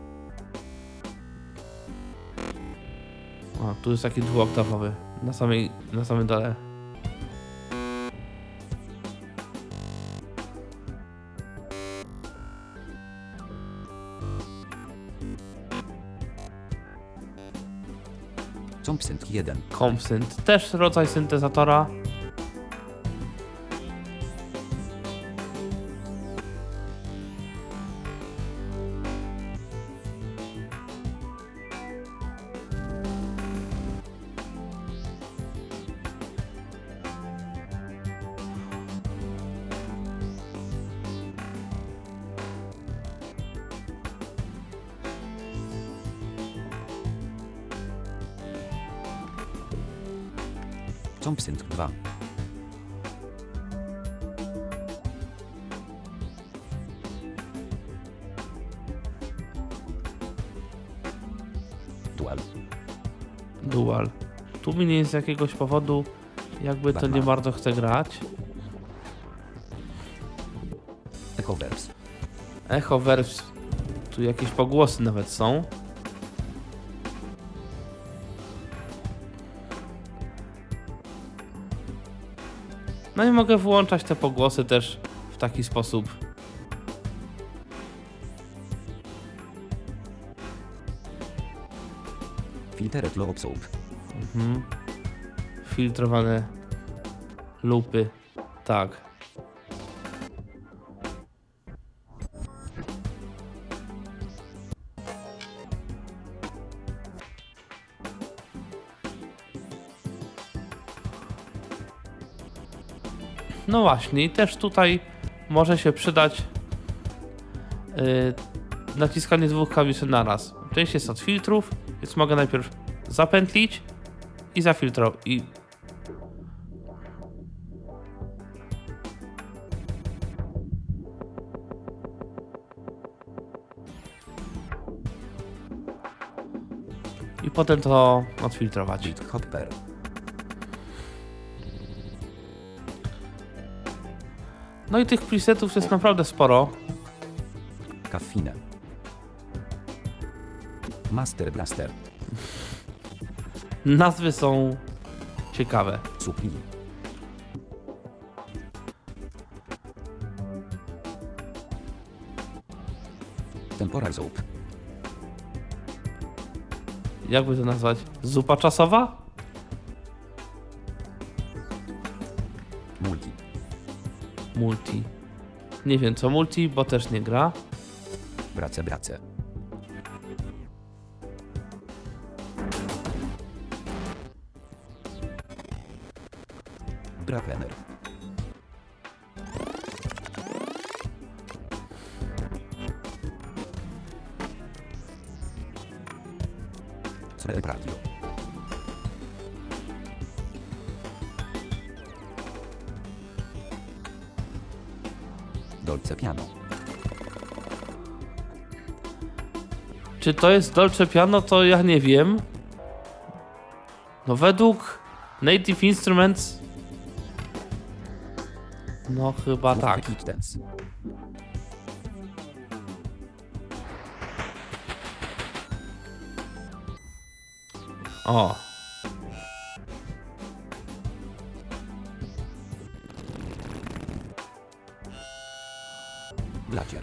O, tu jest taki dwuoktawowy na samej, na samym dole. Compsynth jeden. Compsynth, też rodzaj syntezatora. Compsynth dwa. Dual. Dual. Tu mi nie z jakiegoś powodu jakby to nie bardzo chce grać. Echoverse. Echoverse. Tu jakieś pogłosy nawet są. No i mogę włączać te pogłosy też w taki sposób. Filtered loop soap. Mhm. Filtrowane lupy. Tak. No właśnie, i też tutaj może się przydać yy, naciskanie dwóch klawiszy na raz. Część jest od filtrów, więc mogę najpierw zapętlić i zafiltrować. I I potem to odfiltrować. Bit Hopper. No i tych presetów jest naprawdę sporo. Caffeine. Master Blaster. Nazwy są ciekawe. Supli. Temporal Soap. Jakby to nazwać? Zupa czasowa? Multi. Multi. Nie wiem co multi, bo też nie gra. Brace Brace. Brapener. Cel Radio. Dolce Piano. Czy to jest Dolce Piano, to ja nie wiem. No według Native Instruments no chyba tak. Kick Dance. O. Blacier.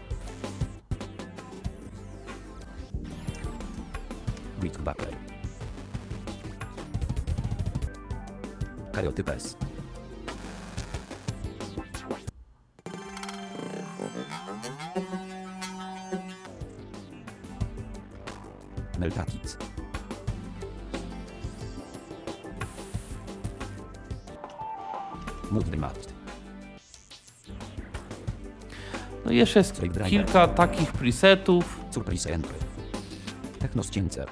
Brickbacker. Karyotypes. Meltakic. Mudrymat. No i jeszcze jest kilka takich presetów. Surprise Entry. Technoscience.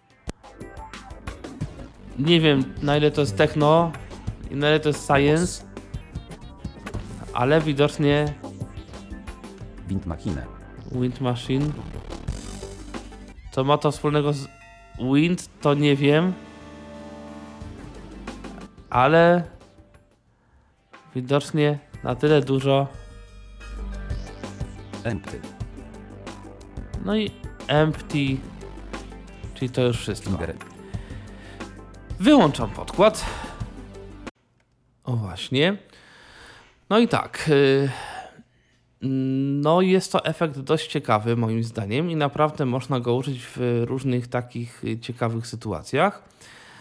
Nie wiem na ile to jest techno i na ile to jest science, ale widocznie Wind Machine. Wind Machine. Co ma to wspólnego z Wind, to nie wiem. Ale widocznie na tyle dużo. Empty. No i Empty, czyli to już wszystko. Finger. Wyłączam podkład. O właśnie. No i tak. Yy, no jest to efekt dość ciekawy moim zdaniem i naprawdę można go użyć w różnych takich ciekawych sytuacjach.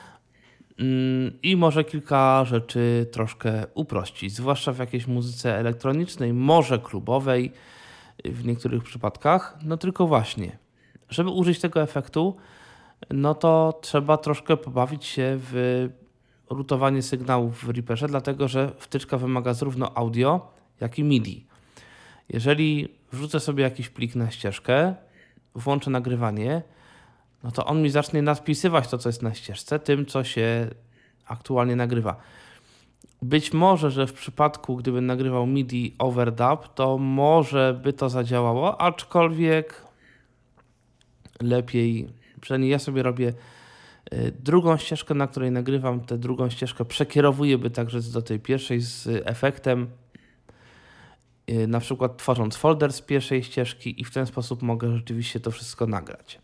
i może kilka rzeczy troszkę uprościć, zwłaszcza w jakiejś muzyce elektronicznej, może klubowej w niektórych przypadkach. No tylko właśnie, żeby użyć tego efektu, no to trzeba troszkę pobawić się w rutowanie sygnałów w Reaperze, dlatego że wtyczka wymaga zarówno audio, jak i MIDI. Jeżeli wrzucę sobie jakiś plik na ścieżkę, włączę nagrywanie, no to on mi zacznie nadpisywać to, co jest na ścieżce, tym, co się aktualnie nagrywa. Być może, że w przypadku, gdyby nagrywał MIDI overdub, to może by to zadziałało, aczkolwiek lepiej, przynajmniej ja sobie robię drugą ścieżkę, na której nagrywam, tę drugą ścieżkę przekierowuję by także do tej pierwszej z efektem, na przykład tworząc folder z pierwszej ścieżki i w ten sposób mogę rzeczywiście to wszystko nagrać.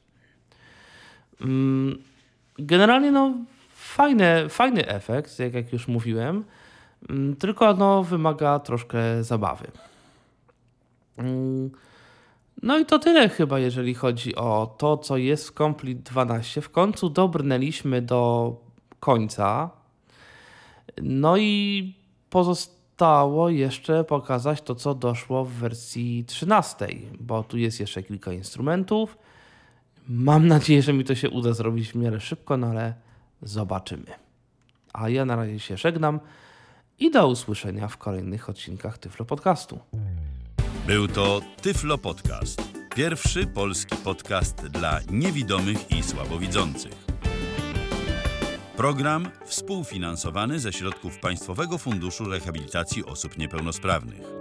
Generalnie no fajny, fajny efekt, jak, jak już mówiłem, tylko no wymaga troszkę zabawy. No i to tyle chyba, jeżeli chodzi o to, co jest w Complete dwanaście. W końcu dobrnęliśmy do końca. No i pozostało jeszcze pokazać to, co doszło w wersji trzynastej, bo tu jest jeszcze kilka instrumentów. Mam nadzieję, że mi to się uda zrobić w miarę szybko, no ale zobaczymy. A ja na razie się żegnam i do usłyszenia w kolejnych odcinkach Tyflo Podcastu. Był to Tyflo Podcast. Pierwszy polski podcast dla niewidomych i słabowidzących. Program współfinansowany ze środków Państwowego Funduszu Rehabilitacji Osób Niepełnosprawnych.